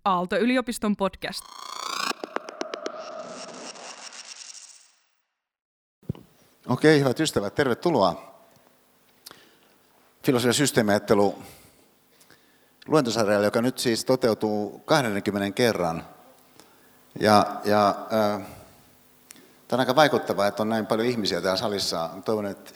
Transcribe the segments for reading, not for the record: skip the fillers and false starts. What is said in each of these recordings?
Aalto-yliopiston podcast. Okei, hyvät ystävät, tervetuloa Filosofian systeemiajattelu luentosarjalle, joka nyt siis toteutuu 20 kerran. Tämä on aika vaikuttavaa, että on näin paljon ihmisiä täällä salissa. Toivon, että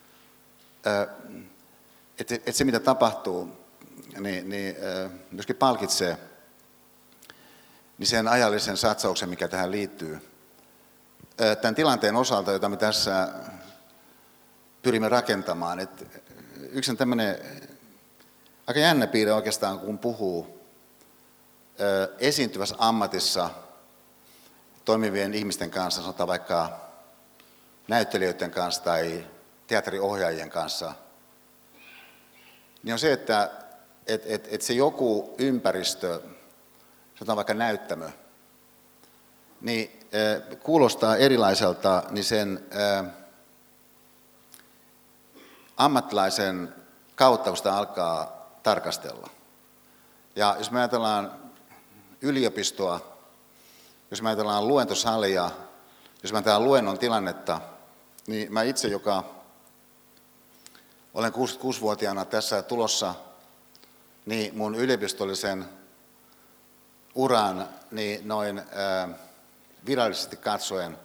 se mitä tapahtuu, myöskin palkitsee niin sen ajallisen satsauksen, mikä tähän liittyy. Tämän tilanteen osalta, jota me tässä pyrimme rakentamaan. Että yksi on tämmöinen aika jännä piirre oikeastaan, kun puhuu esiintyvässä ammatissa toimivien ihmisten kanssa, sanotaan vaikka näyttelijöiden kanssa tai teatteriohjaajien kanssa, niin on se, että se joku ympäristö, sanotaan vaikka näyttämö, niin kuulostaa erilaiselta niin sen ammattilaisen kautta, kun sitä alkaa tarkastella. Ja jos me ajatellaan yliopistoa, jos me ajatellaan luentosalia, jos me ajatellaan luennon tilannetta, niin mä itse, joka olen 66-vuotiaana tässä tulossa, niin mun yliopistollisen uran niin noin virallisesti katsoen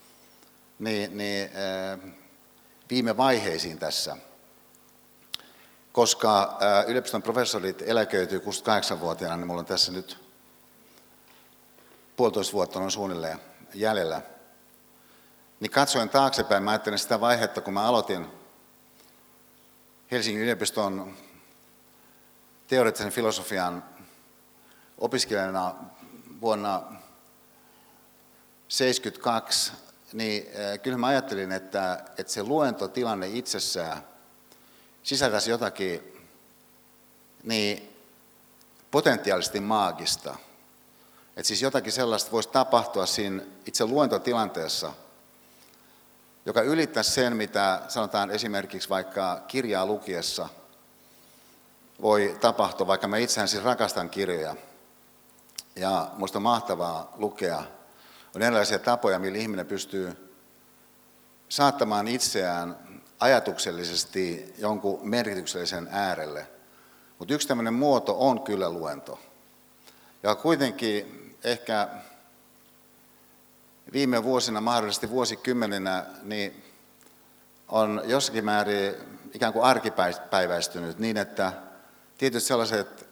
viime vaiheisiin tässä, koska yliopiston professorit eläköityy 68-vuotiaana, niin mulla on tässä nyt 1,5 vuotta noin suunnilleen jäljellä. Niin katsoen taaksepäin, mä ajattelen sitä vaihetta, kun mä aloitin Helsingin yliopiston teoreettisen filosofian opiskelijana vuonna 1972, niin kyllä mä ajattelin, että se luentotilanne itsessään sisältäisi jotakin niin potentiaalisesti maagista. Että siis jotakin sellaista voisi tapahtua siinä itse luentotilanteessa, joka ylittäisi sen, mitä sanotaan esimerkiksi vaikka kirjaa lukiessa voi tapahtua, vaikka mä itsehän siis rakastan kirjoja. Ja musta on mahtavaa lukea. On erilaisia tapoja, millä ihminen pystyy saattamaan itseään ajatuksellisesti jonkun merkityksellisen äärelle. Mutta yksi tämmöinen muoto on kyllä luento. Ja kuitenkin ehkä viime vuosina, mahdollisesti vuosikymmeninä, niin on jossakin määrin ikään kuin arkipäiväistynyt niin, että tietyt sellaiset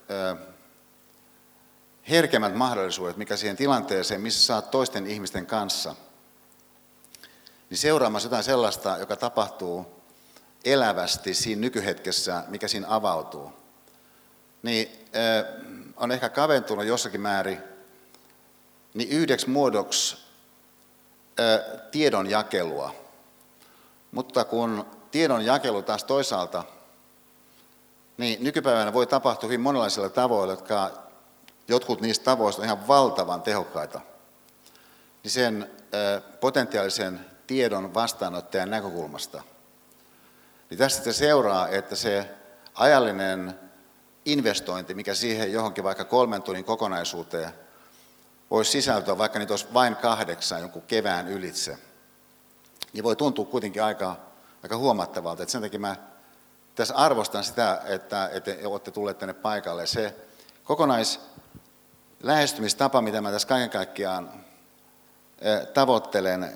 herkemmät mahdollisuudet, mikä siihen tilanteeseen, missä saat toisten ihmisten kanssa, niin seuraamassa jotain sellaista, joka tapahtuu elävästi siinä nykyhetkessä, mikä siinä avautuu, niin on ehkä kaventunut jossakin määrin niin yhdeksi muodoksi tiedonjakelua. Mutta kun tiedonjakelu taas toisaalta, niin nykypäivänä voi tapahtua hyvin monenlaisilla tavoilla, jotka jotkut niistä tavoista on ihan valtavan tehokkaita, niin sen potentiaalisen tiedon vastaanottajan näkökulmasta. Niin tästä se seuraa, että se ajallinen investointi, mikä siihen johonkin vaikka 3 tunnin kokonaisuuteen voisi sisältyä, vaikka niitä olisi vain 8 jonkun kevään ylitse, niin voi tuntua kuitenkin aika huomattavalta. Et sen takia mä tässä arvostan sitä, että olette tulleet tänne paikalle. Se kokonaislähestymistapa, mitä mä tässä kaiken kaikkiaan tavoittelen,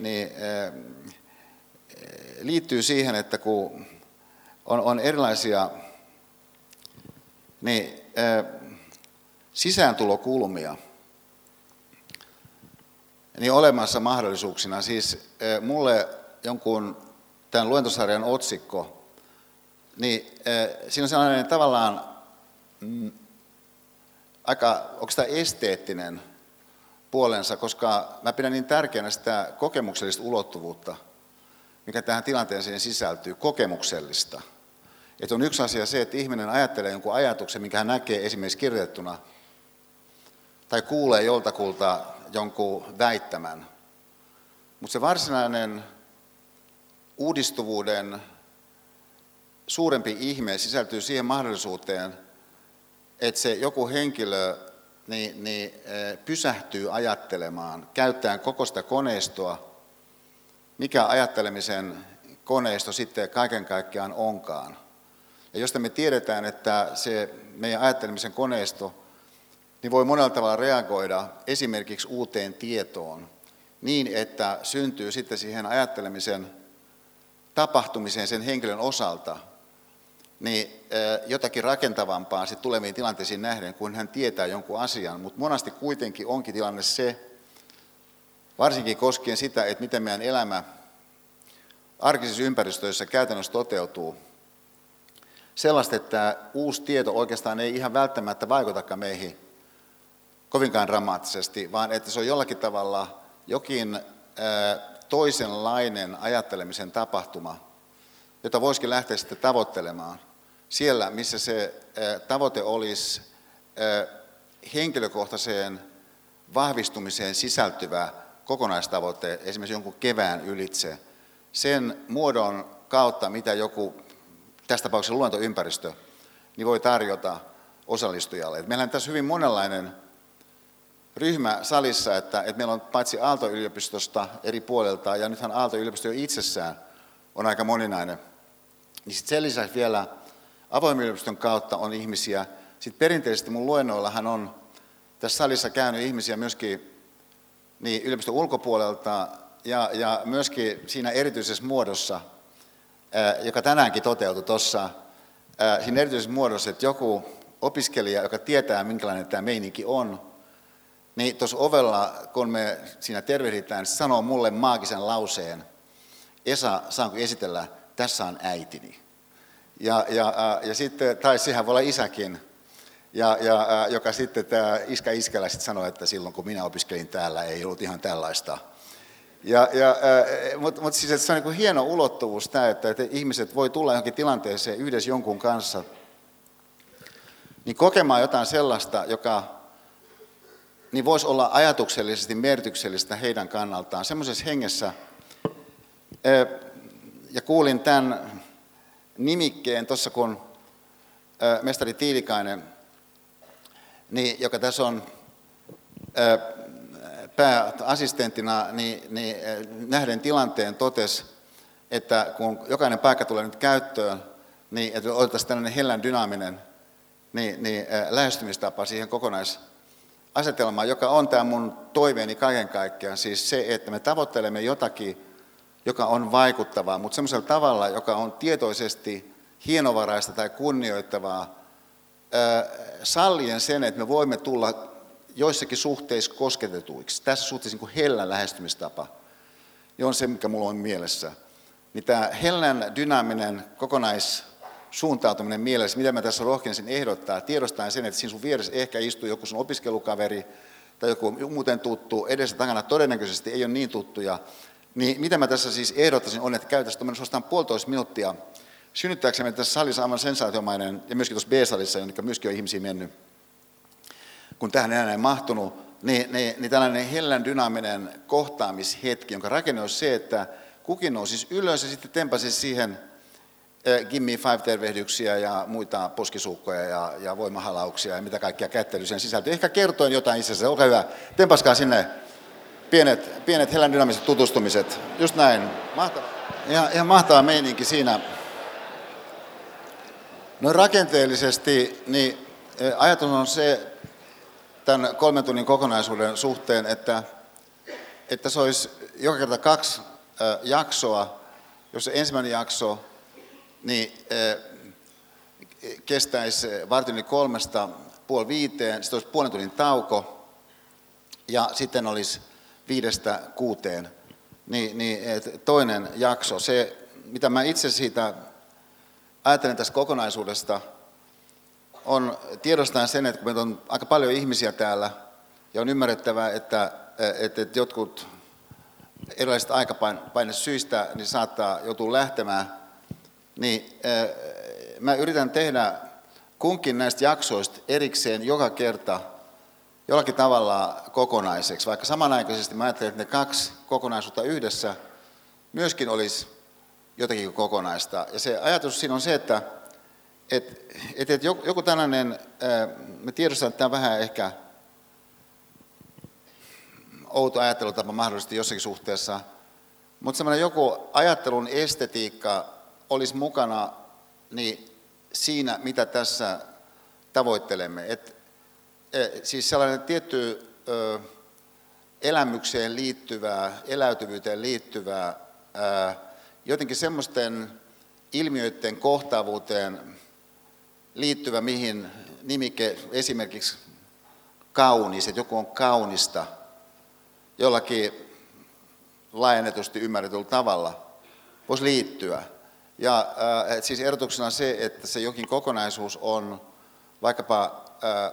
liittyy siihen, että kun on erilaisia sisääntulokulmia, niin olemassa mahdollisuuksina. Siis mulle jonkun tämän luentosarjan otsikko, niin siinä on sellainen tavallaan aika oikeastaan esteettinen puolensa, koska mä pidän niin tärkeänä sitä kokemuksellista ulottuvuutta, mikä tähän tilanteeseen sisältyy, kokemuksellista. Että on yksi asia se, että ihminen ajattelee jonkun ajatuksen, minkä hän näkee esimerkiksi kirjoitettuna, tai kuulee joltakulta jonkun väittämän. Mutta se varsinainen uudistuvuuden suurempi ihme sisältyy siihen mahdollisuuteen, että se joku henkilö pysähtyy ajattelemaan, käyttäen koko sitä koneistoa, mikä ajattelemisen koneisto sitten kaiken kaikkiaan onkaan. Ja josta me tiedetään, että se meidän ajattelemisen koneisto niin voi monella tavalla reagoida esimerkiksi uuteen tietoon niin, että syntyy sitten siihen ajattelemisen tapahtumiseen sen henkilön osalta niin jotakin rakentavampaa sitten tuleviin tilanteisiin nähden, kun hän tietää jonkun asian. Mutta monasti kuitenkin onkin tilanne se, varsinkin koskien sitä, että miten meidän elämä arkisissa ympäristöissä käytännössä toteutuu, sellaista, että uusi tieto oikeastaan ei ihan välttämättä vaikutakaan meihin kovinkaan dramaattisesti, vaan että se on jollakin tavalla jokin toisenlainen ajattelemisen tapahtuma, jota voisikin lähteä sitten tavoittelemaan. Siellä, missä se tavoite olisi henkilökohtaiseen vahvistumiseen sisältyvä kokonaistavoite, esimerkiksi jonkun kevään ylitse, sen muodon kautta, mitä joku, tässä tapauksessa luontoympäristö, niin voi tarjota osallistujalle. Et meillä on tässä hyvin monenlainen ryhmä salissa, että meillä on paitsi Aalto-yliopistosta eri puolilta, ja nythän Aalto-yliopisto jo itsessään on aika moninainen, niin sitten sen lisäksi vielä avoimen yliopiston kautta on ihmisiä. Sitten perinteisesti mun luennoillahan on tässä salissa käynyt ihmisiä myöskin niin yliopiston ulkopuolelta ja myöskin siinä erityisessä muodossa, joka tänäänkin toteutui tuossa, siinä erityisessä muodossa, että joku opiskelija, joka tietää minkälainen tämä meininki on, niin tuossa ovella, kun me siinä tervehditään, se sanoo mulle maagisen lauseen, Esa, saanko esitellä, tässä on äitini. Ja sitten, tai sehän voi olla isäkin, joka sitten tämä iskelä sitten sanoi, että silloin kun minä opiskelin täällä ei ollut ihan tällaista. Mutta siis että se on niin kuin hieno ulottuvuus tämä, että ihmiset voi tulla johonkin tilanteeseen yhdessä jonkun kanssa, niin kokemaan jotain sellaista, joka niin voisi olla ajatuksellisesti merkityksellistä heidän kannaltaan. Semmoisessa hengessä, ja kuulin tämän nimikkeen tuossa, kun mestari Tiilikainen, niin, joka tässä on pääassistenttina, niin nähden tilanteen totesi, että kun jokainen paikka tulee nyt käyttöön, niin että otettaisiin tällainen hellän dynaaminen lähestymistapa siihen kokonaisasetelmaan, joka on tämä mun toiveeni kaiken kaikkiaan, siis se, että me tavoittelemme jotakin, joka on vaikuttavaa, mutta semmoisella tavalla, joka on tietoisesti hienovaraista tai kunnioittavaa, sallien sen, että me voimme tulla joissakin suhteissa kosketetuiksi. Tässä suhteessa niin kuin hellän lähestymistapa, niin on se, mikä minulla on mielessä. Niin tämä hellän dynaaminen kokonaissuuntautuminen mielessä, mitä mä tässä rohkenisin ehdottaa, tiedostaen sen, että siinä sun vieressä ehkä istuu joku sun opiskelukaveri tai joku muuten tuttu, edessä takana todennäköisesti ei ole niin tuttuja, niin mitä mä tässä siis ehdottaisin on, että käytäisiin suostaan 1,5 minuuttia synnyttääksemme tässä salissa aivan sensaatiomainen, ja myöskin tuossa B-salissa, jonne myöskin on ihmisiä mennyt, kun tähän ei enää mahtunut, niin tällainen hellän dynaaminen kohtaamishetki, jonka rakenne on se, että kukin nousisi ylös ja sitten tempasisi siihen Give me 5-tervehdyksiä ja muita poskisuukkoja ja voimahalauksia ja mitä kaikkia kättelyisen sisältöä. Ehkä kertoin jotain itsensä, olkaa hyvä, tempaskaa sinne pienet hellän dynaamiset tutustumiset, just näin, mahtava. Ja ihan mahtava meininki siinä. No rakenteellisesti niin ajatus on se tämän 3 tunnin kokonaisuuden suhteen, että se olisi joka kerta 2 jaksoa, jos se ensimmäinen jakso niin, kestäisi 3:15, 4:30, sitten olisi 0,5 tunnin tauko ja sitten olisi 5-6, niin toinen jakso. Se, mitä mä itse siitä ajattelen tästä kokonaisuudesta, on tiedostaen sen, että kun meillä on aika paljon ihmisiä täällä, ja on ymmärrettävää, että jotkut erilaiset aikapainesyistä niin saattaa joutua lähtemään, niin mä yritän tehdä kunkin näistä jaksoista erikseen joka kerta jollakin tavalla kokonaiseksi, vaikka samanaikaisesti mä ajattelen, että ne 2 kokonaisuutta yhdessä myöskin olisi jotakin kokonaista. Ja se ajatus siinä on se, että joku tällainen, me tiedostetaan, että tämä on vähän ehkä outo ajattelutapa mahdollisesti jossakin suhteessa, mutta semmoinen joku ajattelun estetiikka olisi mukana niin siinä, mitä tässä tavoittelemme. Siis sellainen tietty elämykseen liittyvää, eläytyvyyteen liittyvää, jotenkin semmoisten ilmiöiden kohtaavuuteen liittyvä, mihin nimike esimerkiksi kaunis, että joku on kaunista jollakin laajennetusti ymmärretyllä tavalla voisi liittyä. Ja siis erotuksena se, että se jokin kokonaisuus on vaikkapa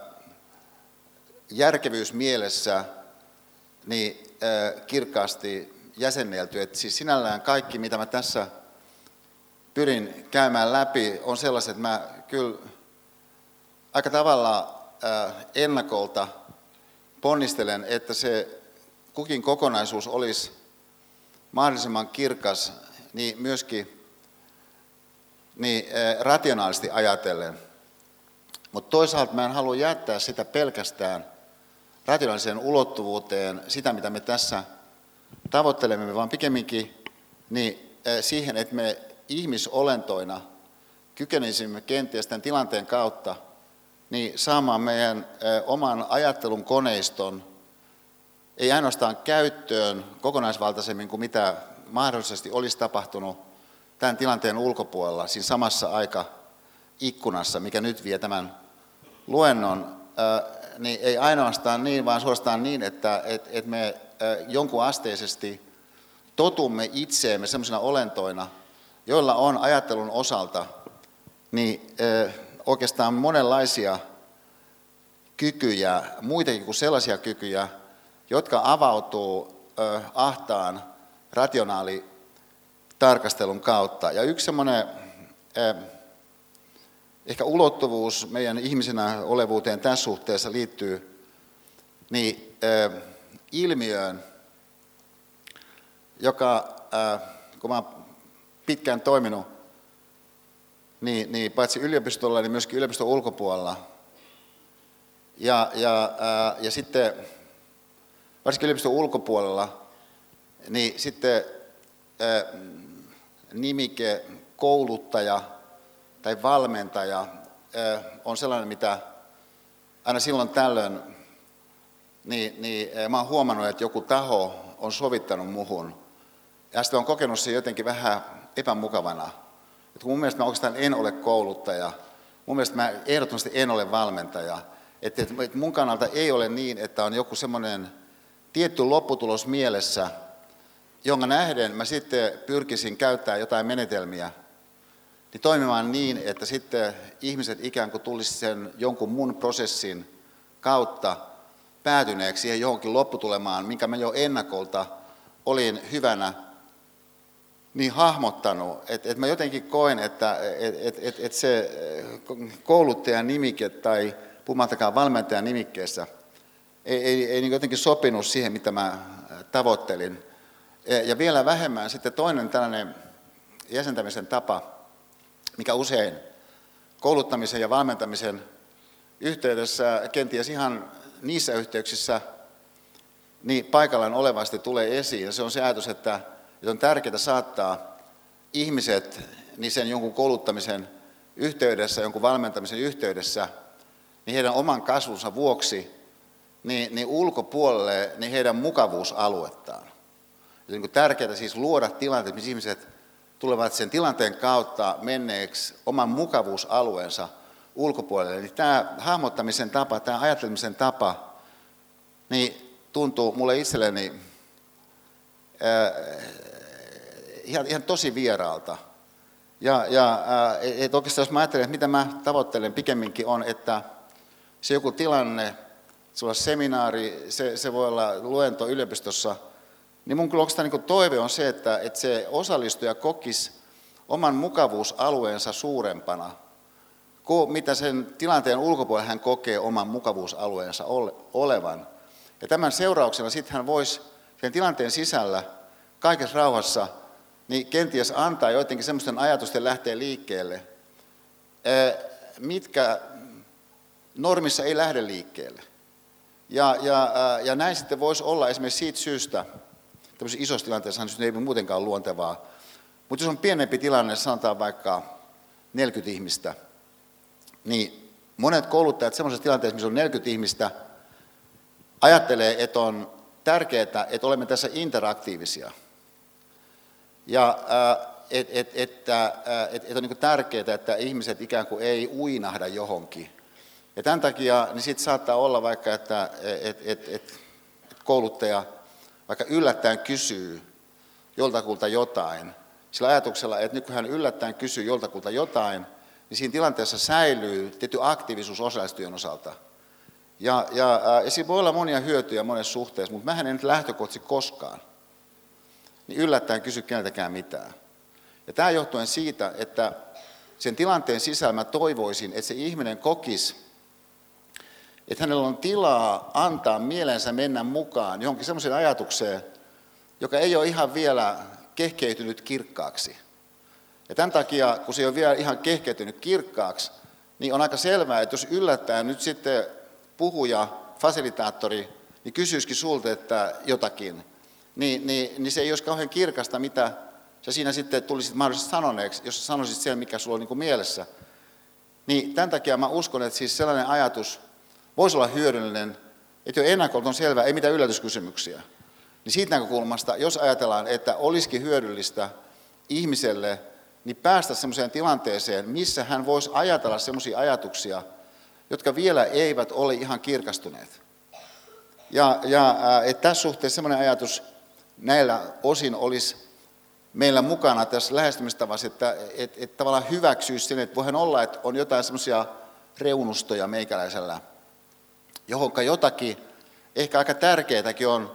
järkevyysmielessä niin kirkkaasti jäsennelty. Että siis sinällään kaikki, mitä mä tässä pyrin käymään läpi, on sellaiset, että mä kyllä aika tavalla ennakolta ponnistelen, että se kukin kokonaisuus olisi mahdollisimman kirkas, niin myöskin niin rationaalisesti ajatellen. Mutta toisaalta mä en halua jättää sitä pelkästään rationaaliseen ulottuvuuteen, sitä mitä me tässä tavoittelemme, vaan pikemminkin niin siihen, että me ihmisolentoina kykenisimme kenties tämän tilanteen kautta niin saamaan meidän oman ajattelun koneiston ei ainoastaan käyttöön kokonaisvaltaisemmin kuin mitä mahdollisesti olisi tapahtunut tämän tilanteen ulkopuolella, siinä samassa aikaikkunassa, mikä nyt vie tämän luennon, niin ei ainoastaan niin, vaan suorastaan niin, että me jonkun asteisesti totumme itseemme sellaisina olentoina, joilla on ajattelun osalta niin oikeastaan monenlaisia kykyjä, muitakin kuin sellaisia kykyjä, jotka avautuu ahtaan rationaalitarkastelun kautta. Ja yksi semmoinen ehkä ulottuvuus meidän ihmisenä olevuuteen tässä suhteessa liittyy niin ilmiöön, joka, kun mä oon pitkään toiminut, niin paitsi yliopistolla, niin myöskin yliopiston ulkopuolella. Ja sitten, varsinkin yliopiston ulkopuolella, niin sitten nimike kouluttaja tai valmentaja on sellainen, mitä aina silloin tällöin, niin mä oon huomannut, että joku taho on sovittanut muhun. Ja sitten on kokenut se jotenkin vähän epämukavana. Että mun mielestä mä oikeastaan en ole kouluttaja, mun mielestä mä ehdottomasti en ole valmentaja. Että mun kannalta ei ole niin, että on joku semmoinen tietty lopputulos mielessä, jonka nähden mä sitten pyrkisin käyttämään jotain menetelmiä, niin toimimaan niin, että sitten ihmiset ikään kuin tulisi sen jonkun mun prosessin kautta päätyneeksi siihen johonkin lopputulemaan, minkä mä jo ennakolta olin hyvänä niin hahmottanut, että mä jotenkin koen, että se kouluttajan nimike tai puhumattakaan valmentajan nimikkeessä ei niin jotenkin sopinut siihen, mitä mä tavoittelin. Ja vielä vähemmän sitten toinen tällainen jäsentämisen tapa, mikä usein kouluttamisen ja valmentamisen yhteydessä, kenties ihan niissä yhteyksissä, niin paikallaan olevasti tulee esiin. Ja se on se ajatus, että on tärkeää saattaa ihmiset niin sen jonkun kouluttamisen yhteydessä, jonkun valmentamisen yhteydessä, niin heidän oman kasvunsa vuoksi, niin ulkopuolelle niin heidän mukavuusaluettaan. Ja niin tärkeää siis luoda tilanteet, missä ihmiset tulevat sen tilanteen kautta menneeksi oman mukavuusalueensa ulkopuolelle. Niin tämä hahmottamisen tapa, tämä ajattelemisen tapa, niin tuntuu mulle itselleni ihan tosi vieraalta. Et oikeastaan jos mä ajattelen, että mitä mä tavoittelen pikemminkin on, että se joku tilanne, se voi olla seminaari, se voi olla luento yliopistossa, niin mun kyllä oikeastaan niin toive on se, että se osallistuja kokisi oman mukavuusalueensa suurempana kuin mitä sen tilanteen ulkopuolella hän kokee oman mukavuusalueensa olevan. Ja tämän seurauksena sitten hän voisi sen tilanteen sisällä kaikessa rauhassa niin kenties antaa jotenkin semmoisten ajatusten lähteä liikkeelle, mitkä normissa ei lähde liikkeelle. Ja näin sitten voisi olla esimerkiksi siitä syystä, tämmöisessä isossa tilanteessa se ei muutenkaan luontevaa, mutta jos on pienempi tilanne, sanotaan vaikka 40 ihmistä, niin monet kouluttajat semmoisessa tilanteessa, missä on 40 ihmistä, ajattelee, että on tärkeää, että olemme tässä interaktiivisia. Ja että on niin kuin tärkeää, että ihmiset ikään kuin ei uinahda johonkin. Ja tämän takia niin sitten saattaa olla vaikka, että kouluttaja vaikka yllättäen kysyy joltakulta jotain, sillä ajatuksella, että nyt kun hän yllättäen kysyy joltakulta jotain, niin siinä tilanteessa säilyy tietty aktiivisuus osallistujan osalta. Ja siinä voi olla monia hyötyjä monessa suhteessa, mutta mähän en nyt lähtökohtaisesti koskaan niin yllättäen kysy keneltäkään mitään. Ja tämä johtuen siitä, että sen tilanteen sisällä mä toivoisin, että se ihminen kokisi, että hänellä on tilaa antaa mielensä mennä mukaan johonkin semmoiseen ajatukseen, joka ei ole ihan vielä kehkeytynyt kirkkaaksi. Ja tämän takia, kun se ei ole vielä ihan kehkeytynyt kirkkaaksi, niin on aika selvää, että jos yllättäen nyt sitten puhuja, fasilitaattori, niin kysyisikin sulta että jotakin, niin se ei olisi kauhean kirkasta, mitä sä siinä sitten tulisit mahdollisesti sanoneeksi, jos sä sanoisit sen, mikä sulla on niin kuin mielessä. Niin tämän takia mä uskon, että siis sellainen ajatus voisi olla hyödyllinen, että jo ennakolta on selvää, ei mitään yllätyskysymyksiä. Niin siitä näkökulmasta, jos ajatellaan, että olisikin hyödyllistä ihmiselle, niin päästä semmoiseen tilanteeseen, missä hän voisi ajatella semmoisia ajatuksia, jotka vielä eivät ole ihan kirkastuneet. Ja että tässä suhteessa semmoinen ajatus näillä osin olisi meillä mukana tässä lähestymistavassa, että tavallaan hyväksyisi sen, että voihan olla, että on jotain semmoisia reunustoja meikäläisellä, johonka jotakin ehkä aika tärkeätäkin on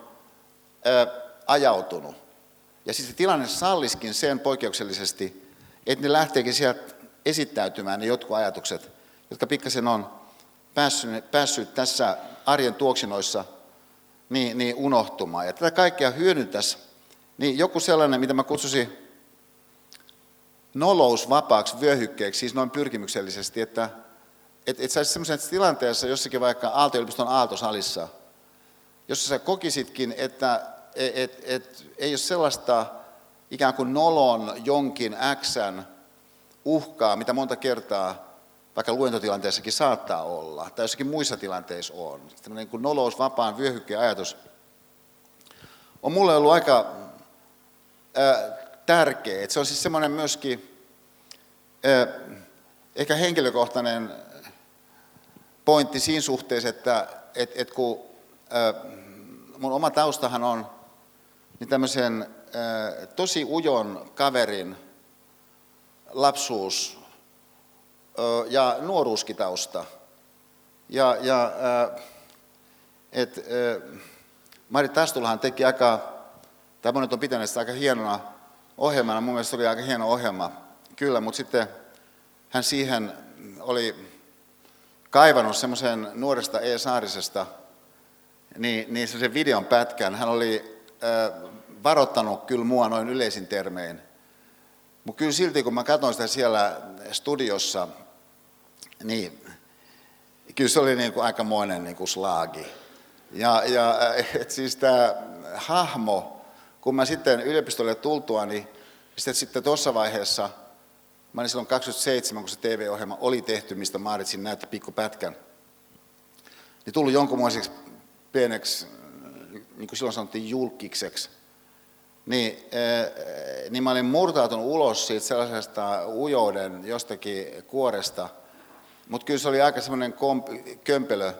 ajautunut. Ja sitten tilanne salliskin sen poikkeuksellisesti, että ne lähteekin sieltä esittäytymään ne jotkut ajatukset, jotka pikkasen on päässyt tässä arjen tuoksinoissa niin unohtumaan. Ja tätä kaikkea hyödyntäisi niin joku sellainen, mitä mä kutsusin nolousvapaaksi vyöhykkeeksi, siis noin pyrkimyksellisesti, että saisi semmoisessa tilanteessa jossakin vaikka Aalto-yliopiston Aalto-salissa, jossa sä kokisitkin, että ei ole sellaista ikään kuin nolon jonkin X:n uhkaa, mitä monta kertaa vaikka luentotilanteessakin saattaa olla, tai jossakin muissa tilanteissa on. Tällainen kuin nolous, vapaan vyöhykkeen ajatus on mulle ollut aika tärkeä. Se on siis semmoinen myöskin ehkä henkilökohtainen pointti siinä suhteessa, että kun mun oma taustahan on niin tämmöisen tosi ujon kaverin lapsuus ja nuoruuskin tausta. Marit Tastulahan teki tai monet on pitänyt sitä aika hienona ohjelmana, mun mielestä se oli aika hieno ohjelma, kyllä, mutta sitten hän siihen oli kaivannut semmoisen nuoresta E. Saarisesta niin semmoisen videon pätkän. Hän oli varoittanut kyllä mua noin yleisin termein. Mutta kyllä silti, kun mä katsoin sitä siellä studiossa, niin kyllä se oli niin kuin aikamoinen niin kuin slaagi. Siis tämä hahmo, kun mä sitten yliopistolle tultua, niin sitten tuossa vaiheessa, mä olin silloin 27, kun se TV-ohjelma oli tehty, mistä Maaritsin näytti pikkupätkän, niin tullut jonkunmoiseksi pieneksi, niin kuin silloin sanottiin, julkikseksi. Niin mä olin murtautunut ulos siitä sellaisesta ujouden jostakin kuoresta, mutta kyllä se oli aika semmoinen kömpelö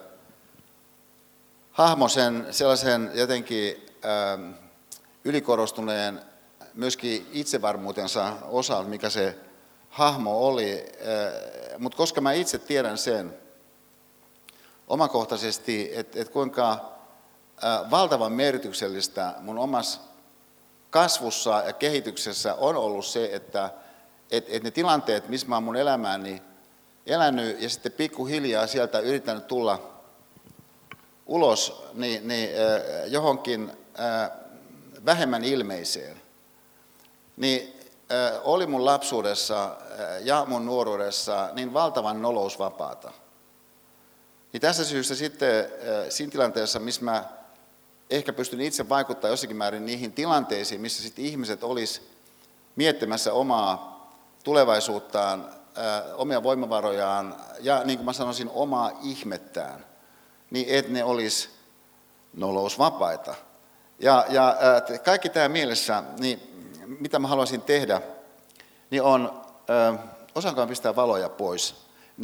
hahmo sen sellaisen jotenkin ylikorostuneen myöskin itsevarmuutensa osalta, mikä se hahmo oli. Mutta koska mä itse tiedän sen omakohtaisesti, että kuinka valtavan merkityksellistä mun omassa kasvussa ja kehityksessä on ollut se, että ne tilanteet, missä mä oon mun elämääni elänyt ja sitten pikkuhiljaa sieltä yrittänyt tulla ulos johonkin vähemmän ilmeiseen, niin oli mun lapsuudessa ja mun nuoruudessa niin valtavan nolousvapaata. Niin tässä syystä sitten siinä tilanteessa, missä mä ehkä pystyn itse vaikuttamaan jossakin määrin niihin tilanteisiin, missä sitten ihmiset olisi miettimässä omaa tulevaisuuttaan, omia voimavarojaan ja niin kuin mä sanoisin, omaa ihmettään, niin että ne olisi nolousvapaita. Ja kaikki tämä mielessä, niin mitä mä haluaisin tehdä, niin on, osaankaan pistää valoja pois,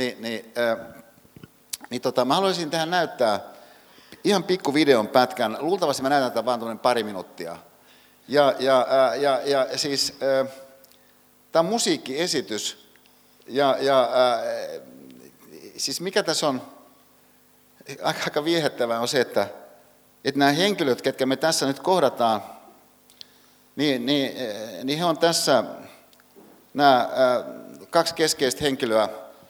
mä haluaisin tähän näyttää ihan pikku videon pätkän, luultavasti mä näytän tätä vaan pari minuuttia. Ja siis tämä on musiikkiesitys, siis mikä tässä on aika viehättävää on se, että nämä henkilöt, ketkä me tässä nyt kohdataan, niin he on tässä nämä kaksi keskeistä henkilöä,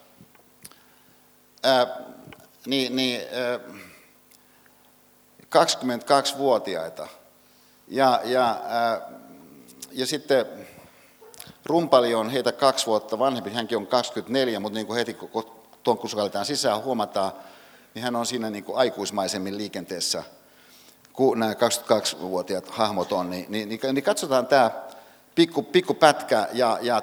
22-vuotiaita. Ja sitten rumpali on heitä 2 vuotta vanhempi, hänkin on 24, mutta niin kuin heti kun tuon kusukallitaan sisään huomataan, niin hän on siinä niin kuin aikuismaisemmin liikenteessä, kun nämä 22-vuotiaat hahmot on. Niin katsotaan tämä pikku pätkä ja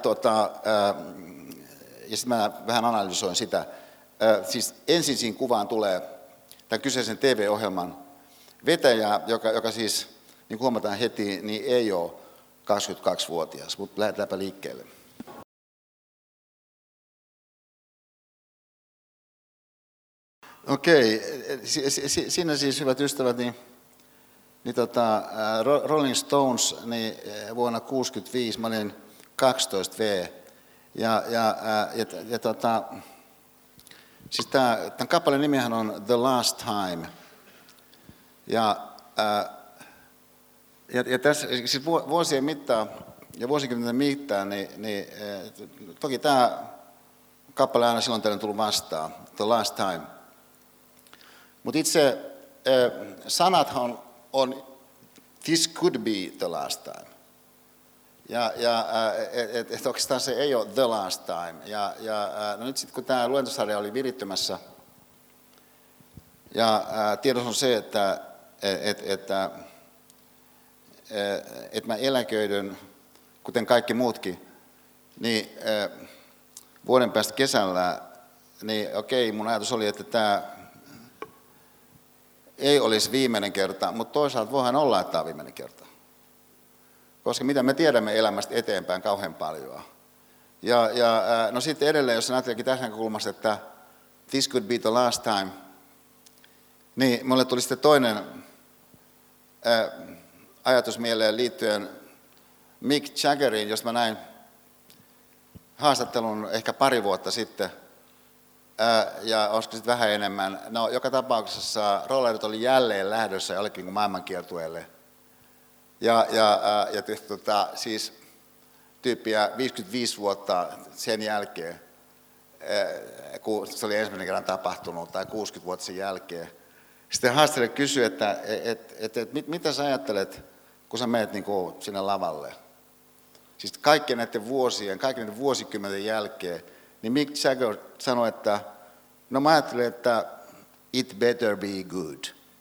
sitten mä vähän analysoin sitä. Siis ensin siinä kuvaan tulee tämän kyseisen TV-ohjelman vetäjä, joka siis, niin kuin huomataan heti, niin ei ole 22-vuotias, mutta lähdetäänpä liikkeelle. Okei, siinä siis hyvät ystävät, niin Rolling Stones niin vuonna 1965 mä olin 12V siis tämän kappaleen nimihän on The Last Time ja tässä siis vuosien mittaan ja vuosikymmenten mittaan niin toki tämä kappale aina silloin tällöin tullut vastaan, The Last Time. Mutta itse sanathan on This could be the last time. Että oikeastaan se ei ole the last time. No nyt sitten kun tämä luentosarja oli virittymässä, ja tiedos on se, että mä eläköidyn, kuten kaikki muutkin, niin vuoden päästä kesällä, niin okei, mun ajatus oli, että tämä ei olisi viimeinen kerta, mutta toisaalta voihan olla, että tämä on viimeinen kerta. Koska mitä me tiedämme elämästä eteenpäin kauhean paljon. No sitten edelleen, jos ajattelenkin tässä näkökulmasta, että this could be the last time, niin mulle tuli sitten toinen ajatus mieleen liittyen Mick Jaggeriin, josta mä näin haastattelun ehkä 2 vuotta sitten, ja olisiko sitten vähän enemmän. No, joka tapauksessa rollerit oli jälleen lähdössä jollekin maailmankiertueelle. Siis tyyppiä 55 vuotta sen jälkeen, kun se oli ensimmäinen kerran tapahtunut, tai 60 vuotta sen jälkeen. Sitten haastelija kysyi, että mitä sä ajattelet, kun sä menet niin kuin sinne lavalle? Siis kaikkien näiden vuosien, kaikkien näiden vuosikymmenten jälkeen, niin Mick Jagger sanoi, että no mä ajattelen, että it better be good.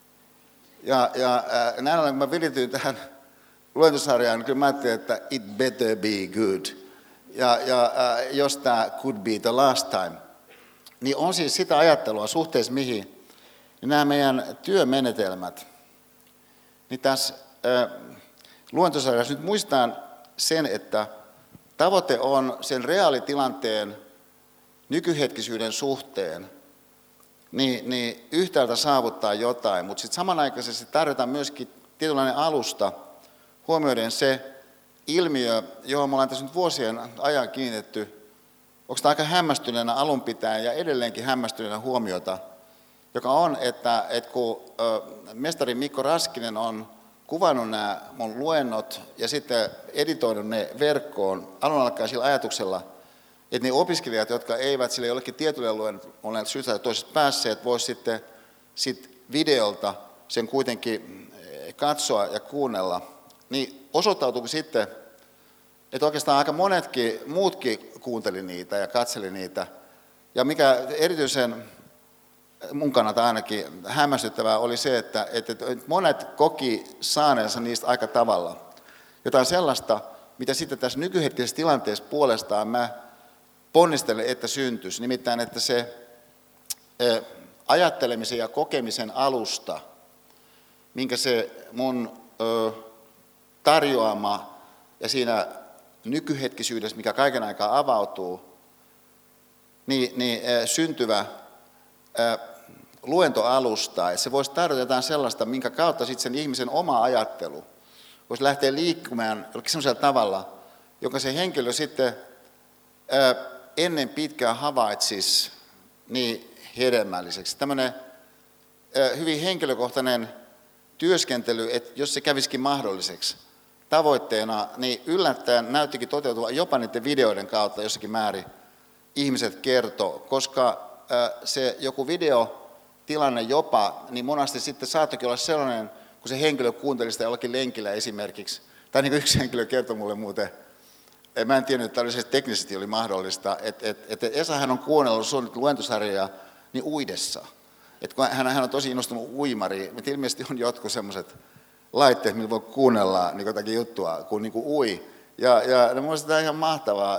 Näin ollen, kun mä virityin tähän luentosarjaan, niin kyllä mä ajattelin, että it better be good. Jos tämä could be the last time, niin on siis sitä ajattelua suhteessa mihin, niin nämä meidän työmenetelmät, niin tässä luentosarjassa nyt muistetaan sen, että tavoite on sen reaalitilanteen nykyhetkisyyden suhteen niin yhtäältä saavuttaa jotain, mutta sitten samanaikaisesti tarvitaan myöskin tietynlainen alusta huomioiden se ilmiö, johon me ollaan tässä nyt vuosien ajan kiinnitetty, onko tämä aika hämmästyneenä alun pitäen ja edelleenkin hämmästyneenä huomiota, joka on, että kun mestari Mikko Raskinen on kuvannut nämä mun luennot ja sitten editoinut ne verkkoon alun alkaen sillä ajatuksella, että ne opiskelijat, jotka eivät sille jollekin tietylle luennolle syystä tai toisesta päässeet, voisivat sitten videolta sen kuitenkin katsoa ja kuunnella, niin osoittautui sitten, että oikeastaan aika monetkin muutkin kuunteli niitä ja katseli niitä. Ja mikä erityisen mun kannalta ainakin hämmästyttävää oli se, että monet koki saaneensa niistä aika tavalla. Jotain sellaista, mitä sitten tässä nykyhetkisessä tilanteessa puolestaan mä ponnistelen, että syntyisi. Nimittäin, että se ajattelemisen ja kokemisen alusta, minkä se mun tarjoama ja siinä nykyhetkisyydessä, mikä kaiken aikaa avautuu, niin syntyvä luentoalusta, että se voisi tarjota jotain sellaista, minkä kautta sitten sen ihmisen oma ajattelu voisi lähteä liikkumaan sellaisella tavalla, joka se henkilö sitten ennen pitkään havaitsisi niin hedelmälliseksi. Tämmöinen hyvin henkilökohtainen työskentely, että jos se kävisikin mahdolliseksi tavoitteena, niin yllättäen näyttikin toteutua jopa niiden videoiden kautta jossakin määrin ihmiset kertoo, koska se joku videotilanne jopa, niin monasti sitten saattokin olla sellainen, kun se henkilö kuunteli sitä jollakin lenkillä esimerkiksi, tai niin kuin yksi henkilö kertoi mulle muuten, mä en tiennyt, että se teknisesti oli mahdollista, että Esahan on kuunnellut sun luentosarjoja niin uidessa. Että kun hän on tosi innostunut uimari, mutta ilmeisesti on jotkut semmoiset laitteet, millä voi kuunnella niin jotakin juttua, kun niin kuin ui. Ja mun mielestä tämä on ihan mahtavaa.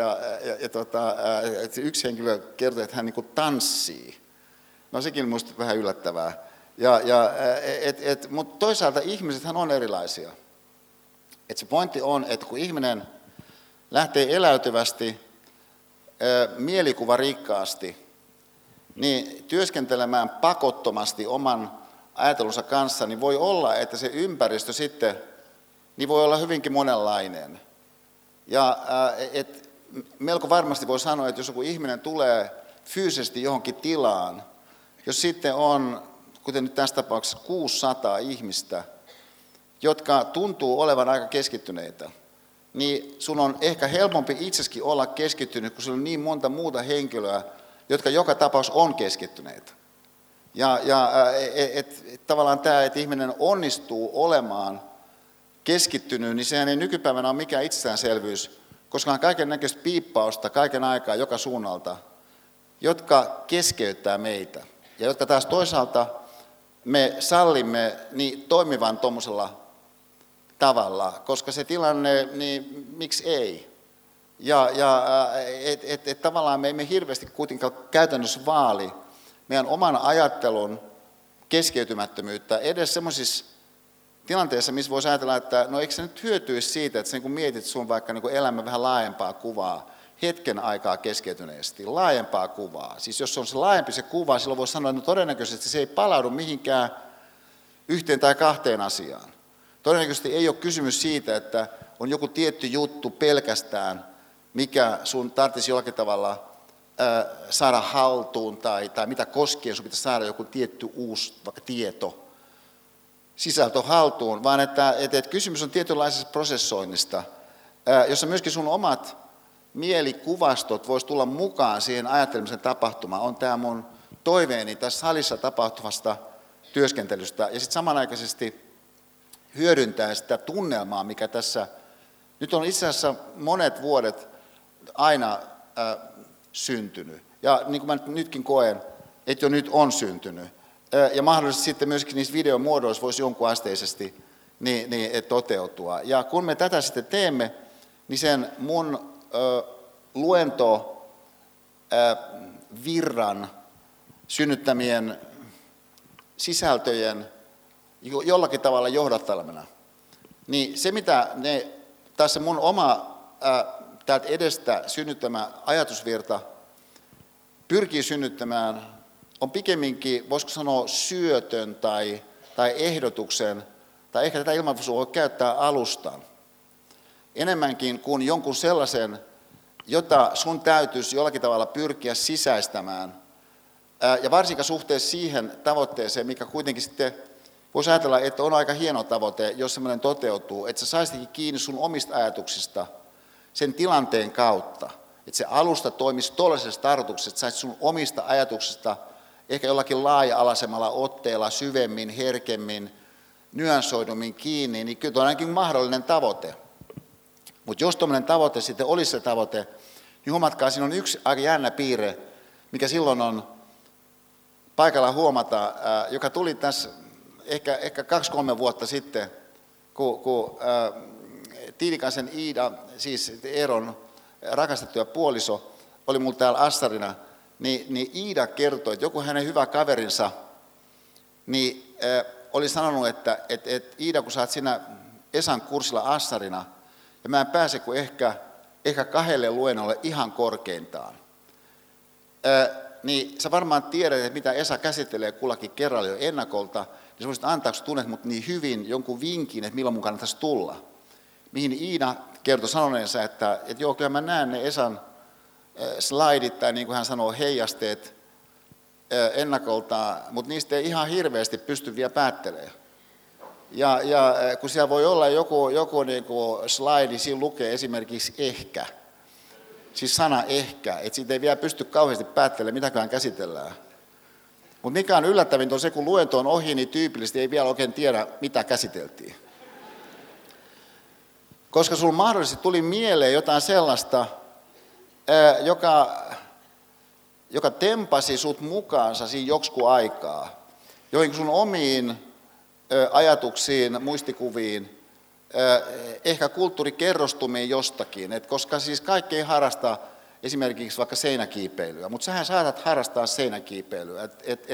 Yksi henkilö kertoi, että hän niin kuin tanssii. No sekin on minusta vähän yllättävää. Mutta toisaalta ihmisethän on erilaisia. Et se pointti on, että kun ihminen lähtee eläytyvästi, mielikuvarikkaasti, niin työskentelemään pakottomasti oman ajatelunsa kanssa, niin voi olla, että se ympäristö sitten niin voi olla hyvinkin monenlainen. Ja melko varmasti voi sanoa, että jos joku ihminen tulee fyysisesti johonkin tilaan, jos sitten on, kuten nyt tässä tapauksessa, 600 ihmistä, jotka tuntuu olevan aika keskittyneitä, niin sun on ehkä helpompi itseskin olla keskittynyt, kun sulla on niin monta muuta henkilöä, jotka joka tapaus on keskittyneitä. Tavallaan tämä, että ihminen onnistuu olemaan keskittynyt, niin sehän ei nykypäivänä ole mikään itsestäänselvyys, koska on kaiken näköistä piippausta kaiken aikaa joka suunnalta, jotka keskeyttää meitä. Ja jotka taas toisaalta me sallimme niin toimivan tuommoisella tavalla, koska se tilanne, niin miksi ei? Tavallaan me emme hirveästi kuitenkaan käytännössä vaali meidän oman ajattelun keskeytymättömyyttä edes semmoisissa tilanteessa, missä voisi ajatella, että no eikö se nyt hyötyisi siitä, että sen kun mietit sun vaikka niin elämän vähän laajempaa kuvaa, hetken aikaa keskeytyneesti, laajempaa kuvaa. Siis jos on se laajempi se kuva, silloin voisi sanoa, että no todennäköisesti se ei palaudu mihinkään yhteen tai kahteen asiaan. Todennäköisesti ei ole kysymys siitä, että on joku tietty juttu pelkästään, mikä sun tarvitsisi jollakin tavalla saada haltuun tai mitä koskien sun pitäisi saada joku tietty uusi vaikka tieto, sisältö haltuun, vaan että kysymys on tietynlaisesta prosessoinnista, jossa myöskin sun omat mielikuvastot vois tulla mukaan siihen ajattelemisen tapahtumaan. On tämä mun toiveeni tässä salissa tapahtuvasta työskentelystä ja sitten samanaikaisesti hyödyntää sitä tunnelmaa, mikä tässä nyt on itse asiassa monet vuodet aina syntynyt. Ja niin kuin mä nytkin koen, että jo nyt on syntynyt. Ja mahdollisesti sitten myöskin niissä videomuodoissa voisi jonkun asteisesti toteutua. Ja kun me tätä sitten teemme, niin sen mun luentovirran synnyttämien sisältöjen jollakin tavalla johdattelemana, niin se mitä ne tässä mun oma täältä edestä synnyttämä ajatusvirta pyrkii synnyttämään, on pikemminkin, voisiko sanoa, syötön tai ehdotuksen, tai ehkä tätä ilmaisua voi käyttää alustan, enemmänkin kuin jonkun sellaisen, jota sun täytyisi jollakin tavalla pyrkiä sisäistämään, ja varsinkin suhteessa siihen tavoitteeseen, mikä kuitenkin sitten voisi ajatella, että on aika hieno tavoite, jos semmoinen toteutuu, että sä saisitkin kiinni sun omista ajatuksista sen tilanteen kautta, että se alusta toimisi tuollaisessa tarkoituksessa, että saisit sun omista ajatuksista ehkä jollakin laaja-alaisemmalla otteella, syvemmin, herkemmin, nyansoidummin kiinni, niin kyllä on ainakin mahdollinen tavoite. Mutta jos tuommoinen tavoite sitten olisi se tavoite, niin huomatkaa, siinä on yksi aika jännä piirre, mikä silloin on paikalla huomata, joka tuli tässä ehkä 2-3 vuotta sitten, kun Tiilikaisen Iida, siis Eeron rakastettu ja puoliso, oli mulla täällä Assarina, niin Iida kertoi, että joku hänen hyvä kaverinsa niin, oli sanonut, että Iida, kun sä oot siinä Esan kurssilla Assarina, ja mä en pääse kuin ehkä 2 luennolle ihan korkeintaan, niin sä varmaan tiedät, että mitä Esa käsittelee kullakin kerralla jo ennakolta, niin sä voisit antaa, kun tunnet mut niin hyvin, jonkun vinkin, että milloin mun kannattaisi tulla. Mihin Iida kertoi sanoneensa, että joo, kyllä mä näen ne Esan slaidit, tai niin kuin hän sanoo, heijasteet ennakolta, mutta niistä ei ihan hirveästi pysty vielä päättelemään. Ja kun siellä voi olla joku niin kuin slaidi, siinä lukee esimerkiksi ehkä, siis sana ehkä, että siitä ei vielä pysty kauheasti päättelemään, mitäkään käsitellään. Mutta mikä on yllättävintä on se, kun luento on ohi, niin tyypillisesti ei vielä oikein tiedä, mitä käsiteltiin. Koska sinulla mahdollisesti tuli mieleen jotain sellaista, joka tempasi sut mukaansa siinä joksikun aikaa, joihin sun omiin ajatuksiin, muistikuviin, ehkä kulttuurikerrostumiin jostakin. Koska siis kaikki ei harrasta esimerkiksi vaikka seinäkiipeilyä, mutta sähän saatat harrastaa seinäkiipeilyä.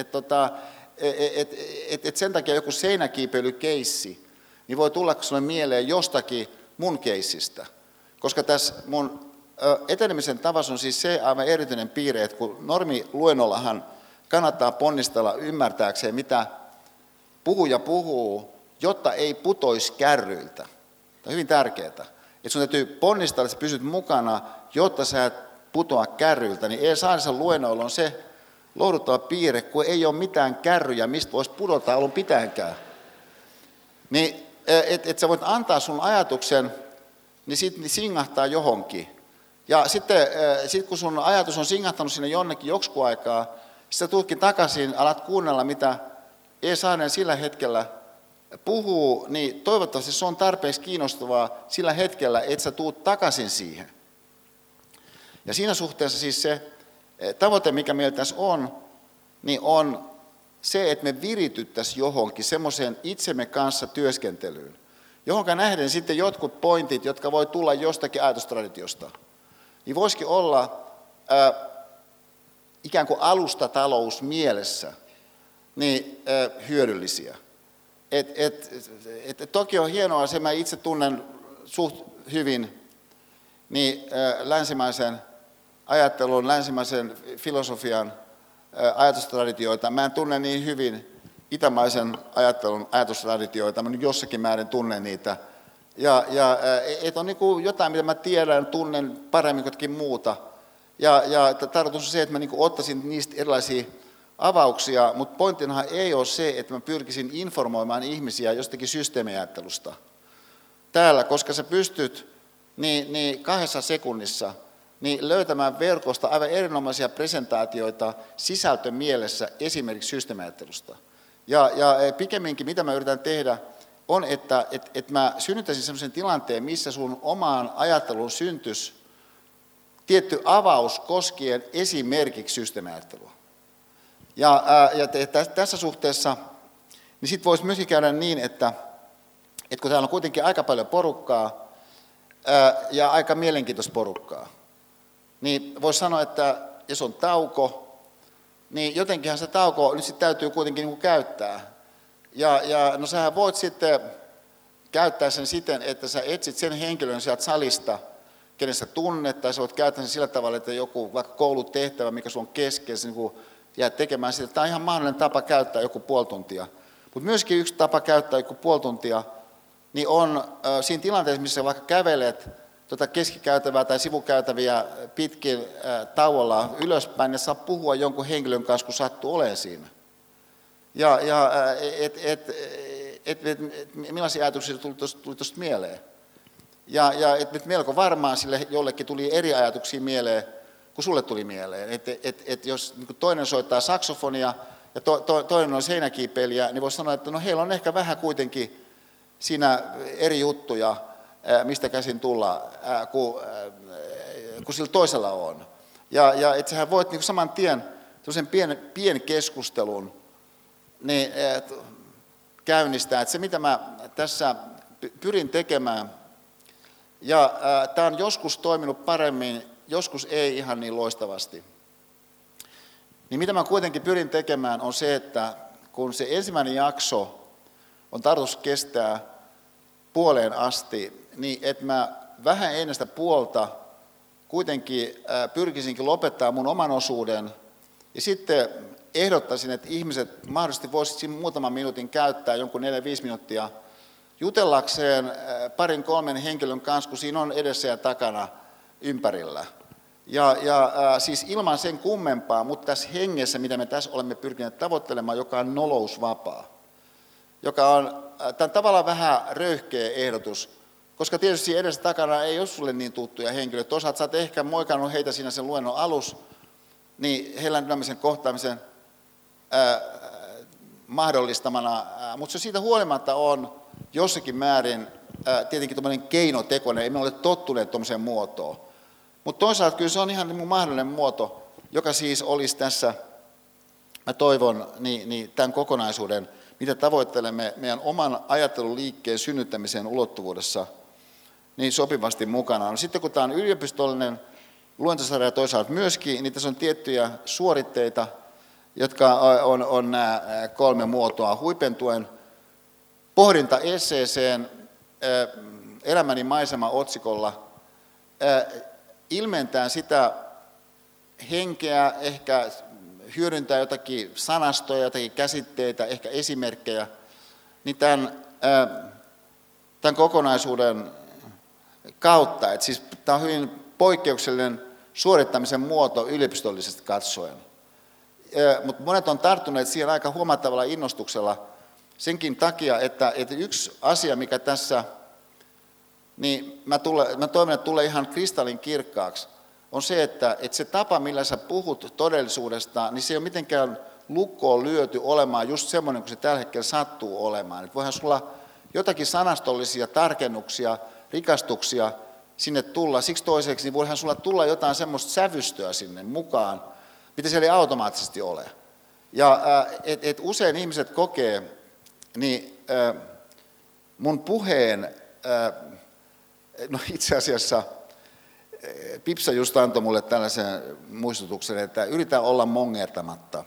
Sen takia joku seinäkiipeilykeissi niin voi tulla sinulle mieleen jostakin mun keissistä. Koska tässä mun etenemisen tavassa on siis se aivan erityinen piirre, että kun normiluennollahan kannattaa ponnistella ymmärtääkseen, mitä puhuja puhuu, jotta ei putoisi kärryiltä. Tämä on hyvin tärkeää. Että sun täytyy ponnistella, että sä pysyt mukana, jotta sä et putoa kärryiltä. Niin Esaanisen luennoilla on se lohduttava piirre, kun ei ole mitään kärryjä, mistä voisi pudota alun pitäänkään. Niin, että sä voit antaa sun ajatuksen, niin sitten singahtaa johonkin. Ja sitten kun sun ajatus on singahtanut sinne jonnekin joksikun aikaa, sitten tuutkin takaisin, alat kuunnella, mitä Esainen sillä hetkellä puhuu, niin toivottavasti se on tarpeeksi kiinnostavaa sillä hetkellä, että sä tuut takaisin siihen. Ja siinä suhteessa siis se tavoite, mikä meillä tässä on, niin on se, että me virityttäisiin johonkin semmoiseen itsemme kanssa työskentelyyn, johonka nähden sitten jotkut pointit, jotka voi tulla jostakin ajatustraditiosta, niin voisikin olla ikään kuin alustatalous mielessä niin hyödyllisiä. Toki on hienoa, se mä itse tunnen suht hyvin niin länsimaisen ajattelun, länsimaisen filosofian ajatustraditioita. Mä en tunne niin hyvin itämaisen ajattelun ajatustraditioita, mä nyt jossakin määrin tunnen niitä. Et on niin kuin jotain, mitä mä tiedän, tunnen paremmin kuin jotakin muuta. Ja tarkoitus on se, että mä niin kuin ottaisin niistä erilaisia avauksia, mutta pointtinhan ei ole se, että mä pyrkisin informoimaan ihmisiä jostakin systeemiajattelusta täällä, koska sä pystyt niin 2 sekunnissa niin löytämään verkosta aivan erinomaisia presentaatioita sisältömielessä esimerkiksi systeemiajattelusta. Ja pikemminkin mitä mä yritän tehdä on, että mä synnyttäisin sellaisen tilanteen, missä sun omaan ajatteluun syntyisi tietty avaus koskien esimerkiksi systeemiajattelua. Ja tässä suhteessa, niin sitten voisi myöskin käydä niin, että kun täällä on kuitenkin aika paljon porukkaa ja aika mielenkiintoista porukkaa, niin voisi sanoa, että jos on tauko, niin jotenkinhan se tauko nyt sitten täytyy kuitenkin niin kuin käyttää. Ja no sähän voit sitten käyttää sen siten, että sä etsit sen henkilön sieltä salista, kenen sä tunnet, tai sä voit käyttää sen sillä tavalla, että joku vaikka koulutehtävä, mikä sulla on kesken, niin jäät tekemään sitä. Tämä on ihan mahdollinen tapa käyttää joku puoli tuntia. Mutta myöskin yksi tapa käyttää joku puoli tuntia, niin on siinä tilanteessa, missä vaikka kävelet keskikäytävää tai sivukäytäviä pitkin tauolla ylöspäin, niin saa puhua jonkun henkilön kanssa, kun sattuu olemaan siinä. Millaisia ajatuksia tuli tuosta mieleen. Ja melko varmaan sille jollekin tuli eri ajatuksia mieleen, kun sulle tuli mieleen. Että jos niin toinen soittaa saksofonia ja toinen on seinäkiipeilijä, niin voisi sanoa, että no heillä on ehkä vähän kuitenkin siinä eri juttuja, mistä käsin tulla, kun sillä toisella on. Ja että sähän voit niin saman tien pienen keskustelun niin, käynnistää, että se mitä mä tässä pyrin tekemään, ja tämä on joskus toiminut paremmin, joskus ei ihan niin loistavasti. Niin mitä mä kuitenkin pyrin tekemään on se, että kun se ensimmäinen jakso on tarkoitus kestää puoleen asti, niin että mä vähän ennen sitä puolta kuitenkin pyrkisinkin lopettaa mun oman osuuden ja sitten ehdottaisin, että ihmiset mahdollisesti voisivat muutaman minuutin käyttää jonkun 4-5 minuuttia jutellakseen 2-3 henkilön kanssa, kun siinä on edessä ja takana ympärillä. Ja siis ilman sen kummempaa, mutta tässä hengessä, mitä me tässä olemme pyrkineet tavoittelemaan, joka on nolousvapaa, joka on tämän tavallaan vähän röyhkeä ehdotus, koska tietysti edessä takana ei ole sulle niin tuttuja henkilöitä. Toisaalta sä oot ehkä moikannut heitä siinä sen luennon alus, niin heillä tämmöisen kohtaamisen mahdollistamana, mutta se siitä huolimatta on jossakin määrin tietenkin tämmöinen keinotekoinen, ei me ole tottuneet tuommoiseen muotoon. Mutta toisaalta kyllä se on ihan mun mahdollinen muoto, joka siis olisi tässä, mä toivon, niin tämän kokonaisuuden, mitä tavoittelemme meidän oman ajatteluliikkeen synnyttämisen ulottuvuudessa, niin sopivasti mukana. No sitten kun tämä on yliopistollinen luentosarja toisaalta myöskin, niin tässä on tiettyjä suoritteita, jotka on nämä 3 muotoa. Huipentuen pohdinta esseeseen elämäni maisema otsikolla ilmentää sitä henkeä, ehkä hyödyntää jotakin sanastoja, jotakin käsitteitä, ehkä esimerkkejä, niin tämän kokonaisuuden kautta, että siis tämä on hyvin poikkeuksellinen suorittamisen muoto yliopistollisesti katsoen. Mutta monet on tarttuneet siihen aika huomattavalla innostuksella senkin takia, että yksi asia, mikä tässä, niin mä toivon, että tulee ihan kristallin kirkkaaksi, on se, että se tapa, millä sä puhut todellisuudesta, niin se ei ole mitenkään lukkoon lyöty olemaan just semmoinen, kuin se tällä hetkellä sattuu olemaan. Että voihan sulla jotakin sanastollisia tarkennuksia, rikastuksia sinne tulla. Siksi toiseksi, niin voihan sulla tulla jotain semmoista sävystöä sinne mukaan, mitä siellä ei automaattisesti ole. Ja usein ihmiset kokee, niin mun puheen, no itse asiassa Pipsa just antoi mulle tällaisen muistutuksen, että yritä olla mongertamatta.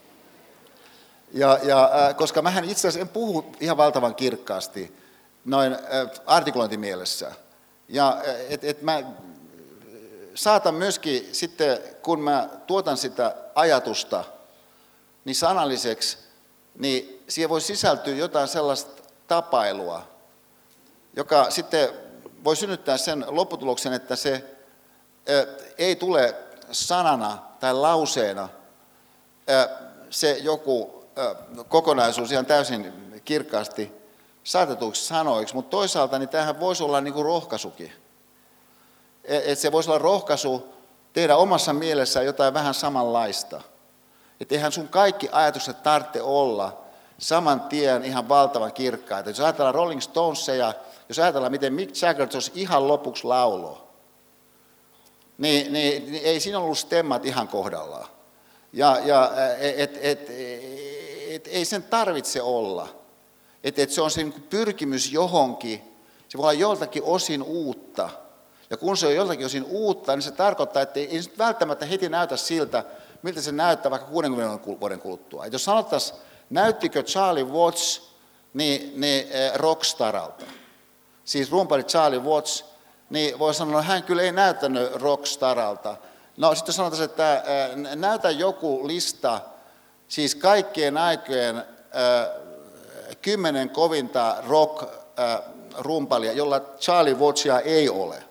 Koska mähän itse asiassa en puhu ihan valtavan kirkkaasti noin artikulointimielessä. Ja mä saatan myöskin sitten, kun mä tuotan sitä ajatusta niin sanalliseksi, niin siihen voi sisältyä jotain sellaista tapailua, joka sitten voi synnyttää sen lopputuloksen, että se ei tule sanana tai lauseena se joku kokonaisuus ihan täysin kirkkaasti saatetuiksi sanoiksi, mutta toisaalta niin tämähän voisi olla niin kuin rohkaisukin. Että se voisi olla rohkaisu tehdä omassa mielessään jotain vähän samanlaista. Että eihän sun kaikki ajatukset tarvitse olla saman tien ihan valtavan kirkkaita. Jos ajatellaan Rolling Stonesia, jos ajatellaan miten Mick Jagger tuossa ihan lopuksi lauloi, niin ei siinä ollut stemmat ihan kohdallaan. Ei sen tarvitse olla. Että se on se pyrkimys johonkin, se voi olla joltakin osin uutta. Ja kun se on joltakin osin uutta, niin se tarkoittaa, että ei se välttämättä heti näytä siltä, miltä se näyttää vaikka 60 vuoden kuluttua. Et jos sanottaisiin, näyttikö Charlie Watts niin rockstaralta, siis rumpali Charlie Watts, niin voi sanoa, että hän kyllä ei näyttänyt rockstaralta. No sitten sanotaan, että näytä joku lista, siis kaikkien aikojen 10 kovinta rock-rumpalia, jolla Charlie Wattsia ei ole.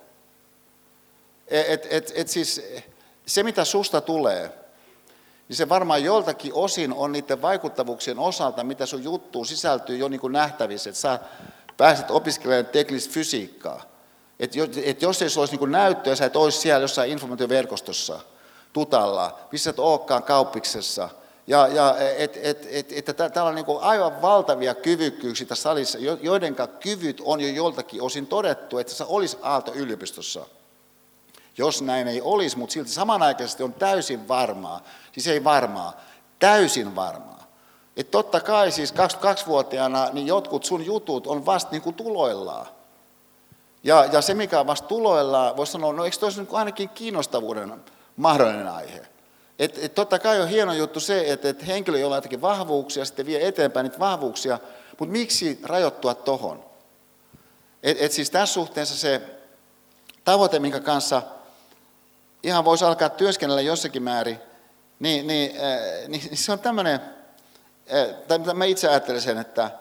Siis se, mitä susta tulee, niin se varmaan joltakin osin on niiden vaikuttavuuksien osalta, mitä sun juttuun sisältyy jo niin kuin nähtävissä, että sä pääset opiskelemaan teknistä fysiikkaa. Että jos ei se olisi niin kuin näyttöä, sä et olisi siellä jossain informaatioverkostossa tutalla, missä et olekaan kauppiksessa. Täällä on niin kuin aivan valtavia kyvykkyyksiä tässä salissa, joiden kyvyt on jo joltakin osin todettu, että sä olisi Aalto-yliopistossa jos näin ei olisi, mutta silti samanaikaisesti on täysin varmaa, siis ei varmaa, täysin varmaa. Että totta kai siis 22-vuotiaana niin jotkut sun jutut on vasta niin kuin tuloillaan. Ja se, mikä on vasta tuloillaan, voisi sanoa, no eikö tuossa niin ainakin kiinnostavuuden mahdollinen aihe? Et totta kai on hieno juttu se, että henkilö, jolla on jotakin vahvuuksia, sitten vie eteenpäin niitä vahvuuksia, mutta miksi rajoittua tohon? Siis tässä suhteessa se tavoite, minkä kanssa ihan voisi alkaa työskennellä jossakin määrin, niin se on tämmöinen, tai mä itse ajattelen sen, että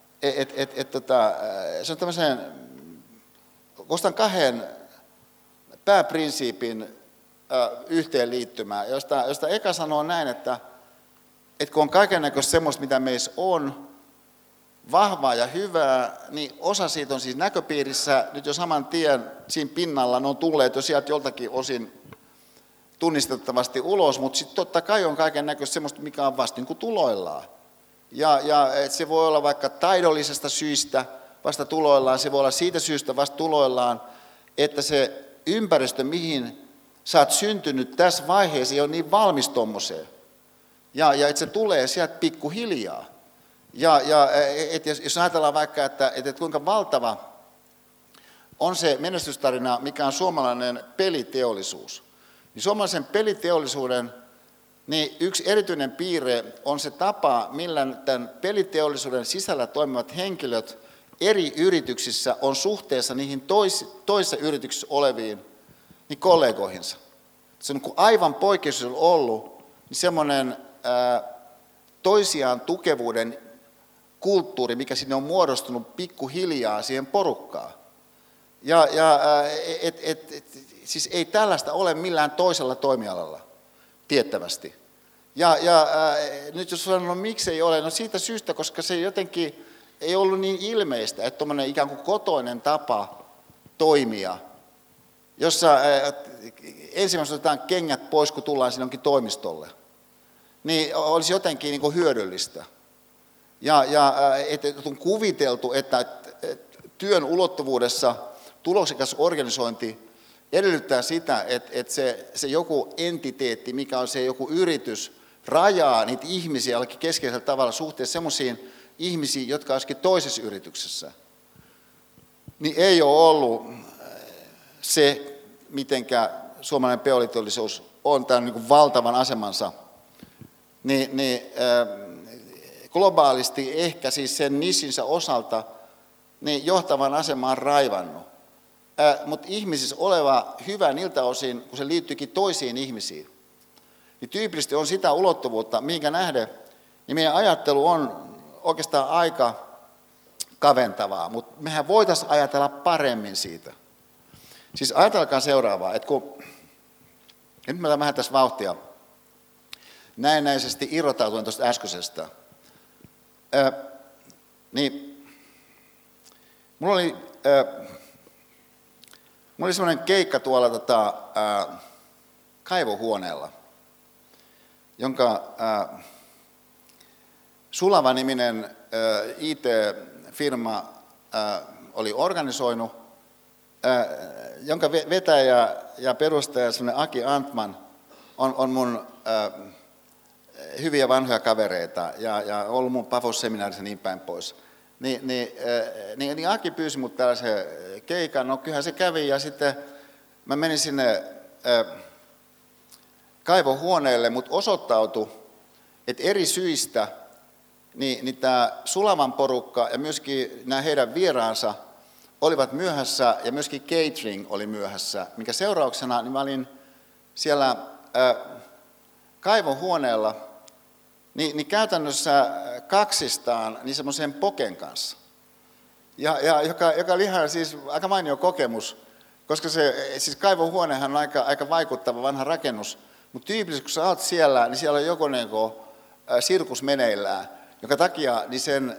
se on tämmöisen, kostan kahden pääprinsiipin yhteenliittymää, josta eka sanoo näin, että kun on kaikennäköistä semmoista, mitä meissä on, vahvaa ja hyvää, niin osa siitä on siis näköpiirissä, nyt jo saman tien siinä pinnalla, ne on tulleet jo sieltä joltakin osin tunnistettavasti ulos, mutta sitten totta kai on kaikennäköistä semmoista, mikä on vasta niin kuin tuloillaan. Ja se voi olla vaikka taidollisesta syystä vasta tuloillaan, se voi olla siitä syystä vasta tuloillaan, että se ympäristö, mihin sä oot syntynyt tässä vaiheessa, ei ole niin valmis tommoseen. Ja että se tulee sieltä pikkuhiljaa. Jos ajatellaan vaikka, että kuinka valtava on se menestystarina, mikä on suomalainen peliteollisuus, niin suomalaisen peliteollisuuden niin yksi erityinen piirre on se tapa, millä tämän peliteollisuuden sisällä toimivat henkilöt eri yrityksissä on suhteessa niihin toisissa yrityksissä oleviin niin kollegoihinsa. Se on aivan poikkeuksellinen ollut niin semmoinen toisiaan tukevuuden kulttuuri, mikä sinne on muodostunut pikkuhiljaa siihen porukkaan. Siis ei tällaista ole millään toisella toimialalla, tiettävästi. Nyt jos sanon, no miksi ei ole, no siitä syystä, koska se jotenkin ei ollut niin ilmeistä, että tuommoinen ikään kuin kotoinen tapa toimia, jossa ensimmäisenä otetaan kengät pois, kun tullaan sinne jonkin toimistolle, niin olisi jotenkin niin kuin hyödyllistä. Että on kuviteltu, että työn ulottuvuudessa tuloksekas organisointi edellyttää sitä, että se joku entiteetti, mikä on se joku yritys, rajaa niitä ihmisiä jollakin keskeisellä tavalla suhteessa semmoisiin ihmisiin, jotka olisikin toisessa yrityksessä. Niin ei ole ollut se, mitenkä suomalainen peliteollisuus on tämän niin kuin valtavan asemansa, globaalisti ehkä siis sen nissinsä osalta niin johtavan asemaan raivannut. Mutta ihmisissä oleva hyvä niiltä osin, kun se liittyykin toisiin ihmisiin, niin tyypillisesti on sitä ulottuvuutta, minkä nähden, niin meidän ajattelu on oikeastaan aika kaventavaa, mutta mehän voitaisiin ajatella paremmin siitä. Siis ajatelkaa seuraavaa, että kun, nyt mä vähän tässä vauhtia, näennäisesti irrotautuen tuosta äskeisestä, niin mulla oli semmoinen keikka tuolla kaivohuoneella, jonka Sulava-niminen IT-firma oli organisoinut, jonka vetäjä ja perustaja semmoinen Aki Antman on mun hyviä vanhoja kavereita ja ollut mun Pafos-seminaarissa niin päin pois. Niin Aki pyysi mut tällaisen keikan, no kyllähän se kävi ja sitten mä menin sinne kaivohuoneelle, mutta osoittautui, että eri syistä niin tämä Sulavan porukka ja myöskin nämä heidän vieraansa olivat myöhässä ja myöskin catering oli myöhässä, minkä seurauksena niin mä olin siellä kaivohuoneella niin käytännössä kaksistaan niin semmoisen poken kanssa, joka oli ihan siis aika mainio kokemus, koska se siis kaivohuonehan on aika vaikuttava vanha rakennus, mutta tyypillisesti kun sä oot siellä, niin siellä on joku sirkus meneillään, joka takia niin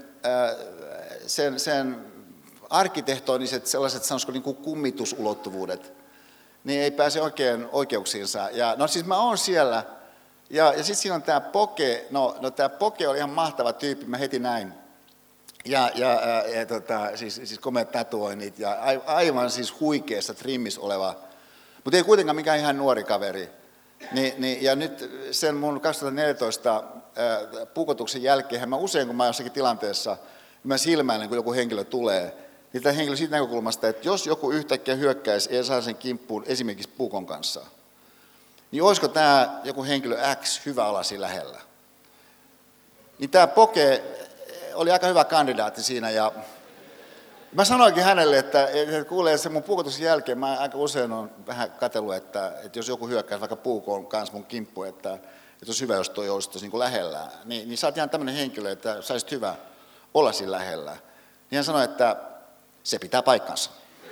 sen arkkitehtooniset sellaiset sanoisiko niin kuin kummitusulottuvuudet, niin ei pääse oikein oikeuksiinsa. Ja no siis mä oon siellä, ja sitten siinä on tämä Poke, no tämä Poke oli ihan mahtava tyyppi, mä heti näin. Siis komeat tatuoinnit ja aivan siis huikeassa trimmissä oleva Mutta ei kuitenkaan mikään ihan nuori kaveri. Ja nyt sen mun 2014 puukotuksen jälkeen, mä usein kun mä jossakin tilanteessa, mä silmäilen, kun joku henkilö tulee, niin tämä henkilö siitä näkökulmasta, että jos joku yhtäkkiä hyökkäisi ja saa sen kimppuun esimerkiksi puukon kanssa, niin olisiko tämä joku henkilö X hyvä olla siinä lähellä? Niin tämä Poke oli aika hyvä kandidaatti siinä ja mä sanoinkin hänelle, että kuulee sen mun puukotuksen jälkeen, mä aika usein on vähän katsellut, että jos joku hyökkäisi vaikka puukon kanssa mun kimppuun, että olisi hyvä, jos toi olisi niin kuin lähellä, niin sä oot ihan tämmöinen henkilö, että sä olisit hyvä olla siinä lähellä. Niin hän sanoi, että se pitää paikkansa.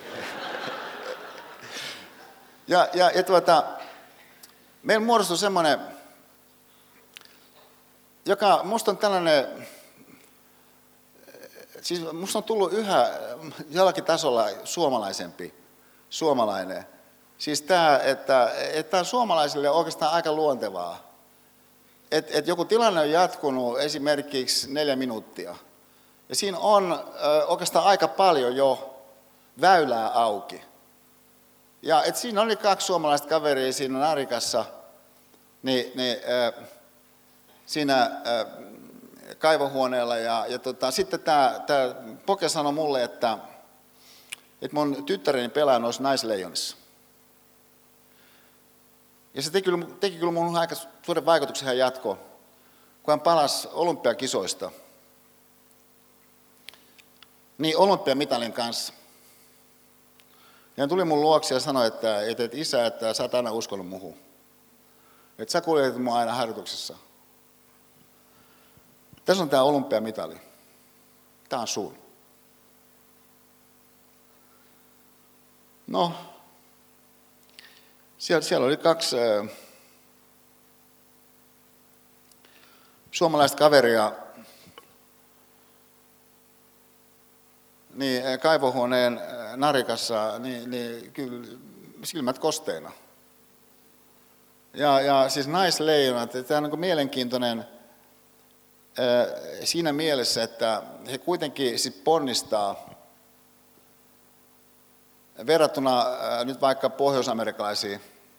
Meillä muodostui semmoinen, joka musta on tällainen, siis musta on tullut yhä jollakin tasolla suomalainen. Siis tämä, että on suomalaisille oikeastaan aika luontevaa. Että joku tilanne on jatkunut esimerkiksi 4 minuuttia. Ja siinä on oikeastaan aika paljon jo väylää auki. Ja että siinä oli 2 suomalaista kaveria siinä narikassa, siinä kaivohuoneella. Ja sitten tämä Poke sanoi mulle, että mun tyttäreni pelaa noissa naisleijonissa. Ja se teki kyllä mun aika suuren vaikutuksen hän jatko, kun hän palasi olympiakisoista. Niin olympiamitalin kanssa. Ja hän tuli mun luokse ja sanoi, että isä, että sä oot aina uskonut muhun. Että sä kuljetit mua aina harjoituksessa. Tässä on tää olympiamitali. Tää on sun. No, siellä oli 2 suomalaista kaveria niin kaivohuoneen narikassa, niin kyllä silmät kosteina. Ja siis naisleijonat, tämä on niin mielenkiintoinen siinä mielessä, että he kuitenkin siis ponnistaa verrattuna nyt vaikka pohjoisamerikkalaisiin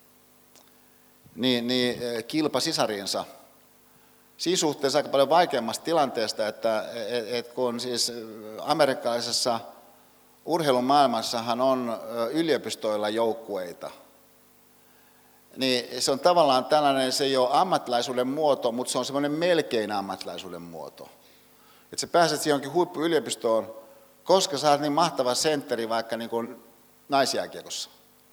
niin kilpasisariinsa. Siinä suhteessa aika paljon vaikeammasta tilanteesta, että kun siis amerikkalaisessa urheilumaailmassahan on yliopistoilla joukkueita, niin se on tavallaan tällainen, se ei ole ammattilaisuuden muoto, mutta se on semmoinen melkein ammattilaisuuden muoto. Että sä pääset siihen jonkin huippuyliopistoon, koska sä oot niin mahtava sentteri vaikka niin kuin naisjääkiekossa.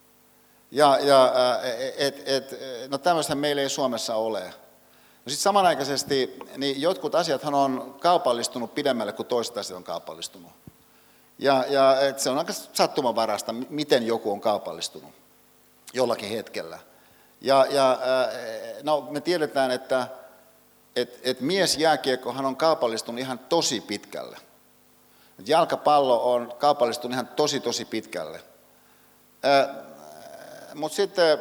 No tämmöistä meillä ei Suomessa ole. No sitten samanaikaisesti niin jotkut asiathan on kaupallistunut pidemmälle kuin toiset asiat on kaupallistunut. Se on aika sattumanvarasta, miten joku on kaupallistunut jollakin hetkellä. No me tiedetään, että miesjääkiekkohan on kaupallistunut ihan tosi pitkälle. Jalkapallo on kaupallistunut ihan tosi pitkälle. Mutta sitten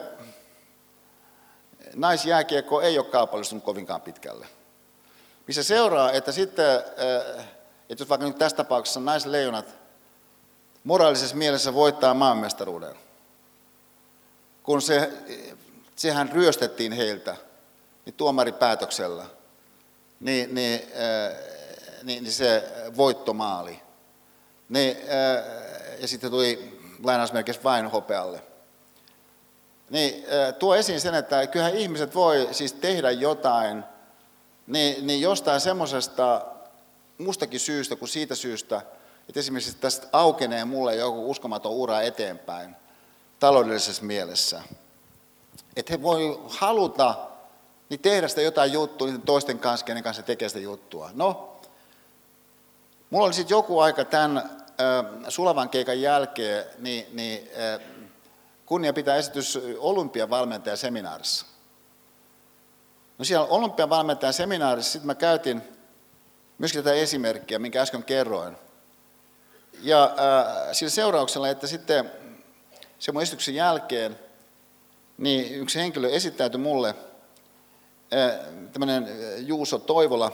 naisjääkiekko ei ole kaupallistunut kovinkaan pitkälle. Missä seuraa, että sitten, että jos vaikka nyt tässä tapauksessa naisleijonat moraalisessa mielessä voittaa maailmanmestaruuden, kun sehän ryöstettiin heiltä niin tuomaripäätöksellä, niin se voittomaali. Ja sitten tuli lainausmerkeissä vain hopealle. Niin tuo esiin sen, että kyllähän ihmiset voi siis tehdä jotain, niin jostain semmoisesta mustakin syystä kuin siitä syystä, että esimerkiksi tästä aukenee mulle joku uskomaton ura eteenpäin taloudellisessa mielessä. Että he voi haluta niin tehdä sitä jotain juttua niiden toisten kanssa, kenen kanssa tekee sitä juttua. No, mulla oli sitten joku aika tämän sulavan keikan jälkeen, kunnia pitää esitys olympiavalmentajaseminaarissa. No siellä olympiavalmentajaseminaarissa sitten mä käytin myöskin tätä esimerkkiä, minkä äsken kerroin. Ja sillä seurauksella, että sitten sen mun esityksen jälkeen, niin yksi henkilö esittäytyi mulle, tämmöinen Juuso Toivola.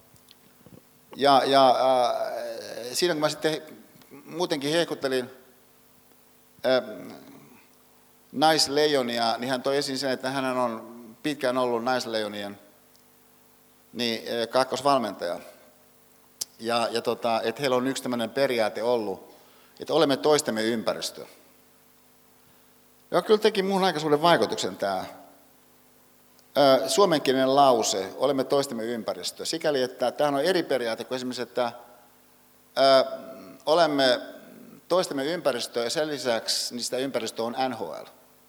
Siinä kun mä sitten muutenkin hehkuttelin naisleijonia, niin hän toi esiin sen, että hän on pitkään ollut naisleijonien kakkosvalmentaja. Ja että heillä on yksi tämmöinen periaate ollut, että olemme toistemme ympäristö. Ja kyllä teki minuun aika suuren vaikutuksen tämä suomenkielinen lause, olemme toistemme ympäristö. Sikäli, että tämähän on eri periaate kuin esimerkiksi, että olemme toistemme ympäristö ja sen lisäksi niin sitä ympäristö on NHL.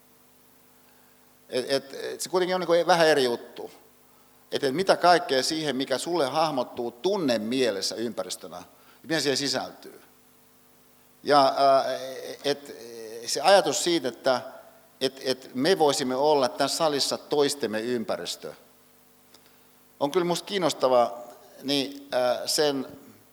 Se kuitenkin on niin vähän eri juttu. Että mitä kaikkea siihen, mikä sulle hahmottuu tunne mielessä ympäristönä, miten siihen sisältyy. Ja se ajatus siitä, että me voisimme olla tässä salissa toistemme ympäristö, on kyllä minusta kiinnostava niin, sen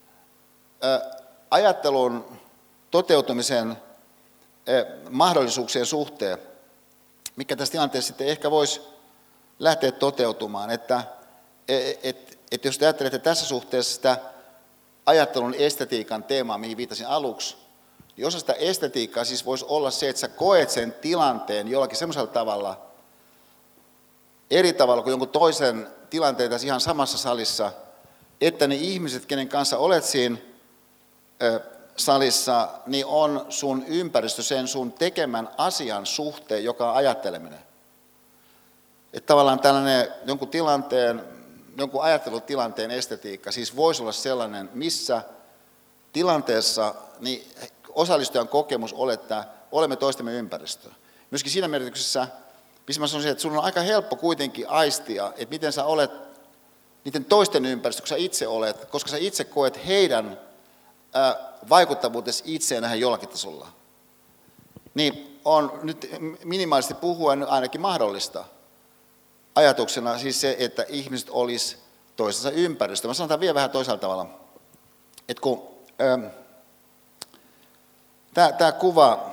ajattelun toteutumisen mahdollisuuksien suhteen, mikä tässä tilanteessa sitten ehkä voisi lähteä toteutumaan, että jos te ajattelette tässä suhteessa sitä ajattelun estetiikan teemaa, mihin viittasin aluksi, niin osa sitä estetiikkaa siis voisi olla se, että sä koet sen tilanteen jollakin semmoisella tavalla, eri tavalla kuin jonkun toisen tilanteen tässä ihan samassa salissa, että ne ihmiset, kenen kanssa olet siinä salissa, niin on sun ympäristö sen sun tekemän asian suhteen, joka on ajatteleminen. Että tavallaan tällainen jonkun ajattelutilanteen estetiikka siis voisi olla sellainen, missä tilanteessa niin osallistujan kokemus olettaa, olemme toistemme ympäristö. Myöskin siinä merkityksessä, missä mä sanoisin, että sun on aika helppo kuitenkin aistia, että miten sä olet niiden toisten ympäristö, kun sä itse olet, koska sä itse koet heidän vaikuttavuutesi itseen nähdä jollakin tasolla. Niin on nyt minimaalisesti puhuen ainakin mahdollista ajatuksena siis se, että ihmiset olisi toisensa ympäristö. Mä sanon vielä vähän toisella tavalla, että kun tämä kuva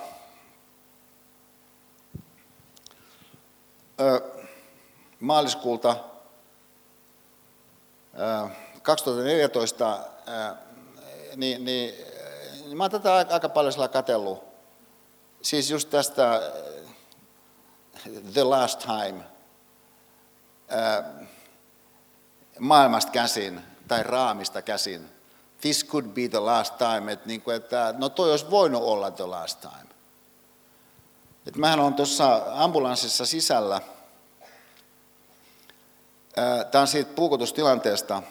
maaliskuulta 2014, niin mä oon tätä aika paljon sillä katsellut. Siis just tästä The Last Time maailmasta käsin tai raamista käsin. This could be the last time, että no toi olisi voinut olla the last time. Et mähän olen tuossa ambulanssissa sisällä. Tämä on siitä puukotustilanteesta.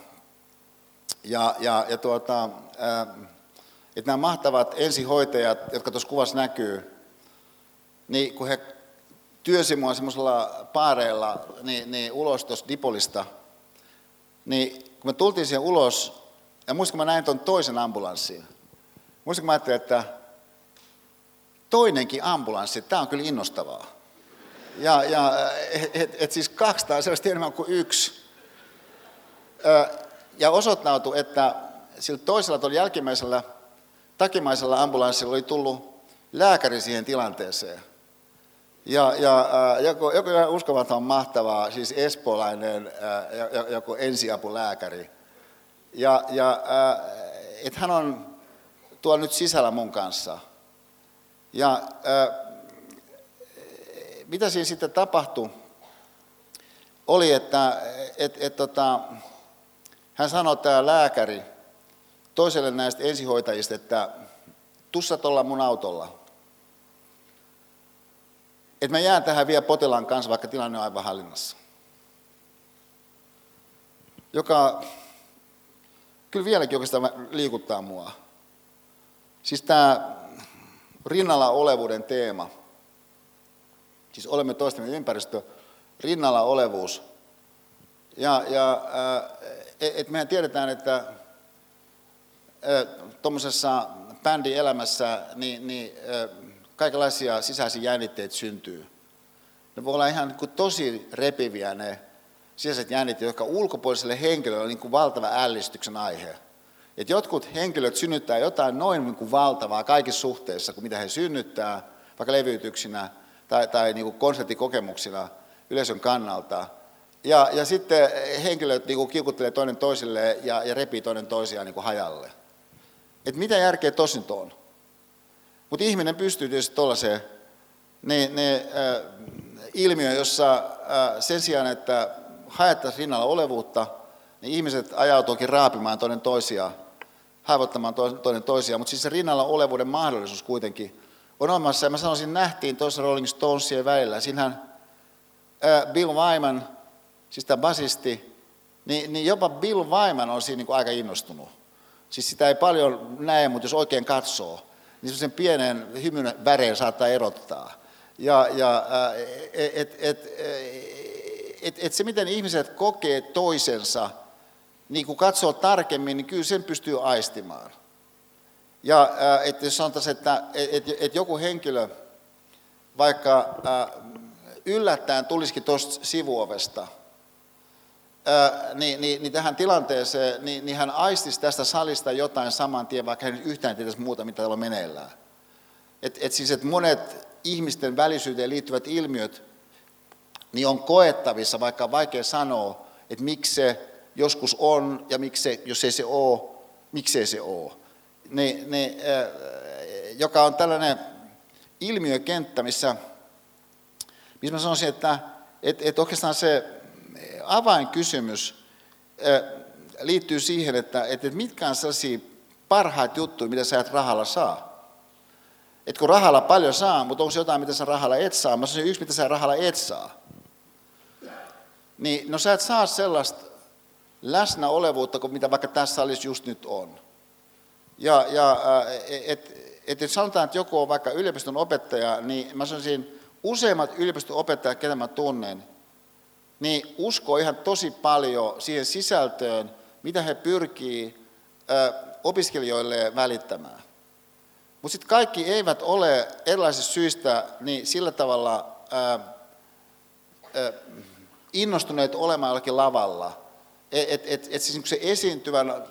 Että nämä mahtavat ensihoitajat, jotka tuossa kuvassa näkyy, niin kun he työsi mua semmoisella paareilla niin ulos tuosta Dipolista, niin kun me tultiin siihen ulos, ja muistin, kun mä näin tuon toisen ambulanssin, muistin, kun mä ajattelin, että toinenkin ambulanssi, tämä on kyllä innostavaa. Et siis 200 sellaista enemmän kuin yksi. Ja osoittautui, että sillä toisella tuolla jälkimmäisellä takimaisella ambulanssilla oli tullut lääkäri siihen tilanteeseen. Ja joku uskomaton mahtavaa, siis espoolainen joku ensiapulääkäri. Että hän on tuolla nyt sisällä mun kanssa. Ja mitä siinä sitten tapahtui, oli, että hän sanoi, tämä lääkäri, toiselle näistä ensihoitajista, että tussat olla mun autolla. Että mä jään tähän vielä potilaan kanssa, vaikka tilanne on aivan hallinnassa. Joka kyllä vieläkin oikeastaan liikuttaa mua. Siis tämä rinnalla olevuuden teema. Siis olemme toistemme ympäristö, rinnalla olevuus. Et mehän tiedetään, että tuommoisessa bändielämässä niin kaikenlaisia sisäisiä jännitteitä syntyy. Ne voi olla ihan niin kuin tosi repiviä ne sisäiset jännitteet, jotka ulkopuoliselle henkilölle on niin kuin valtava ällistyksen aihe. Et jotkut henkilöt synnyttää jotain noin niin kuin valtavaa kaikissa suhteissa, kuin mitä he synnyttää, vaikka levyytyksinä tai niin kuin konserttikokemuksina yleisön kannalta. Ja sitten henkilöt niin kuin kiukuttelee toinen toisille ja repii toinen toisiaan niin kuin hajalle. Et mitä järkeä tosin on? Mutta ihminen pystyy tietysti tuollaiseen ilmiö, jossa sen sijaan, että haettaisiin rinnalla olevuutta, niin ihmiset ajautuukin raapimaan toinen toisiaan, haavoittamaan toinen toisiaan, mutta siis se rinnalla olevuuden mahdollisuus kuitenkin on olemassa, ja mä sanoisin, nähtiin tuossa Rolling Stonesien välillä. Siinähän Bill Wyman, siis tämä basisti, niin jopa Bill Wyman on siinä niin kuin aika innostunut. Siis sitä ei paljon näe, mutta jos oikein katsoo, niin sen pienen hymyn väreen saattaa erottaa. Se, miten ihmiset kokee toisensa, niin kun katsoo tarkemmin, niin kyllä sen pystyy aistimaan. Ja jos sanotaan, että joku henkilö vaikka yllättäen tulisikin tuosta sivuovesta, niin tähän tilanteeseen, niin hän aistisi tästä salista jotain saman tien, vaikka hän yhtään tietäisi muuta, mitä täällä on meneillään. Siis, että monet ihmisten välisyyteen liittyvät ilmiöt niin on koettavissa, vaikka on vaikea sanoa, että miksi se joskus on ja miksi jos ei se ole, miksei se ole. Joka on tällainen ilmiökenttä, missä mä sanoisin, että oikeastaan se avainkysymys liittyy siihen, että mitkä on sellaisia parhaita juttuja, mitä sä et rahalla saa. Et kun rahalla paljon saa, mutta onko se jotain, mitä sä rahalla et saa? Mä sanoisin, yksi, mitä sä rahalla et saa. Niin, no sä et saa sellaista läsnäolevuutta, kuin mitä vaikka tässä salissa just nyt on. Että jos sanotaan, että joku on vaikka yliopiston opettaja, niin mä sanoisin, useimmat yliopiston opettajat, ketä mä tunnen, niin uskoo ihan tosi paljon siihen sisältöön, mitä he pyrkii opiskelijoille välittämään. Mutta sitten kaikki eivät ole erilaisista syistä niin sillä tavalla innostuneet olemaan jollakin lavalla. Siis se esiintyvän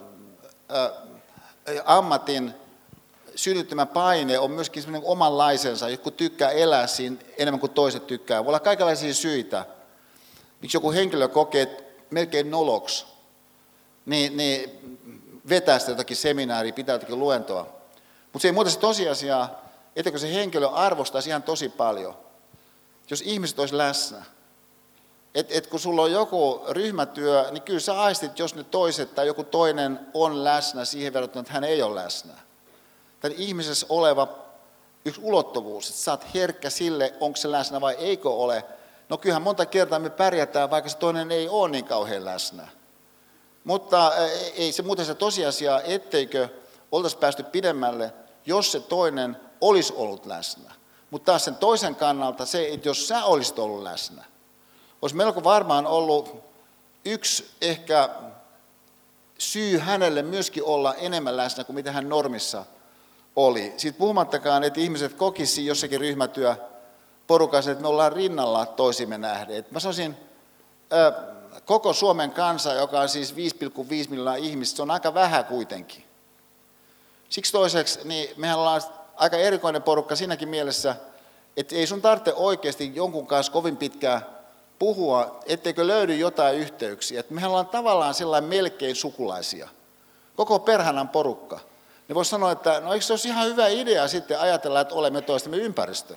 ammatin synnyttämä paine on myöskin semmoinen omanlaisensa, joku tykkää elää siinä enemmän kuin toiset tykkää. Voi olla kaikenlaisia syitä, miksi joku henkilö kokee melkein noloksi, niin vetää sitä jotakin seminaaria, pitää jotakin luentoa. Mutta se ei muuta se tosiasia, että se henkilö arvostaisi ihan tosi paljon, jos ihmiset olisi läsnä. Kun sulla on joku ryhmätyö, niin kyllä sä aistit, jos ne toiset tai joku toinen on läsnä siihen verrattuna, että hän ei ole läsnä. Tämän ihmisessä oleva yksi ulottuvuus, että sä oot herkkä sille, onko se läsnä vai eikö ole. No kyllähän monta kertaa me pärjätään, vaikka se toinen ei ole niin kauhean läsnä. Mutta ei se muuta se tosiasia, etteikö oltaisi päästy pidemmälle, jos se toinen olisi ollut läsnä. Mutta taas sen toisen kannalta se, että jos sä olisit ollut läsnä, olisi melko varmaan ollut yksi ehkä syy hänelle myöskin olla enemmän läsnä kuin mitä hän normissa oli. Siitä puhumattakaan, että ihmiset kokisivat jossakin ryhmätyöporukassa, että me ollaan rinnalla toisimme nähden. Mä sanoisin, koko Suomen kansa, joka on siis 5,5 miljoonaa ihmistä, se on aika vähän kuitenkin. Siksi toiseksi, niin mehän ollaan aika erikoinen porukka siinäkin mielessä, että ei sun tarvitse oikeasti jonkun kanssa kovin pitkään puhua, etteikö löydy jotain yhteyksiä. Että mehän ollaan tavallaan sellainen melkein sukulaisia. Koko perhanan porukka. Ne voisi sanoa, että no eikö se olisi ihan hyvä idea sitten ajatella, että olemme toistemme ympäristö.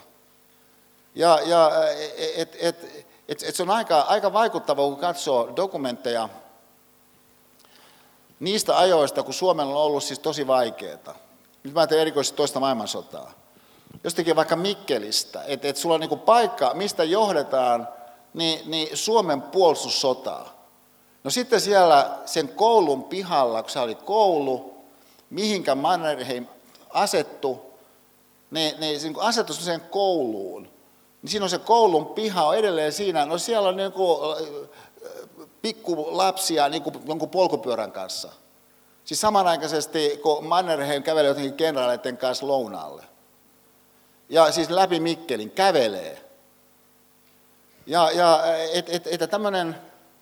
Se on aika vaikuttavaa, kun katsoo dokumentteja niistä ajoista, kun Suomella on ollut siis tosi vaikeaa. Nyt mä ajattelen erikoisesti toista maailmansotaa. Jostakin vaikka Mikkelistä, että sulla on niinku paikka, mistä johdetaan niin Suomen puolustussotaa. No sitten siellä sen koulun pihalla, kun se oli koulu, mihinkä Mannerheim asettui, niin kun asettui sen kouluun, niin siinä on se koulun piha on edelleen siinä, no siellä on niinku pikku lapsia niinku jonkun polkupyörän kanssa. Siis samanaikaisesti, kun Mannerheim kävelee jotenkin kenraaleiden kanssa lounaalle. Ja siis läpi Mikkelin kävelee. Että tämmöinen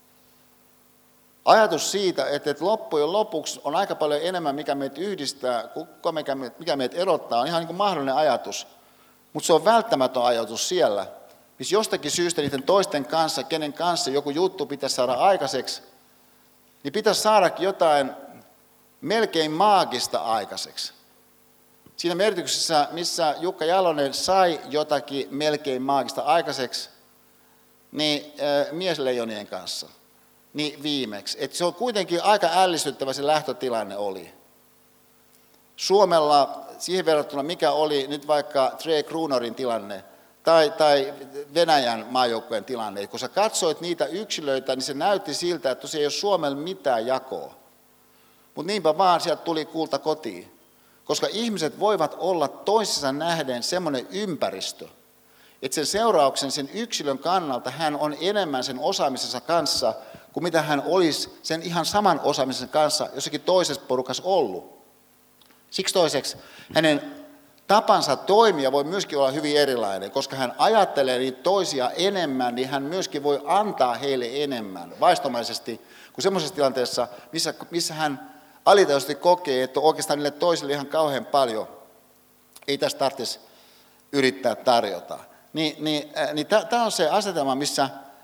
ajatus siitä, että loppujen lopuksi on aika paljon enemmän, mikä meitä yhdistää, kuin mikä meitä erottaa, on ihan niin kuin mahdollinen ajatus. Mutta se on välttämätön ajatus siellä, missä jostakin syystä niiden toisten kanssa, kenen kanssa joku juttu pitäisi saada aikaiseksi, niin pitäisi saadakin jotain melkein maagista aikaiseksi. siinä merkityksessä, missä Jukka Jalonen sai jotakin melkein maagista aikaiseksi, niin miesleijonien kanssa, niin viimeksi. Että se on kuitenkin aika ällistyttävä se lähtötilanne oli. Suomella siihen verrattuna, mikä oli nyt vaikka Tre Kruunorin tilanne tai Venäjän maajoukkojen tilanne, kun sä katsoit niitä yksilöitä, niin se näytti siltä, että tosiaan ei ole Suomella mitään jakoa. Mutta niinpä vaan sieltä tuli kulta kotiin, koska ihmiset voivat olla toisissa nähden semmoinen ympäristö, että sen seurauksen sen yksilön kannalta hän on enemmän sen osaamisensa kanssa kuin mitä hän olisi sen ihan saman osaamisen kanssa jossakin toisessa porukassa ollut. Siksi toiseksi hänen tapansa toimia voi myöskin olla hyvin erilainen, koska hän ajattelee niitä toisia enemmän, niin hän myöskin voi antaa heille enemmän vaistomaisesti kuin semmoisessa tilanteessa, missä hän alitajuisesti kokee, että oikeastaan niille toisille ihan kauhean paljon ei tästä tarvitsisi yrittää tarjota. Tämä on se asetelma, missä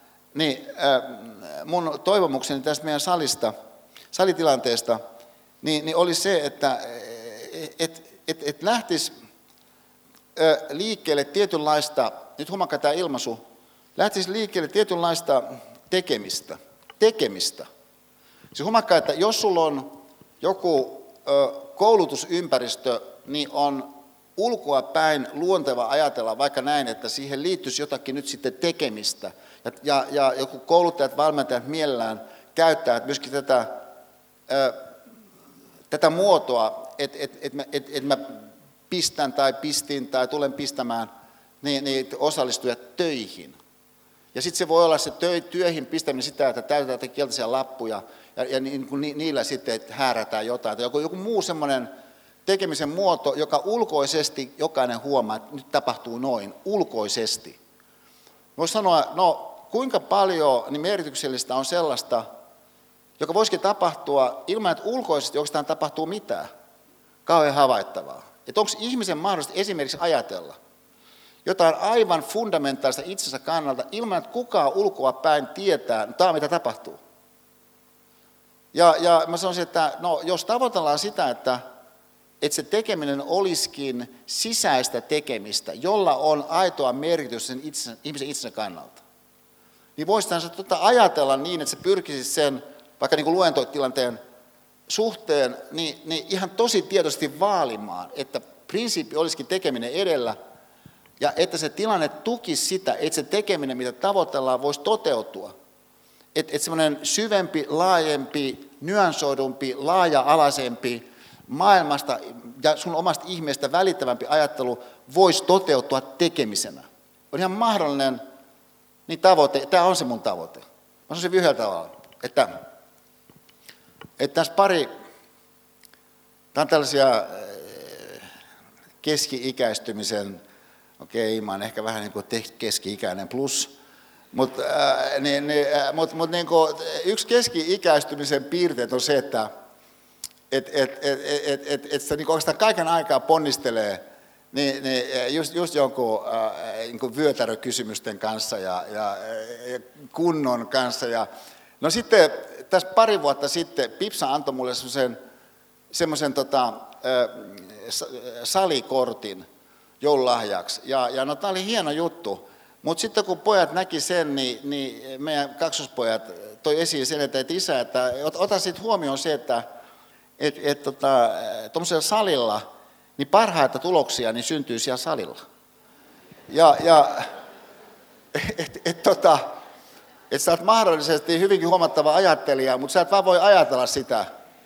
mun toivomukseni tästä meidän salitilanteesta oli se, että lähtisi liikkeelle tietynlaista, nyt huomakka tämä ilmaisu, lähtisi liikkeelle tietynlaista tekemistä. Se huomakka, että jos sulla on joku koulutusympäristö, niin on ulkoa päin luonteva ajatella vaikka näin, että siihen liittyisi jotakin nyt sitten tekemistä. Ja joku kouluttajat, valmentajat mielellään käyttävät myöskin tätä muotoa, että mä pistän tai pistin tai tulen pistämään niin osallistujat töihin. Ja sitten se voi olla se työhön pistäminen sitä, että täytetään keltaisia lappuja ja niillä sitten häärätään jotain. Tai joku muu semmoinen tekemisen muoto, joka ulkoisesti jokainen huomaa, että nyt tapahtuu noin, ulkoisesti. Voisi sanoa, no kuinka paljon niin merkityksellistä on sellaista, joka voisikin tapahtua ilman, että ulkoisesti oikeastaan tapahtuu mitään kauhean havaittavaa. Että onko ihmisen mahdollista esimerkiksi ajatella jotain aivan fundamentaalista itsensä kannalta ilman, että kukaan ulkoa päin tietää, että tämä mitä tapahtuu. Ja mä sanoisin, että no, jos tavoitellaan sitä, että se tekeminen olisikin sisäistä tekemistä, jolla on aitoa merkitys sen ihmisen itsensä kannalta, niin voisitaan se ajatella niin, että se pyrkisi sen vaikka niin kuin luentotilanteen suhteen, niin ihan tosi tietoisesti vaalimaan, että prinsiippi olisikin tekeminen edellä, ja että se tilanne tukisi sitä, että se tekeminen, mitä tavoitellaan, voisi toteutua. Että semmoinen syvempi, laajempi, nyansoidumpi, laaja-alaisempi, maailmasta ja sun omasta ihmeestä välittävämpi ajattelu voisi toteutua tekemisenä. On ihan mahdollinen niin tavoite, tämä on se mun tavoite. Mä sanoisin yhdellä tavalla, että tässä tämä on tällaisia keski-ikäistymisen, mä oon ehkä vähän niin kuin keski-ikäinen plus, mutta niin yksi keski-ikäistymisen piirteet on se, että se niin oikeastaan kaiken aikaa ponnistelee just jonkun niin vyötärökysymysten kanssa ja kunnon kanssa. No sitten tässä pari vuotta sitten Pipsa antoi mulle semmoisen salikortin joululahjaksi. Ja no tämä oli hieno juttu. Mutta sitten kun pojat näki sen, niin meidän kaksospojat toi esiin sen, että isä, että ota sitten huomioon se, että tuollaisella salilla, niin parhaita tuloksia niin syntyy siellä salilla. Että sä oot mahdollisesti hyvinkin huomattava ajattelija, mutta sä et vaan voi ajatella sitä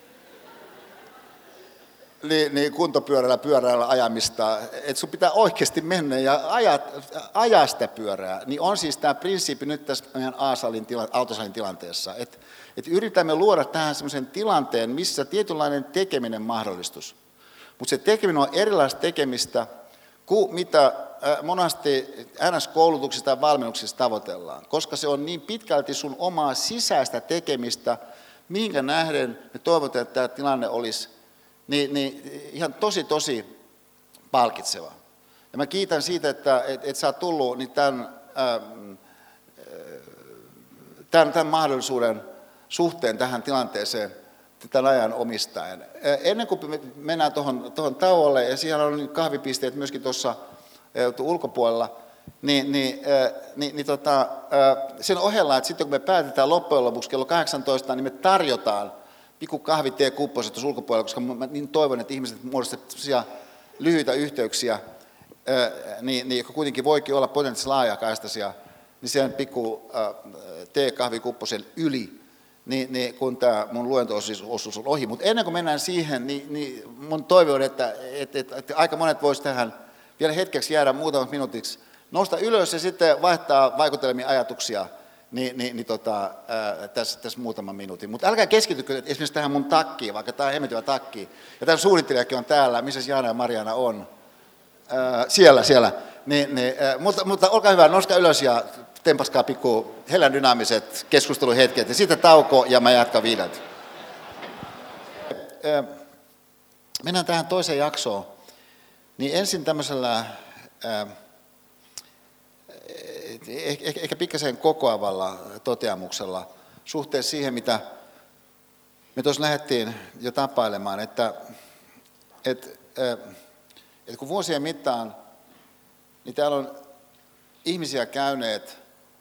niin kuntopyörällä ajamista, että sun pitää oikeasti mennä ja ajaa sitä pyörää. Niin on siis tämä prinsiippi nyt tässä meidän autosalin tilanteessa, että yritämme luoda tähän sellaisen tilanteen, missä tietynlainen tekeminen mahdollistus. Mutta se tekeminen on erilaista tekemistä kuin mitä monasti NS-koulutuksista ja valmennuksista tavoitellaan, koska se on niin pitkälti sun omaa sisäistä tekemistä, minkä nähden me toivotaan, että tämä tilanne olisi niin ihan tosi palkitseva. Ja mä kiitän siitä, että sä oot tullut niin tämän mahdollisuuden suhteen tähän tilanteeseen tämän ajan omistaen. Ennen kuin me mennään tuohon tauolle, ja siellä on kahvipisteet myöskin tuossa ulkopuolella, sen ohella, että sitten kun me päätetään loppujen lopuksi kello 18, niin me tarjotaan pikku kahviteekupposet tuossa ulkopuolella, koska mä niin toivon, että ihmiset muodostavat sellaisia lyhyitä yhteyksiä, jotka kuitenkin voikin olla potentiaalisesti laajakaistaisia, niin sen pikku teekahvikupposen yli, kun tämä mun luento-osuus on ohi. Mutta ennen kuin mennään siihen, niin mun toive on, että aika monet voisivat tähän vielä hetkeksi jäädä muutamaksi minuutiksi, nousta ylös ja sitten vaihtaa vaikutelmia ajatuksia tässä muutaman minuutin. Mutta älkää keskitykö esimerkiksi tähän mun takkiin, vaikka tämä on hemmetivä takki. Ja tämän suunnittelijakin on täällä, missä Jaana ja Mariana on. Siellä. Mutta olkaa hyvä, nouskaa ylös ja tempaskaa pikku hellän dynaamiset keskusteluhetket. Ja sitten tauko ja mä jatkan viideltä. Mennään tähän toiseen jaksoon. Niin ensin tämmöisellä ehkä pikkasen kokoavalla toteamuksella suhteessa siihen, mitä me tuossa lähdettiin jo tapailemaan, että kun vuosien mittaan, niin täällä on ihmisiä käyneet,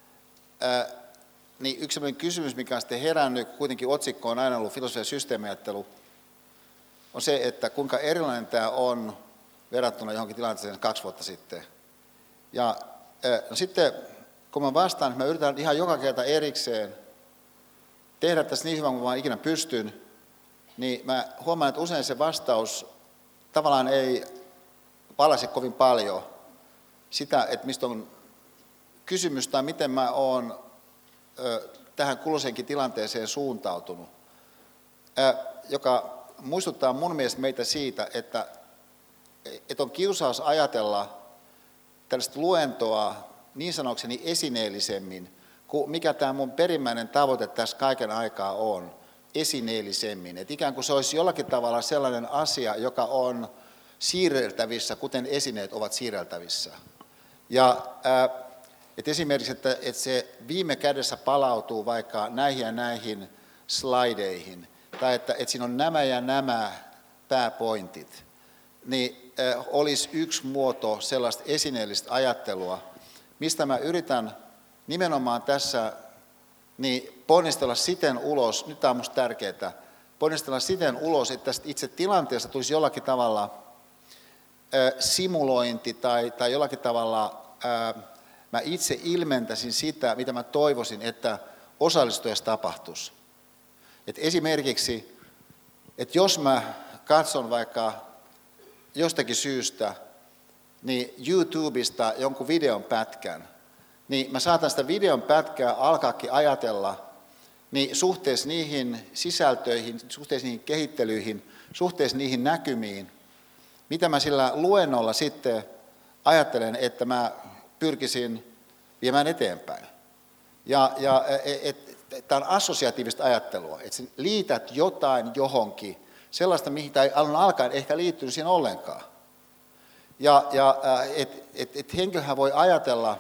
niin yksi sellainen kysymys, mikä on sitten herännyt, kuitenkin otsikko on aina ollut filosofia ja systeemiajattelu, on se, että kuinka erilainen tämä on verrattuna johonkin tilanteeseen 2 vuotta sitten. Ja no sitten, kun mä vastaan, että mä yritän ihan joka kerta erikseen tehdä tässä niin hyvän kuin mä ikinä pystyn, niin mä huomaan, että usein se vastaus tavallaan ei palasi kovin paljon sitä, että mistä on kysymys tai miten mä oon tähän kulloisenkin tilanteeseen suuntautunut, joka muistuttaa mun mielestä meitä siitä, että on kiusaus ajatella tällaista luentoa niin sanokseni esineellisemmin, kuin mikä tämä mun perimmäinen tavoite tässä kaiken aikaa on, esineellisemmin. Että ikään kuin se olisi jollakin tavalla sellainen asia, joka on siirreltävissä, kuten esineet ovat siirreltävissä. Ja että esimerkiksi, että se viime kädessä palautuu vaikka näihin ja näihin slaideihin, tai että siinä on nämä ja nämä pääpointit, niin olisi yksi muoto sellaista esineellistä ajattelua, mistä mä yritän nimenomaan tässä niin ponnistella siten ulos, nyt tämä on minusta tärkeää, ponnistella siten ulos, että tästä itse tilanteesta tulisi jollakin tavalla simulointi tai jollakin tavalla mä itse ilmentäisin sitä, mitä mä toivoisin, että osallistujassa tapahtuisi. Et esimerkiksi, että jos mä katson vaikka jostakin syystä niin YouTubesta jonkun videon pätkän, niin mä saatan sitä videon pätkää alkaakin ajatella niin suhteessa niihin sisältöihin, suhteessa niihin kehittelyihin, suhteessa niihin näkymiin, mitä mä sillä luennolla sitten ajattelen, että mä pyrkisin viemään eteenpäin. Tämä on assosiatiivista ajattelua, että liität jotain johonkin, sellaista, mihin tai alun alkaen ehkä liittynyt siihen ollenkaan. Että henkilöhän voi ajatella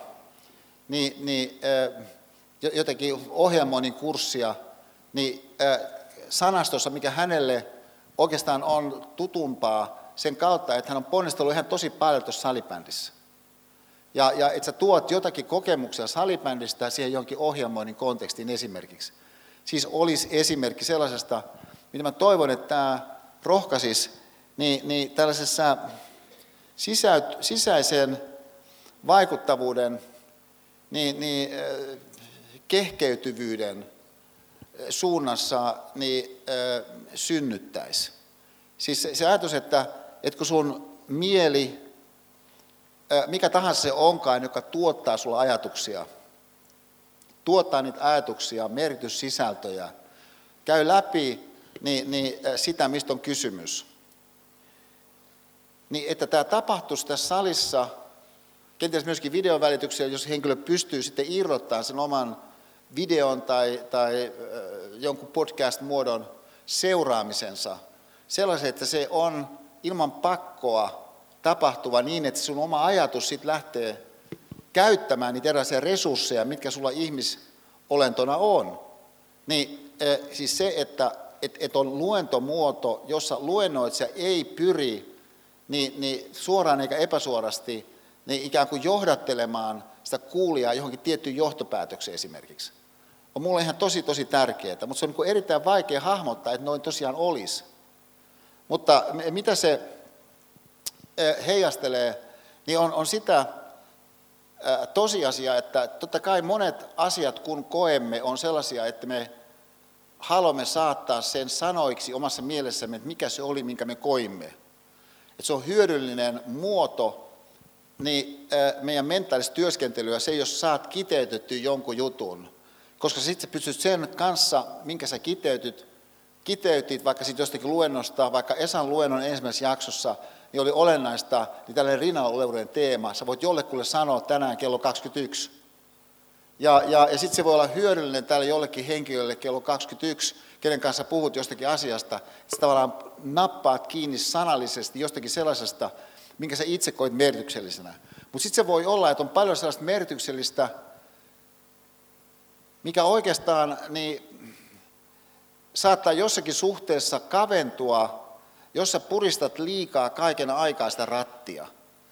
jotenkin ohjelmoinnin kurssia niin sanastossa, mikä hänelle oikeastaan on tutumpaa sen kautta, että hän on ponnistellut ihan tosi paljon tuossa salibändissä. Ja että sä tuot jotakin kokemuksia salibändistä siihen jonkin ohjelmoinnin kontekstiin esimerkiksi. Siis olisi esimerkki sellaisesta, mitä mä toivon, että tämä rohkaisisi niin tällaisessa sisäisen vaikuttavuuden, kehkeytyvyyden suunnassa synnyttäisi. Siis se ajatus, että kun sun mieli, mikä tahansa se onkaan, joka tuottaa sulla ajatuksia, tuottaa niitä ajatuksia, merkityssisältöjä, käy läpi sitä, mistä on kysymys. Niin, että tämä tapahtuisi tässä salissa, kenties myöskin videon välityksellä, jos henkilö pystyy sitten irrottamaan sen oman videon tai jonkun podcast-muodon seuraamisensa sellaisen, että se on ilman pakkoa tapahtuva niin, että sun oma ajatus sitten lähtee käyttämään niitä erilaisia resursseja, mitkä sulla ihmisolentona on. Niin siis se, että että on luentomuoto, jossa luennoitsija ei pyri niin suoraan eikä epäsuorasti niin ikään kuin johdattelemaan sitä kuulijaa johonkin tiettyyn johtopäätökseen esimerkiksi. On mulle ihan tosi tärkeää, mutta se on niin erittäin vaikea hahmottaa, että noin tosiaan olisi. Mutta mitä se heijastelee, niin on sitä tosiasiaa, että totta kai monet asiat, kun koemme, on sellaisia, että me haluamme saattaa sen sanoiksi omassa mielessämme, että mikä se oli, minkä me koimme. Että se on hyödyllinen muoto niin meidän mentaalista työskentelyä, se jos saat kiteytettyä jonkun jutun, koska sitten sä pystyt sen kanssa, minkä sä kiteytit vaikka sitten jostakin luennosta, vaikka Esan luennon ensimmäisessä jaksossa, niin oli olennaista, niin tällainen rinnalla teema. Sä voit jollekulle sanoa tänään kello 21. Ja sitten se voi olla hyödyllinen tälle jollekin henkilölle kello 21, kenen kanssa puhut jostakin asiasta, että sä tavallaan nappaat kiinni sanallisesti jostakin sellaisesta, minkä sä itse koit merkityksellisenä. Mutta sitten se voi olla, että on paljon sellaista merkityksellistä, mikä oikeastaan niin saattaa jossakin suhteessa kaventua, jos sä puristat liikaa kaiken aikaa sitä rattia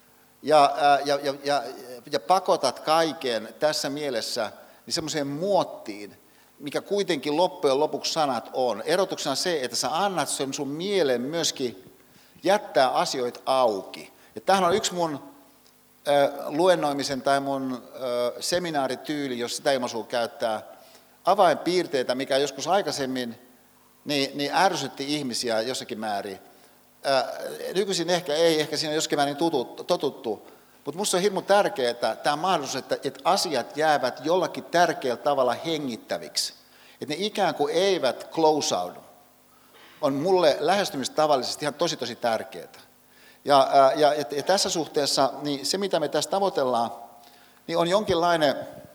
ja pakotat kaiken tässä mielessä niin semmoiseen muottiin, mikä kuitenkin loppujen lopuksi sanat on. Erotuksena se, että sä annat sen sun mielen myöskin jättää asioita auki. Ja tämähän on yksi mun luennoimisen tai mun seminaarityyli, jos sitä ilmaisua käyttää, avainpiirteitä, mikä joskus aikaisemmin niin ärsytti ihmisiä jossakin määrin. Nykyisin ehkä siinä jossakin määrin totuttu, mutta minusta on hirmu tärkeää tämä mahdollisuus, että asiat jäävät jollakin tärkeällä tavalla hengittäviksi. Että ne ikään kuin eivät close out. On mulle lähestymistavallisesti ihan tosi tärkeää. Ja tässä suhteessa niin se, mitä me tässä tavoitellaan, niin on jonkinlainen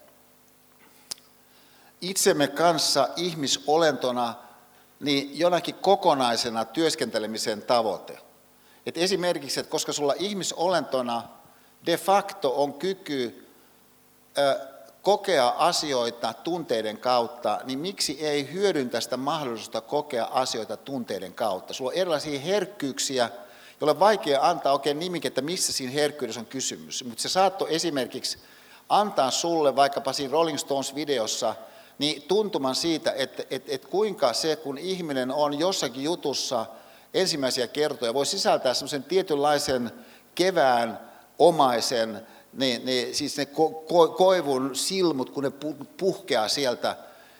itsemme kanssa ihmisolentona niin jonakin kokonaisena työskentelemisen tavoite. Et esimerkiksi, että koska sulla ihmisolentona de facto on kyky kokea asioita tunteiden kautta, niin miksi ei hyödyntä sitä mahdollisuutta kokea asioita tunteiden kautta? Sulla on erilaisia herkkyyksiä, joille on vaikea antaa oikein nimikettä, missä siinä herkkyydessä on kysymys. Mutta se saattoi esimerkiksi antaa sulle vaikkapa siinä Rolling Stones-videossa niin tuntuman siitä, että kuinka se, kun ihminen on jossakin jutussa ensimmäisiä kertoja, voi sisältää semmoisen tietynlaisen kevään omaisen, siis ne koivun silmut, kun ne puhkeaa sieltä,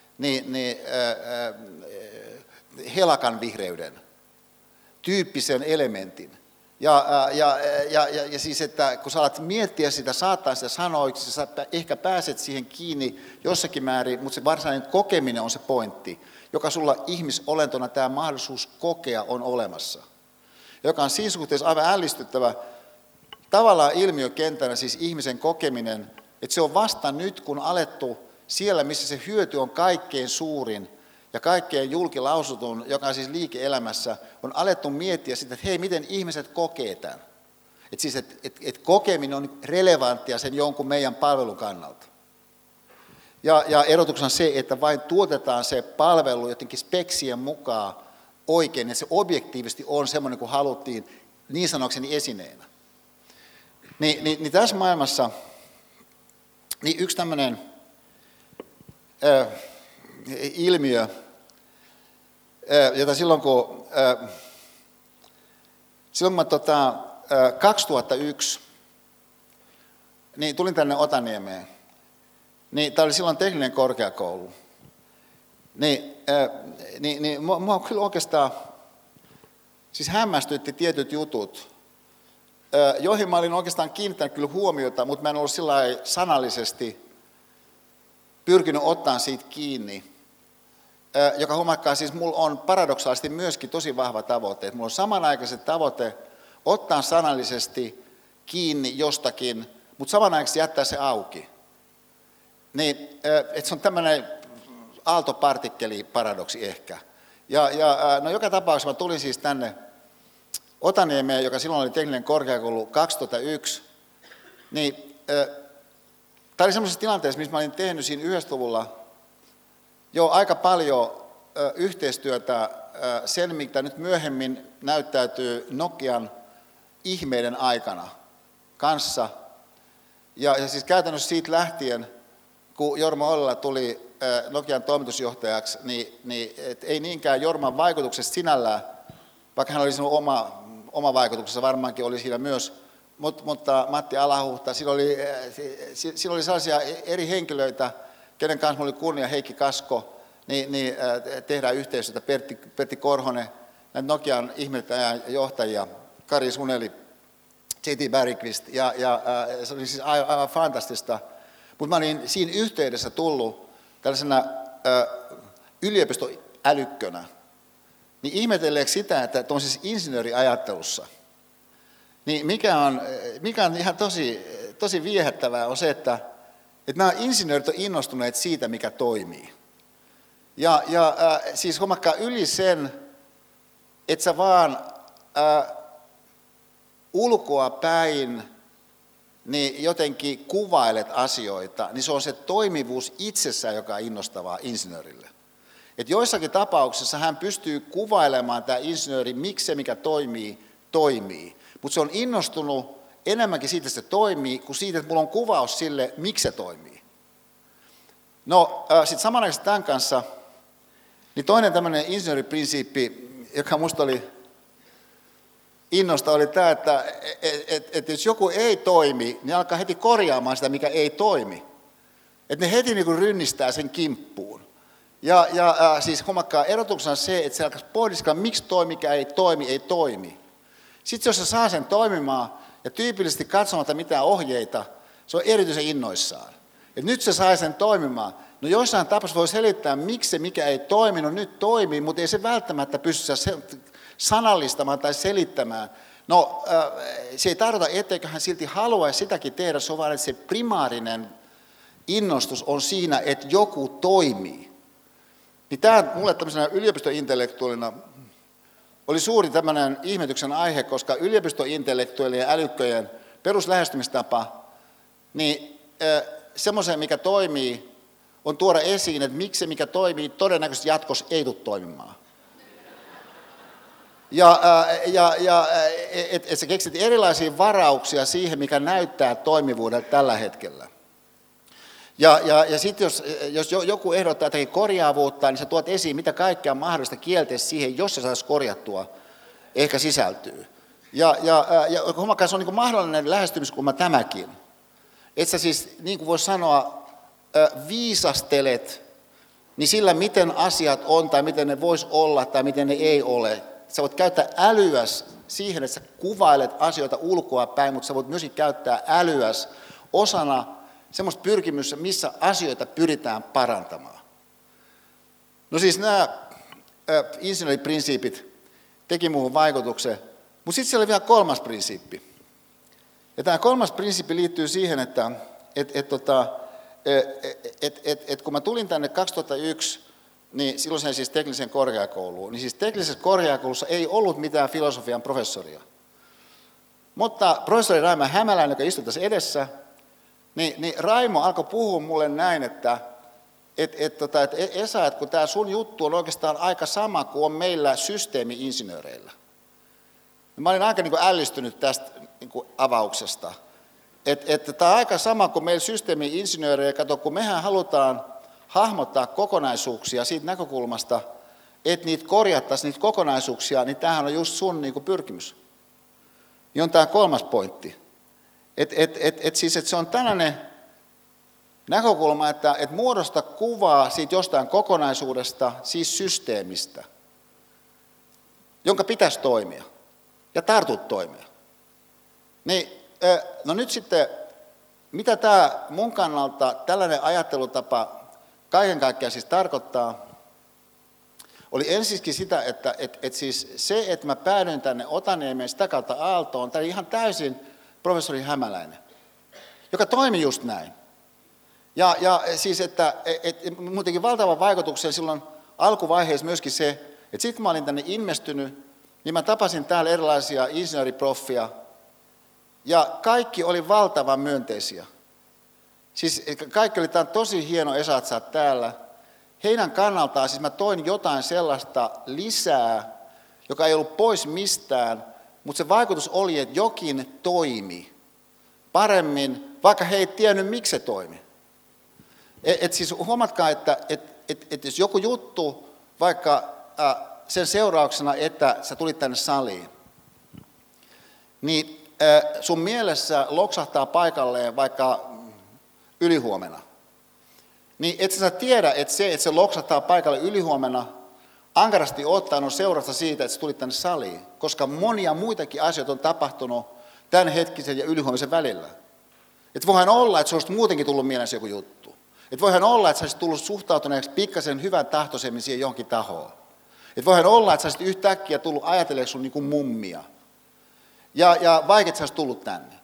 helakan vihreyden tyyppisen elementin. Ja siis, että kun sä alat miettiä sitä, saattaa sitä sanoiksi, sä ehkä pääset siihen kiinni jossakin määrin, mutta se varsinainen kokeminen on se pointti, joka sulla ihmisolentona tämä mahdollisuus kokea on olemassa. Joka on siinä suhteessa aivan ällistyttävä tavallaan ilmiökentänä, siis ihmisen kokeminen, että se on vasta nyt, kun alettu siellä, missä se hyöty on kaikkein suurin, ja kaikkein julkilausutun, joka on siis liike-elämässä, on alettu miettiä sitä, että hei, miten ihmiset kokee tämän. Että siis, että kokeminen on relevanttia sen jonkun meidän palvelun kannalta. Ja erotuksena se, että vain tuotetaan se palvelu jotenkin speksien mukaan oikein, että se objektiivisesti on semmoinen kuin haluttiin niin sanokseni esineenä. Niin tässä maailmassa niin yksi tämmöinen ilmiö, jota silloin kun mä 2001 niin tulin tänne Otaniemeen, niin tämä oli silloin tekninen korkeakoulu, niin mua kyllä oikeastaan siis hämmästytti tietyt jutut, joihin mä olin oikeastaan kiinnittänyt kyllä huomiota, mutta mä en ollut sillä lailla sanallisesti pyrkinyt ottaa siitä kiinni, joka huomakkaa, siis mulla on paradoksaalisesti myöskin tosi vahva tavoite. Mulla on samanaikaisesti tavoite ottaa sanallisesti kiinni jostakin, mutta samanaikaisesti jättää se auki. Niin, että se on tämmöinen aaltopartikkeliparadoksi ehkä. No joka tapauksessa mä tulin siis tänne Otaniemeen, joka silloin oli tekninen korkeakoulu 2001, niin tämä oli semmoisessa tilanteessa, missä mä olin tehnyt siinä 90-luvulla jo aika paljon yhteistyötä sen, mitä nyt myöhemmin näyttäytyy Nokian ihmeiden aikana kanssa. Ja siis käytännössä siitä lähtien, kun Jorma Ollila tuli Nokian toimitusjohtajaksi, niin ei niinkään Jorman vaikutuksesta sinällään, vaikka hän oli sinun oma vaikutuksensa varmaankin oli siinä myös, mutta Matti Alahuhta, siinä oli sellaisia eri henkilöitä, kenen kanssa oli kunnia, Heikki Kasko, niin tehdään yhteistyötä, Pertti Korhonen, näitä Nokian ihmeiden johtajia, Kari Suneli, J.T. Bergqvist, ja se oli siis aivan fantastista. Mutta mä olin siinä yhteydessä tullut tällaisena yliopistoälykkönä, niin ihmetelleeksi sitä, että tuollaisessa insinööriajattelussa, niin mikä on ihan tosi viehättävää on se, että nämä insinöörit on innostuneet siitä, mikä toimii. Ja siis huomakkaa yli sen, että sä vaan ulkoa päin niin jotenkin kuvailet asioita, niin se on se toimivuus itsessään, joka on innostavaa insinöörille. Et joissakin tapauksissa hän pystyy kuvailemaan tämä insinööri, miksi se, mikä toimii. Mutta se on innostunut enemmänkin siitä, että se toimii, kuin siitä, että mulla on kuvaus sille, miksi se toimii. No, sitten samanaikaisesti tämän kanssa, niin toinen tämmöinen insinööriprinsiippi, joka musta oli innosta, oli tämä, että jos joku ei toimi, niin alkaa heti korjaamaan sitä, mikä ei toimi. Että ne heti niin kuin rynnistää sen kimppuun. Ja siis huomakkaa erotuksena se, että se alkaa pohdiskella, miksi toi, mikä ei toimi. Sitten jos se saa sen toimimaan ja tyypillisesti katsomatta mitään ohjeita, se on erityisen innoissaan. Et nyt se sai sen toimimaan. No joissain tapauksissa voi selittää, miksi se, mikä ei toiminut, nyt toimii, mutta ei se välttämättä pysty sanallistamaan tai selittämään. No se ei tarkoita, etteikö hän silti haluaisi sitäkin tehdä, se on vaan, että se primaarinen innostus on siinä, että joku toimii. Niin tämä mulle tämmöisenä yliopistointellektuaalina oli suuri tämmöinen ihmetyksen aihe, koska yliopistointellektuaalien ja älykköjen peruslähestymistapa, niin semmoisen, mikä toimii, on tuoda esiin, että miksi se, mikä toimii, todennäköisesti jatkossa ei tule toimimaan. Että sä keksit erilaisia varauksia siihen, mikä näyttää toimivuudelta tällä hetkellä. Ja sitten jos joku ehdottaa jotakin korjaavuutta, niin sä tuot esiin, mitä kaikkea mahdollista kielteistä siihen, jos se saisi korjattua, ehkä sisältyy. Ja huomakkaan, se on niin kuin mahdollinen lähestymiskulma tämäkin. Että sä siis, niin kuin voisi sanoa, viisastelet niin sillä, miten asiat on, tai miten ne vois olla, tai miten ne ei ole. Sä voit käyttää älyäs siihen, että sä kuvailet asioita ulkoa päin, mutta sä voit myöskin käyttää älyäs osana semmoista pyrkimystä, missä asioita pyritään parantamaan. No siis nämä insinööriprinsiipit teki muuhun vaikutuksen, mutta sitten siellä oli vielä kolmas prinsiippi. Ja tämä kolmas prinsiippi liittyy siihen, että kun mä tulin tänne 2001, niin silloin se siis tekniseen korkeakouluun, niin siis teknisessä korkeakoulussa ei ollut mitään filosofian professoria. Mutta professori Raimo Hämäläinen, joka istui tässä edessä, niin Raimo alkoi puhua mulle näin, että Esa, että kun tämä sun juttu on oikeastaan aika sama kuin on meillä systeemi-insinööreillä. Mä olin aika niin kuin ällistynyt tästä niin kuin avauksesta. Että tämä on aika sama kuin meillä systeemi-insinööreillä, kato, kun mehän halutaan hahmottaa kokonaisuuksia siitä näkökulmasta, että niitä korjattaisiin, niitä kokonaisuuksia, niin tämähän on just sun niin kuin pyrkimys. Niin on tämä kolmas pointti. Siis, että se on tällainen näkökulma, että muodosta kuvaa siitä jostain kokonaisuudesta, siis systeemistä, jonka pitäisi toimia ja tartut toimia. Niin, no nyt sitten, mitä tämä mun kannalta tällainen ajattelutapa kaiken kaikkiaan siis tarkoittaa, oli ensisikin sitä, että siis se, että mä päädyin tänne Otaniemeen sitä kautta Aaltoon, tämä oli ihan täysin professori Hämäläinen, joka toimi just näin. Ja siis, että muutenkin valtavan vaikutuksen silloin alkuvaiheessa myöskin se, että sitten kun mä olin tänne ilmestynyt, niin mä tapasin täällä erilaisia insinööriproffia, ja kaikki oli valtavan myönteisiä. Siis kaikki oli, tämä on tosi hieno Esa, että sä oot täällä. heidän kannaltaan siis mä toin jotain sellaista lisää, joka ei ollut pois mistään, mutta se vaikutus oli, että jokin toimi paremmin, vaikka he ei tiennyt, miksi se toimi. Siis huomatkaa, että jos joku juttu, vaikka sen seurauksena, että sä tulit tänne saliin, niin sun mielessä loksahtaa paikalleen vaikka ylihuomenna. Niin et sä tiedä, että se loksahtaa paikalle ylihuomenna, ankarasti ottaen on seurasta siitä, että sä tulit tänne saliin, koska monia muitakin asioita on tapahtunut tämän hetkisen ja ylihuomisen välillä. Että voihan olla, että se olisi muutenkin tullut mielessä joku juttu. Että voihan olla, että sä olisit tullut suhtautuneeksi pikkasen hyvän tahtoisemmin siihen johonkin tahoon. Että voihan olla, että sä olisit yhtäkkiä tullut ajatelleeksi sun niin kuin mummia. Ja vaikka sä olisit tullut tänne.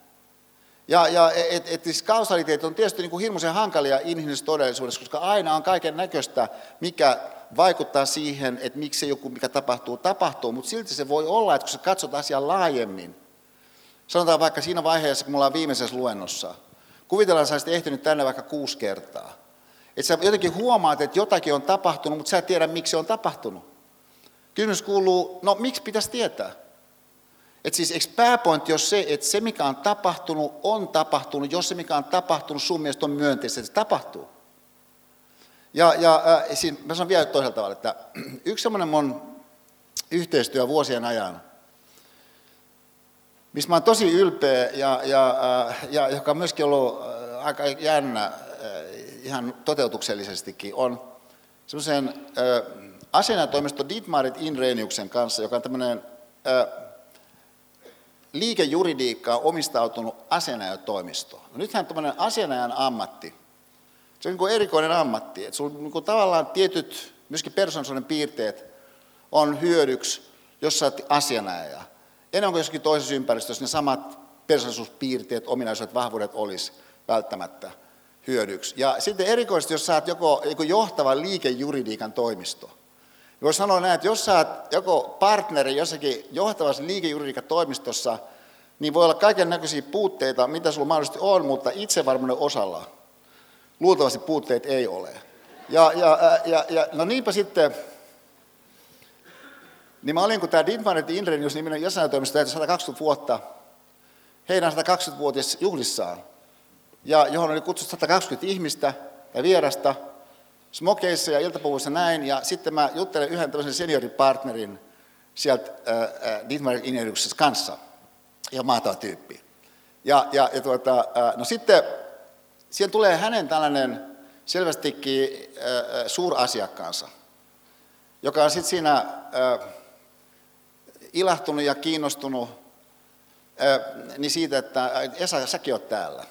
Siis kausaliteetit on tietysti niin kuin hirmuisen hankalia inhimillisessä todellisuudessa, koska aina on kaiken näköistä, mikä vaikuttaa siihen, että miksi joku, mikä tapahtuu, mutta silti se voi olla, että kun sä katsot asiaa laajemmin, sanotaan vaikka siinä vaiheessa, kun me ollaan viimeisessä luennossa, kuvitellaan, että sä olisit ehtinyt tänne vaikka 6 kertaa. Että sä jotenkin huomaat, että jotakin on tapahtunut, mutta sä et tiedä, miksi se on tapahtunut. Kysymys kuuluu, no miksi pitäisi tietää? Että siis eikö pääpointti ole se, että se mikä on tapahtunut, jos se mikä on tapahtunut sun mielestä on myönteistä, että se tapahtuu. Siis mä sanon vielä toisella tavalla, että yksi semmoinen mun yhteistyö vuosien ajan, missä mä oon tosi ylpeä ja joka on myöskin ollut aika jännä ihan toteutuksellisestikin, on semmoisen asianajotoimisto Dietmarit Inreniuksen kanssa, joka on tämmöinen liikejuridiikkaan omistautunut asianajotoimisto. No nythän tämmöinen asianajan ammatti, se on niin kuin erikoinen ammatti, että sulla niin kuin tavallaan tietyt myöskin persoonallisuuden piirteet on hyödyksi, jos sä oot asianajaja. Ennen kuin jossakin toisessa ympäristössä ne samat persoonallisuuspiirteet, ominaisuudet, vahvuudet olisi välttämättä hyödyksi. Ja sitten erikoisesti, jos sä oot joku johtava liikejuridiikan toimisto. Voisi sanoa näin, että jos sä oot joko partneri jossakin johtavassa liikejuridiikan toimistossa, niin voi olla kaiken näköisiä puutteita, mitä sulla mahdollisesti on, mutta itsevarmuuden osalla luultavasti puutteet ei ole. No niinpä sitten, niin mä olin, kun tämä Dietmarit Inrenius-niminen jäsentoimisto täytyy 120 vuotta, heidän 120-vuotias juhlissaan, ja johon oli kutsuttu 120 ihmistä ja vierasta, smokeissa ja iltapuvuissa näin, ja sitten mä juttelen yhden tämmöisen senioripartnerin sieltä Dietmarit Inreniuksessa kanssa, ja mahtava tyyppi. No sitten siellä tulee hänen tällainen selvästikin suurasiakkaansa, joka on sitten siinä ilahtunut ja kiinnostunut niin siitä, että Esa, säkin oot täällä.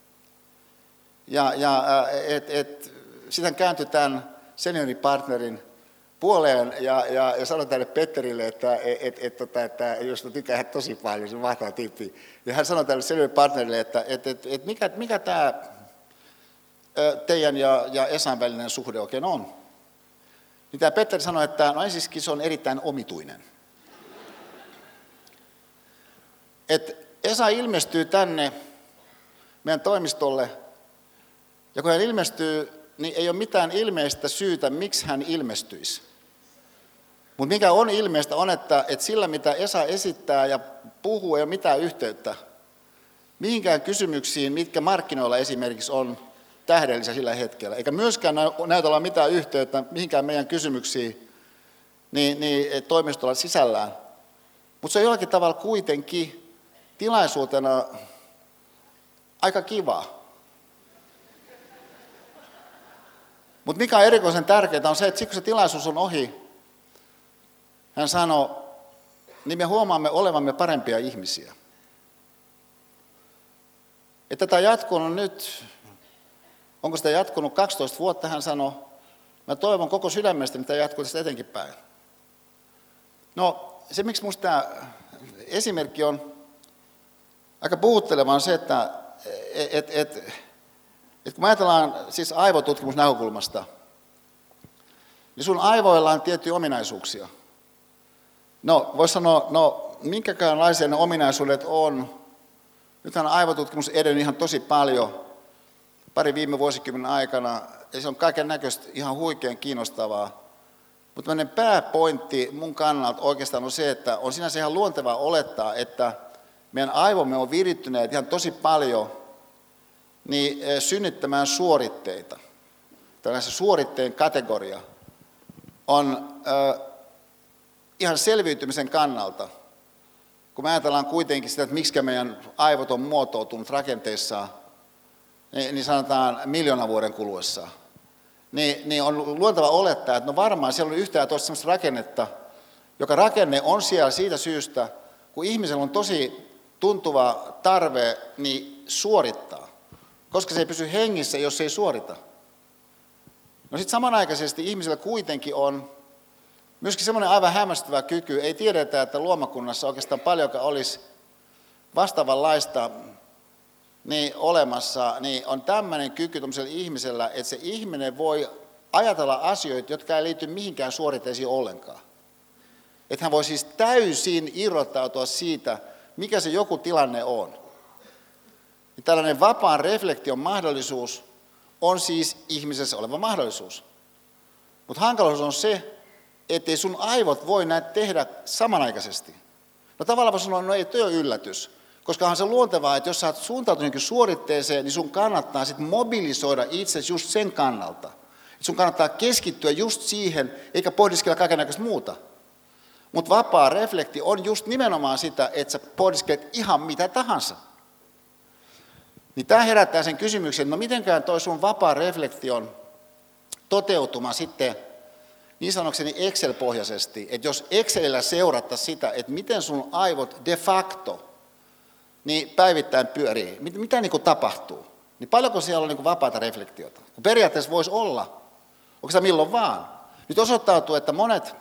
Sitten hän kääntyi tämän senioripartnerin puoleen ja sanoi tälle Petterille, että jos tykkää tosi paljon, se on mahtava tyyppi. Ja hän sanoi tälle senioripartnerille, että mikä tämä teidän ja Esan välinen suhde oikein on. Niin tämä Petteri sanoi, että no ensiksikin se on erittäin omituinen. Että Esa ilmestyy tänne meidän toimistolle, ja kun hän ilmestyy, niin ei ole mitään ilmeistä syytä, miksi hän ilmestyisi. Mutta mikä on ilmeistä on, että sillä mitä Esa esittää ja puhuu ei ole mitään yhteyttä mihinkään kysymyksiin, mitkä markkinoilla esimerkiksi on tähdellisiä sillä hetkellä. Eikä myöskään näytä olla mitään yhteyttä mihinkään meidän kysymyksiin niin toimistolla sisällään. Mutta se on jollakin tavalla kuitenkin tilaisuutena aika kiva. Mutta mikä on erikoisen tärkeää on se, että kun se tilaisuus on ohi, hän sanoi, niin me huomaamme olevamme parempia ihmisiä. Että tätä jatkunut nyt, onko sitä jatkunut 12 vuotta, hän sanoi, mä toivon koko sydämestäni, että tämä jatkuu tästä etenkin päin. No se, miksi minusta tämä esimerkki on aika puhutteleva, on se, että kun me ajatellaan siis aivotutkimusnäkökulmasta, niin sun aivoilla on tiettyjä ominaisuuksia. No, voisi sanoa, minkälaisia ne ominaisuudet on. Nythän aivotutkimus edennyt ihan tosi paljon. Pari viime vuosikymmenen aikana se on kaiken näköistä ihan huikean kiinnostavaa. Mutta tämmöinen pääpointti mun kannalta oikeastaan on se, että on sinänsä ihan luontevaa olettaa, että meidän aivomme on virittyneet ihan tosi paljon niin synnyttämään suoritteita. Tällainen suoritteen kategoria on ihan selviytymisen kannalta, kun me ajatellaan kuitenkin sitä, että miksi meidän aivot on muotoutunut rakenteissaan, niin sanotaan 1 000 000 vuoden kuluessa, niin on luonteva olettaa, että no varmaan siellä on yhtään toista sellaista rakennetta, joka rakenne on siellä siitä syystä, kun ihmisellä on tosi tuntuva tarve niin suorittaa, koska se ei pysy hengissä, jos se ei suorita. No sitten samanaikaisesti ihmisellä kuitenkin on myöskin semmoinen aivan hämmästyvä kyky, ei tiedetä, että luomakunnassa oikeastaan paljonkaan olisi vastaavanlaista niin olemassa, niin on tämmöinen kyky tämmöisellä ihmisellä, että se ihminen voi ajatella asioita, jotka ei liity mihinkään suoritteisiin ollenkaan. Että hän voi siis täysin irrottautua siitä, mikä se joku tilanne on. Ja tällainen vapaan reflektion mahdollisuus on siis ihmisessä oleva mahdollisuus. Mutta hankaluus on se, ettei sun aivot voi näitä tehdä samanaikaisesti. No tavallaan voi sanoa, no ei toi ole yllätys. Koska on se luontevaa, että jos sä oot suuntautunut suoritteeseen, niin sun kannattaa sitten mobilisoida itsesi just sen kannalta. Et sun kannattaa keskittyä just siihen, eikä pohdiskella kaikennäköistä muuta. Mutta vapaa reflekti on just nimenomaan sitä, että sä pohdiskelet ihan mitä tahansa. Niin tämä herättää sen kysymyksen, että no mitenkään toi sun vapaa reflektion toteutuma sitten niin sanokseni Excel-pohjaisesti, että jos Excelillä seurattaisiin sitä, että miten sun aivot de facto niin päivittäin pyörii, mitä niin kuin tapahtuu, niin paljonko siellä on niin kuin vapaata reflektiota? Kun periaatteessa voisi olla, onko se milloin vaan? Nyt osoittautuu, että monet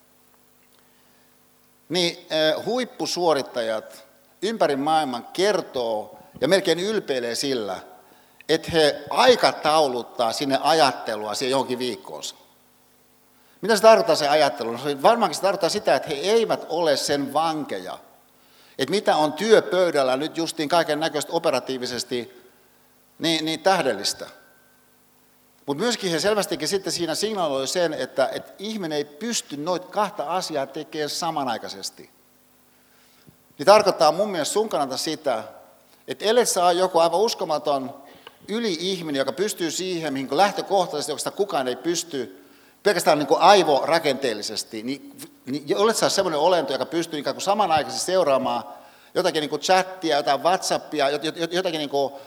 niin, huippusuorittajat ympäri maailman kertoo ja melkein ylpeilee sillä, että he aikatauluttaa sinne ajattelua siihen johonkin viikkoonsa. Mitä se tarkoittaa se ajattelu? No, varmaankin se tarkoittaa sitä, että he eivät ole sen vankeja. Että mitä on työpöydällä nyt justiin kaiken näköistä operatiivisesti niin tähdellistä. Mutta myöskin he selvästikin sitten siinä signaaloi sen, että ihminen ei pysty noita kahta asiaa tekemään samanaikaisesti. Niin tarkoittaa mun mielestä sun kannalta sitä, että ellei saa joku aivan uskomaton yli-ihminen, joka pystyy siihen, mihin lähtökohtaisesti oikeastaan kukaan ei pysty, pelkästään niin kuin aivorakenteellisesti, niin olet saa sellainen olento, joka pystyy ikään kuin samanaikaisesti seuraamaan jotakin niin kuin chattia, jotain WhatsAppia, jotakin niin kuin,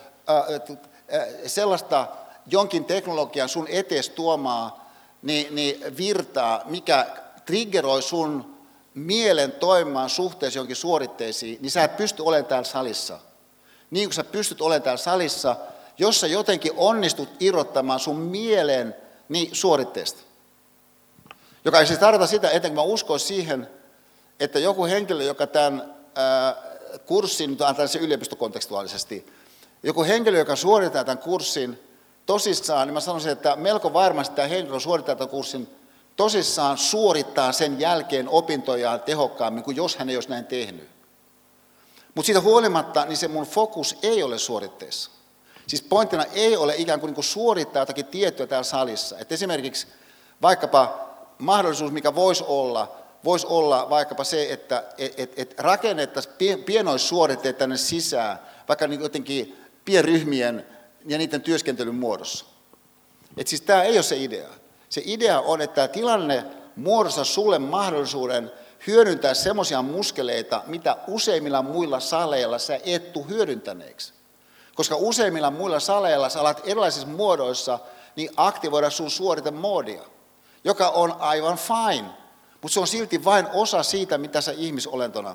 sellaista jonkin teknologian sun etees tuomaa niin virtaa, mikä triggeroi sun mielen toimimaan suhteessa jonkin suoritteisiin, niin sä et pysty olemaan täällä salissa. Niin kuin sä pystyt olemaan täällä salissa, jos sä jotenkin onnistut irrottamaan sun mielen niin suoritteesta. Joka ei siis tarkoita sitä, että mä uskon siihen, että joku henkilö, joka tämän kurssin, nyt antaa se yliopistokontekstuaalisesti, joku henkilö, joka suorittaa tämän kurssin tosissaan, niin mä sanoisin, että melko varmasti tämä henkilö suorittaa tämän kurssin tosissaan suorittaa sen jälkeen opintojaan tehokkaammin kuin jos hän ei olisi näin tehnyt. Mutta siitä huolimatta, niin se mun fokus ei ole suoritteessa. Siis pointtina ei ole ikään kuin suorittaa jotakin tiettyä täällä salissa. Et esimerkiksi vaikkapa mahdollisuus, mikä voisi olla vaikkapa se, että rakennettaisiin pienoissuoritteet tänne sisään, vaikka niin jotenkin pienryhmien ja niiden työskentelyn muodossa. Et siis tämä ei ole se idea. Se idea on, että tämä tilanne muodostaa sulle mahdollisuuden hyödyntää semmoisia muskeleita, mitä useimmilla muilla saleilla sä et tule hyödyntäneeksi. Koska useimmilla muilla saleilla sä alat erilaisissa muodoissa niin aktivoida sun suoritemoodia, joka on aivan fine, mutta se on silti vain osa siitä, mitä sä ihmisolentona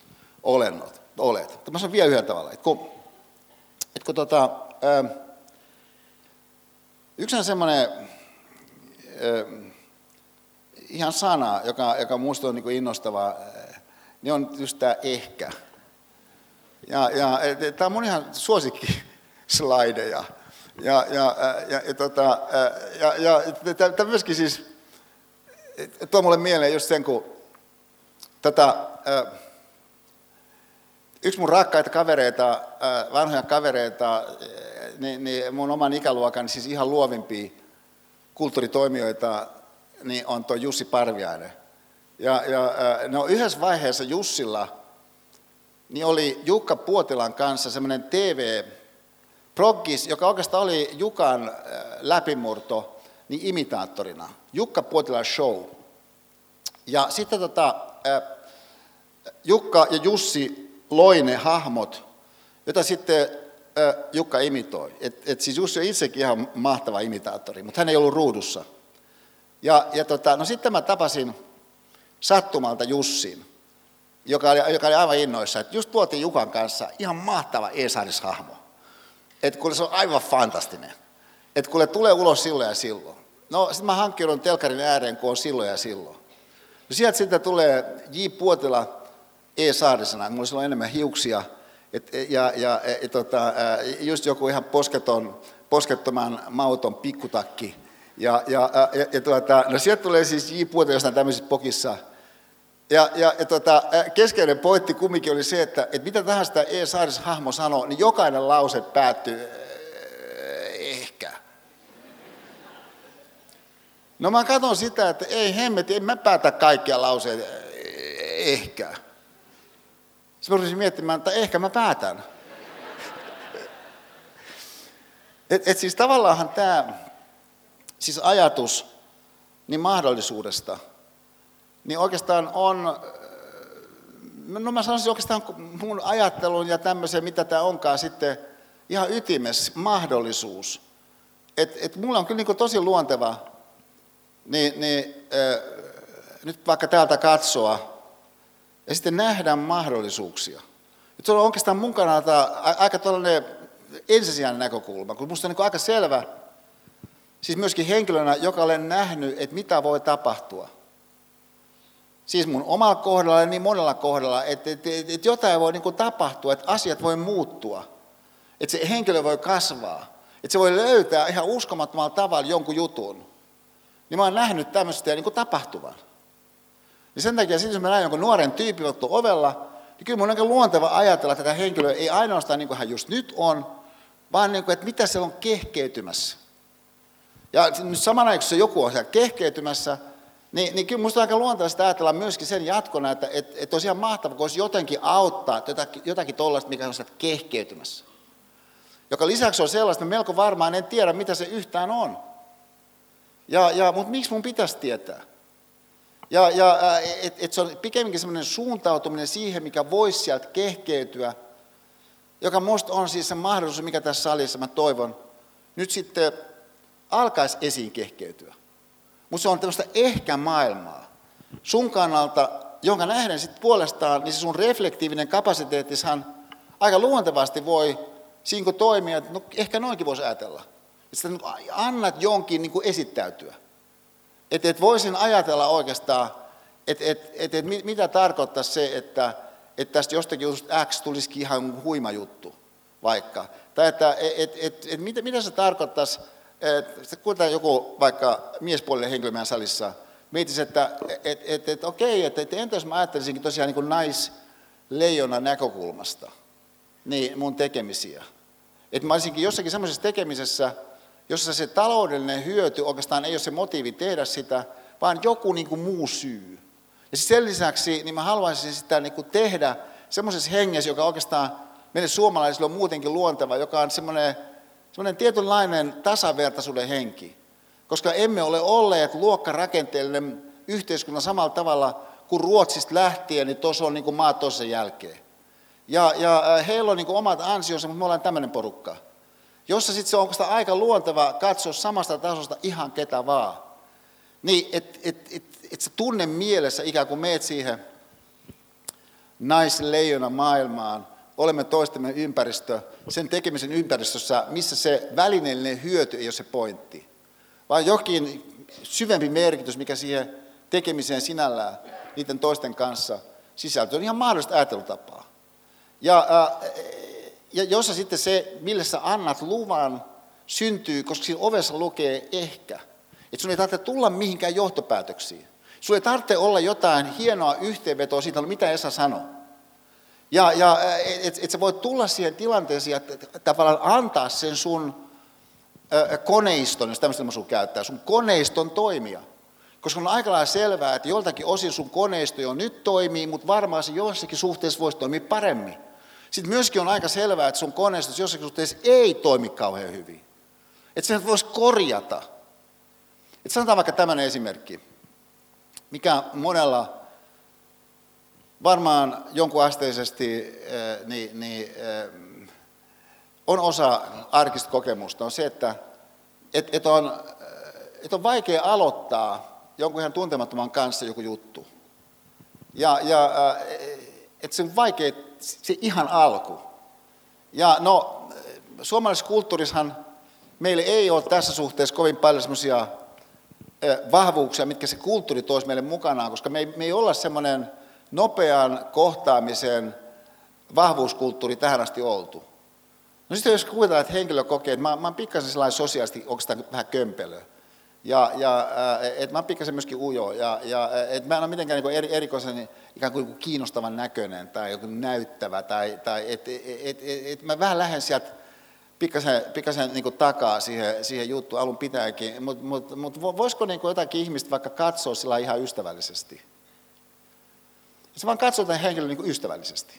olet. Tämä on vielä yhdellä tavalla. Yksi on semmoinen ihan sana, joka minusta on niin kuin innostava, niin on just tämä ehkä. Tämä on mun ihan suosikkislaideja. Tämä myöskin siis tuo mulle mieleen just sen, kun yksi mun rakkaita kavereita, vanhoja kavereita, niin mun oman ikäluokan, siis ihan luovimpia, kulttuuritoimijoita, niin on tuo Jussi Parviainen. No yhdessä vaiheessa Jussilla niin oli Jukka Puotilan kanssa semmoinen TV-proggis, joka oikeastaan oli Jukan läpimurto niin imitaattorina. Jukka Puotilan show. Ja sitten Jukka ja Jussi loi ne hahmot, joita sitten Jukka imitoi. Siis Jussi on itsekin ihan mahtava imitaattori, mutta hän ei ollut ruudussa. No sitten mä tapasin sattumalta Jussin, joka oli aivan innoissa, että just tuotiin Jukan kanssa ihan mahtava Eesaris-hahmo. Että kuule se on aivan fantastinen. Että kuule tulee ulos silloin ja silloin. No sitten mä hankkiudun telkarin ääreen, kun on silloin ja silloin. No sieltä sitten tulee J. Puotila Eesarisena, mulla silloin enemmän hiuksia, just joku ihan poskettoman mauton pikkutakki. No sieltä tulee siis J. Puotila jostain tämmöisessä pokissa. Keskeinen pointti kumminkin oli se, että mitä tahansa tämä Eesaris-hahmo sanoo, niin jokainen lause päättyy ehkä. No mä katson sitä, että ei hemmetti, en mä päätä kaikkia lauseita ehkä. Sitten mä rupesin miettimään, että ehkä mä päätän. Siis tavallaanhan tämä siis ajatus niin mahdollisuudesta, niin oikeastaan on, no mä sanoisin oikeastaan mun ajattelun ja tämmöisen, mitä tämä onkaan sitten ihan ytimessä, mahdollisuus. Et mulla on kyllä niin tosi luonteva, nyt vaikka täältä katsoa ja sitten nähdä mahdollisuuksia. Se on oikeastaan mun kannalta aika tällainen ensisijainen näkökulma, kun musta on niin aika selvä, siis myöskin henkilönä, joka olen nähnyt, että mitä voi tapahtua. Siis mun omalla kohdalla ja niin monella kohdalla, että jotain voi niin kuin tapahtua, että asiat voi muuttua, että se henkilö voi kasvaa, että se voi löytää ihan uskomattomalla tavalla jonkun jutun. Niin mä oon nähnyt tämmöistä niin kuin tapahtuvan. Ja sen takia sitten, jos mä näen jonkun nuoren tyypin ovella, niin kyllä mun on aika luonteva ajatella, että tätä henkilöä ei ainoastaan niin kuin hän just nyt on, vaan niin kuin, että mitä siellä on kehkeytymässä. Ja nyt samana kun se joku on siellä kehkeytymässä, niin kyllä minusta on aika luontaista ajatella myöskin sen jatkona, että olisi ihan mahtavaa, kun olisi jotenkin auttaa jotakin tuollaista, mikä on siellä kehkeytymässä. Joka lisäksi on sellaista, että melko varmaan en tiedä, mitä se yhtään on. Mutta miksi mun pitäisi tietää? Että se on pikemminkin sellainen suuntautuminen siihen, mikä voisi sieltä kehkeytyä, joka minusta on siis se mahdollisuus, mikä tässä salissa, mä toivon, nyt sitten alkaisi esiin kehkeytyä. Mutta se on tämmöistä ehkä-maailmaa sun kannalta, jonka nähden sitten puolestaan, niin se sun reflektiivinen kapasiteettishan aika luontevasti voi siinä kun toimia, että no, ehkä noinkin voisi ajatella. Että niin annat jonkin niin kuin esittäytyä. Että voisin ajatella oikeastaan, että mitä tarkoittaa se, että tästä jostakin jutusta X tulisikin ihan huima juttu vaikka. Tai että mitä se tarkoittaisi, kuten joku vaikka miespuolinen henkilö meidän salissa mietisi, että okei, että entä jos mä ajattelisinkin tosiaan niin kuin naisleijonan näkökulmasta niin mun tekemisiä. Että mä olisinkin jossakin semmoisessa tekemisessä, jossa se taloudellinen hyöty oikeastaan ei ole se motiivi tehdä sitä, vaan joku niin kuin muu syy. Ja sen lisäksi niin mä haluaisin sitä niin kuin tehdä semmoisessa hengessä, joka oikeastaan meille suomalaisille on muutenkin luonteva, joka on semmoinen tietynlainen tasavertaisuuden henki. Koska emme ole olleet luokkarakenteellinen yhteiskunnan samalla tavalla kuin Ruotsista lähtien, niin tuossa on niin kuin maat tuossa jälkeen. Ja heillä on niin kuin omat ansionsa, mutta me ollaan tämmöinen porukka, jossa sitten se on oikeastaan aika luonteva katsoa samasta tasosta ihan ketä vaan. Niin, että sä tunne mielessä ikään kuin meet siihen naisleijona maailmaan, olemme toistemme ympäristö, sen tekemisen ympäristössä, missä se välineellinen hyöty ei ole se pointti, vaan jokin syvempi merkitys, mikä siihen tekemiseen sinällään niiden toisten kanssa sisältyy, on ihan mahdollista ajattelutapaa. Ja jossa sitten se, millä sä annat luvan, syntyy, koska siinä ovessa lukee ehkä. Että sun ei tarvitse tulla mihinkään johtopäätöksiin. Sun ei tarvitse olla jotain hienoa yhteenvetoa siitä, mitä Esa sanoo. Että sä voit tulla siihen tilanteeseen ja tavallaan antaa sen sun koneiston, jos tämmöistä ilmaisua käyttää, sun koneiston toimia. Koska on aika lailla selvää, että joltakin osin sun koneisto jo nyt toimii, mutta varmaan se jossakin suhteessa voisi toimia paremmin. Sitten myöskin on aika selvää, että sun koneisto jossakin suhteessa ei toimi kauhean hyvin. Että sen voisi korjata. Että sanotaan vaikka tämmöinen esimerkki, mikä monella varmaan jonkunasteisesti on osa arkista kokemusta, on se, että on vaikea aloittaa jonkun ihan tuntemattoman kanssa joku juttu. Että se on vaikea, se ihan alku. Ja no, suomalaisessa kulttuurissahan meillä ei ole tässä suhteessa kovin paljon semmoisia vahvuuksia, mitkä se kulttuuri toisi meille mukanaan, koska me ei olla semmoinen nopean kohtaamisen vahvuuskulttuuri tähän asti oltu. No sitten jos kuvitellaan, että henkilö kokee, että mä oon pikkasen sellainen sosiaalisesti oikeastaan vähän kömpelö, että mä oon pikkasen myöskin ujo, että mä en ole mitenkään niin erikoisen ikään kuin kiinnostavan näköinen tai joku näyttävä, tai että mä vähän lähden sieltä pikkasen niin kuin takaa siihen juttuun alun pitäenkin, mutta voisiko niin kuin jotakin ihmistä vaikka katsoa sillä ihan ystävällisesti? Se vaan katsoo tämän henkilön niin kuin ystävällisesti.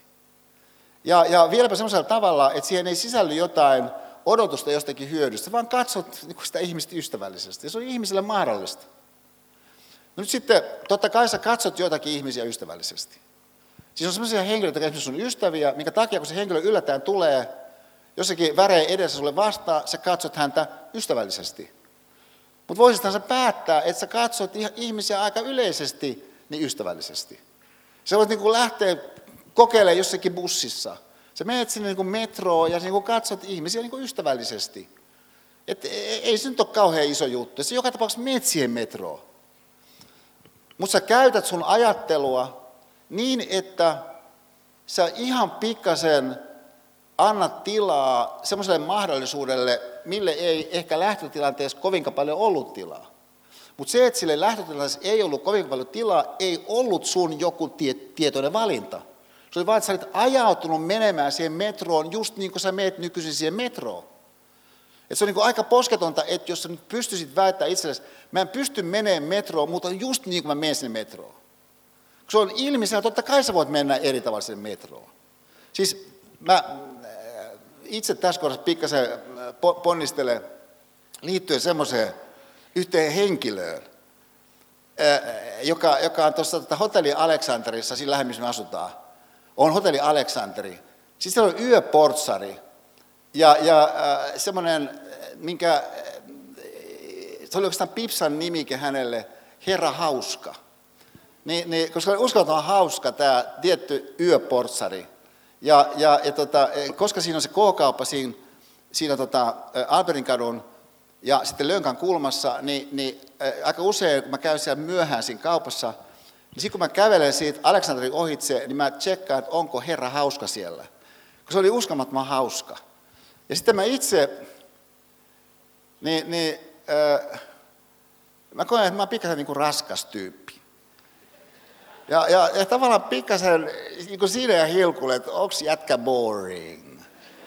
Ja vieläpä semmoisella tavalla, että siihen ei sisälly jotain odotusta jostakin hyödystä, vaan katsot niin kuin sitä ihmistä ystävällisesti. Ja se on ihmiselle mahdollista. No nyt sitten, totta kai sä katsot joitakin ihmisiä ystävällisesti. Siis on semmoisia henkilöitä, jotka esimerkiksi on ystäviä, minkä takia kun se henkilö yllättäen tulee jossakin värein edessä sulle vastaan, sä katsot häntä ystävällisesti. Mutta voisithan sä päättää, että sä katsot ihmisiä aika yleisesti niin ystävällisesti. Sä voit niin kuin lähteä kokeilemaan jossakin bussissa. Sä menet sinne niin kuin metroon ja niin kuin katsot ihmisiä niin kuin ystävällisesti. Ei se nyt ole kauhean iso juttu. Se joka tapauksessa menet siihen metroon. Mutta sä käytät sun ajattelua niin, että sä ihan pikkasen annat tilaa semmoiselle mahdollisuudelle, mille ei ehkä lähtötilanteessa kovinkaan paljon ollut tilaa. Mutta se, että sille lähtötilanteessa ei ollut kovinkaan paljon tilaa, ei ollut sun joku tietoinen valinta. Se oli vaan, että sä olit ajautunut menemään siihen metroon just niin kuin sä meet nykyisin siihen metroon. Et se on niin kuin aika posketonta, että jos sä nyt pystyisit väittämään itsellesi, mä en pysty menemään metroon, mutta just niin kuin mä menen sinne metroon. Kun se on ilmiselvä, totta kai sä voit mennä eri tavalla sinne metroon. Siis mä itse tässä kohdassa pikkasen ponnistelen liittyen semmoiseen yhteen henkilöön, joka on tuossa Hotelli Aleksanterissa, siinä lähellä missä me asutaan. On Hotelli Aleksanteri. Siis siellä on yöportsari ja semmoinen, minkä, se oli oikeastaan Pipsan nimike hänelle, Herra Hauska. Koska oli uskomaton hauska tämä tietty yöportsari. Koska siinä on se K-kauppa siinä Alberinkadun ja sitten Lönkan kulmassa, niin aika usein, kun mä käyn siellä myöhään siinä kaupassa, niin sitten kun mä kävelen siitä Aleksanterin ohitse, niin mä tsekkaan, että onko Herra Hauska siellä. Kun se oli uskomattoman hauska. Ja sitten mä itse, mä koen, että mä oon pikkasen niin kuin raskas tyyppi. Ja tavallaan pikkasen niin siinä ja hilkulle, että onko jätkä boring.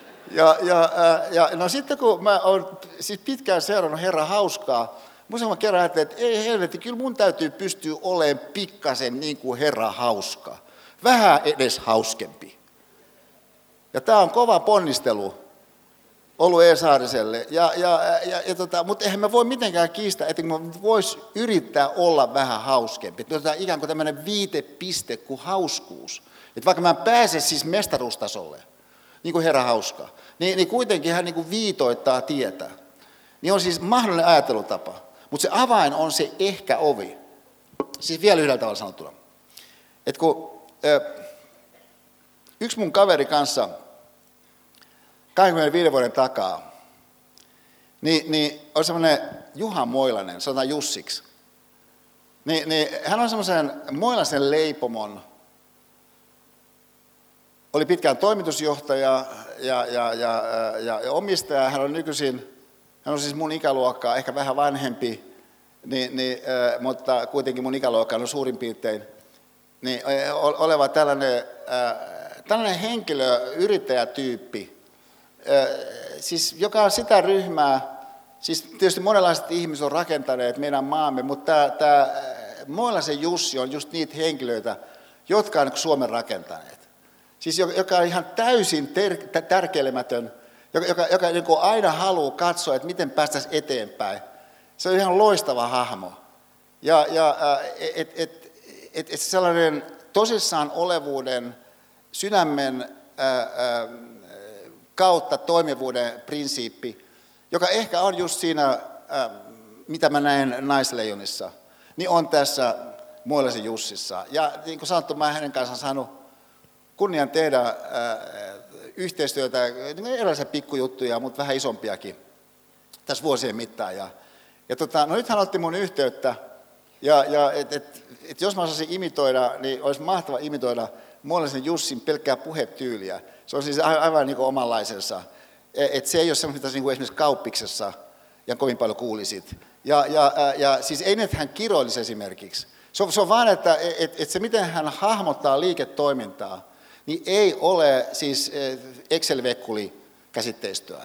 No sitten kun mä oon siis pitkään seurannut Herra Hauskaa, muutaman kerran ajattelin, että ei helvetti, kyllä mun täytyy pystyä olemaan pikkasen niin kuin Herra Hauska. Vähän edes hauskempi. Ja tää on kova ponnistelu ollut E. Saariselle. Mutta eihän mä voi mitenkään kiistää, että mä vois yrittää olla vähän hauskempi. Että otetaan ikään kuin tämmöinen viitepiste kuin hauskuus. Että vaikka mä en pääse siis mestaruustasolle, niin kuin Herra Hauska, niin kuitenkin hän niin kuin viitoittaa tietä. Niin on siis mahdollinen ajattelutapa. Mutta se avain on se ehkä ovi. Siis vielä yhdellä tavalla sanottuna. Että kun yksi mun kaveri kanssa 25 vuoden takaa, niin on semmoinen Juha Moilanen, sanotaan Jussiksi. Niin hän on semmoisen Moilasen leipomon, oli pitkään toimitusjohtaja ja omistaja. Hän on nykyisin, hän on siis mun ikäluokkaa, ehkä vähän vanhempi, mutta kuitenkin mun ikäluokka on suurin piirtein, niin oleva tällainen henkilö, yrittäjätyyppi, siis joka on sitä ryhmää, siis tietysti monenlaiset ihmiset on rakentaneet meidän maamme, mutta tämä Moilasen Jussi on just niitä henkilöitä, jotka on Suomen rakentaneet. Siis joka on ihan täysin tärkeilemätön, joka niin aina haluaa katsoa, että miten päästäisiin eteenpäin. Se on ihan loistava hahmo. Sellainen tosissaan olevuuden, sydämen kautta toimivuuden prinsiippi, joka ehkä on just siinä, mitä mä näen Naisleijonissa, niin on tässä Moilasen Jussissa. Ja niin kuin sanottu, mä hänen kanssaan saanut kunnian tehdä yhteistyötä, erilaisia pikkujuttuja, mutta vähän isompiakin tässä vuosien mittaan. No nyt hän otti mun yhteyttä, et jos mä osaisin imitoida, niin olisi mahtava imitoida Moilasen Jussin pelkkää puhetyyliä. Se on siis aivan niin kuin omanlaisensa. Se ei ole semmoista, mitä niin esimerkiksi kauppiksessa ja kovin paljon kuulisit. Ja siis ei nyt hän kiroilisi esimerkiksi. Se on vaan, että se miten hän hahmottaa liiketoimintaa, niin ei ole siis Excel-vekkuli-käsitteistöä.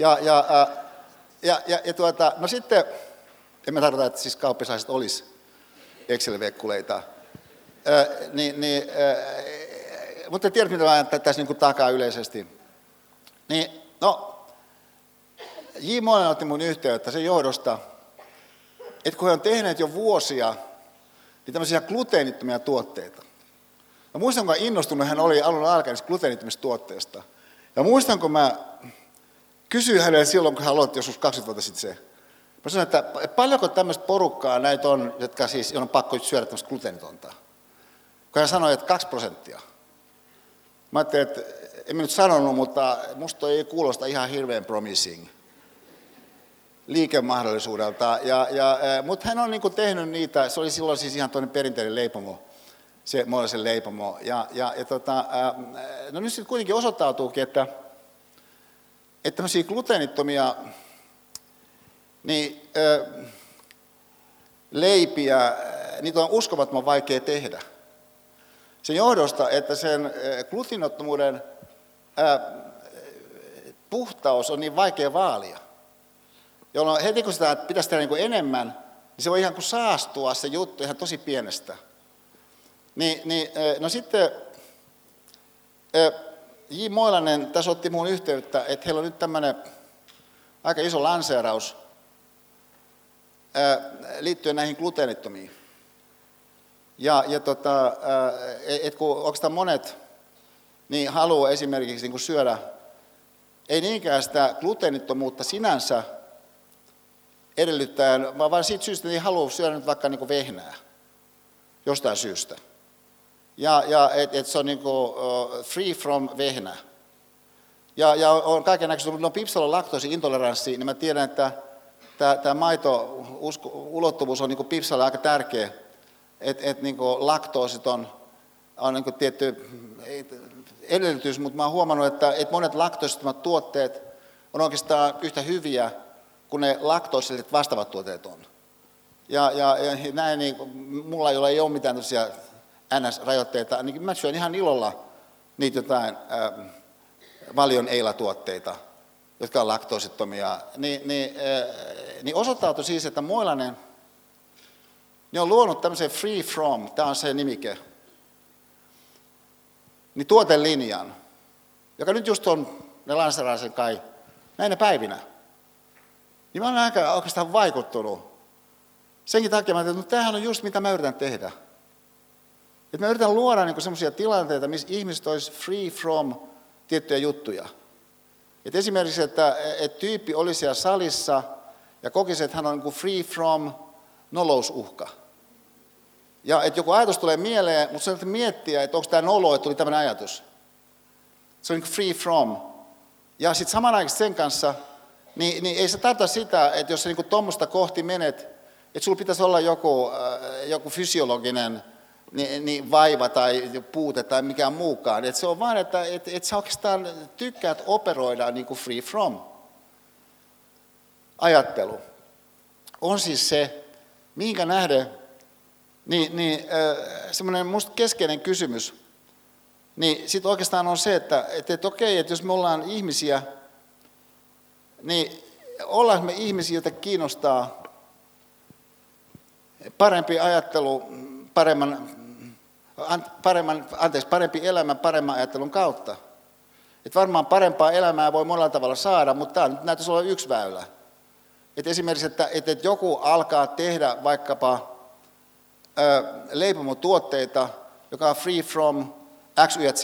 No sitten, en mä tarkoita, että siis kauppislaiset olisi Excel-vekkuleita, mutta tiedät, mitä mä tässä niin takaa yleisesti. J. Moilanen otti mun yhteyttä sen johdosta, että kun he on tehneet jo vuosia niin tämmöisiä gluteenittomia tuotteita. Mä muistan, kun innostunut hän oli alun alkaen gluteenittomista tuotteista. Ja muistan, kun mä kysyin hänelle silloin, kun hän aloitti joskus 20 vuotta sitten se. Mä sanoin, että paljonko tämmöistä porukkaa näitä on, jotka siis on pakko syödä tämmöistä gluteenitonta. Kun hän sanoi, että 2%. Mä ajattelin, että en mä nyt sanonut, mutta musta ei kuulosta ihan hirveän promising liikemahdollisuudelta. Mutta hän on niinku tehnyt niitä, se oli silloin siis ihan toinen perinteinen leipomo, se Moilasen leipomo. No nyt sitten kuitenkin osoittautuukin, että tämmöisiä gluteenittomia niin, leipiä, niitä on uskomattoman vaikea tehdä. Sen johdosta, että sen gluteenittomuuden puhtaus on niin vaikea vaalia. Jolloin heti kun sitä pitäisi tehdä niin enemmän, niin se voi ihan kuin saastua se juttu ihan tosi pienestä. No sitten J. Moilanen tässä otti minuun yhteyttä, että heillä on nyt tämmöinen aika iso lanseeraus liittyen näihin gluteenittomiin. Kun oikeastaan monet niin haluaa esimerkiksi niin syödä, ei niinkään sitä gluteenittomuutta sinänsä edellyttäen, vaan siitä syystä niin haluaa syödä nyt vaikka niin vehnää jostain syystä. Et se on niin free from vehnä. Ja on kaikennäköistä, mutta on Pipsalla laktoosiintoleranssi, niin mä tiedän, että tämä maito-ulottuvuus on niin Pipsalle aika tärkeä. Että niin laktoosit on niin tietty edellytys, mutta mä oon huomannut, että monet laktoosittomat tuotteet on oikeastaan yhtä hyviä kuin ne laktoosiset vastaavat tuotteet on. Ja näin, niin mulla, jolla ei ole mitään tosiaan NS-rajoitteita, niin mä syön ihan ilolla niitä jotain valion eilatuotteita, jotka on laktoosittomia. Niin osoittautui siis, että Moilanen ne on luonut tämmöisen free from, tämä on se nimike, niin tuotelinjan, joka nyt just on, ne lanseeraa sen kai näinä päivinä. Niin mä olen aika oikeastaan vaikuttunut. Senkin takia mä ajattelin, että tämähän on just mitä mä yritän tehdä. Että mä yritän luoda niin semmoisia tilanteita, missä ihmiset olisi free from tiettyjä juttuja. Et esimerkiksi, että tyyppi olisi siellä salissa ja kokisi, että hän on niin free from nolousuhka. Ja että joku ajatus tulee mieleen, mutta se on miettiä, että onko tämä nolo, että tuli tämmöinen ajatus. Se on niin free from. Ja sitten samanaikaisesti sen kanssa, niin ei se tarkoita sitä, että jos sä niin tuommoista kohti menet, että sulla pitäisi olla joku fysiologinen niin vaiva tai puute tai mikään muukaan. Että se on vaan, että sä oikeastaan tykkäät operoida niin kuin free from. Ajattelu on siis se, minkä nähden, semmoinen musta keskeinen kysymys, niin sitten oikeastaan on se, että okei, että jos me ollaan ihmisiä, niin ollaan me ihmisiä, joita kiinnostaa parempi ajattelu, parempi elämä paremman ajattelun kautta. Et varmaan parempaa elämää voi monella tavalla saada, mutta tämä nyt näyttäisi olla yksi väylä. Et esimerkiksi, että joku alkaa tehdä vaikkapa leipomotuotteita, joka on free from X, Y ja Z.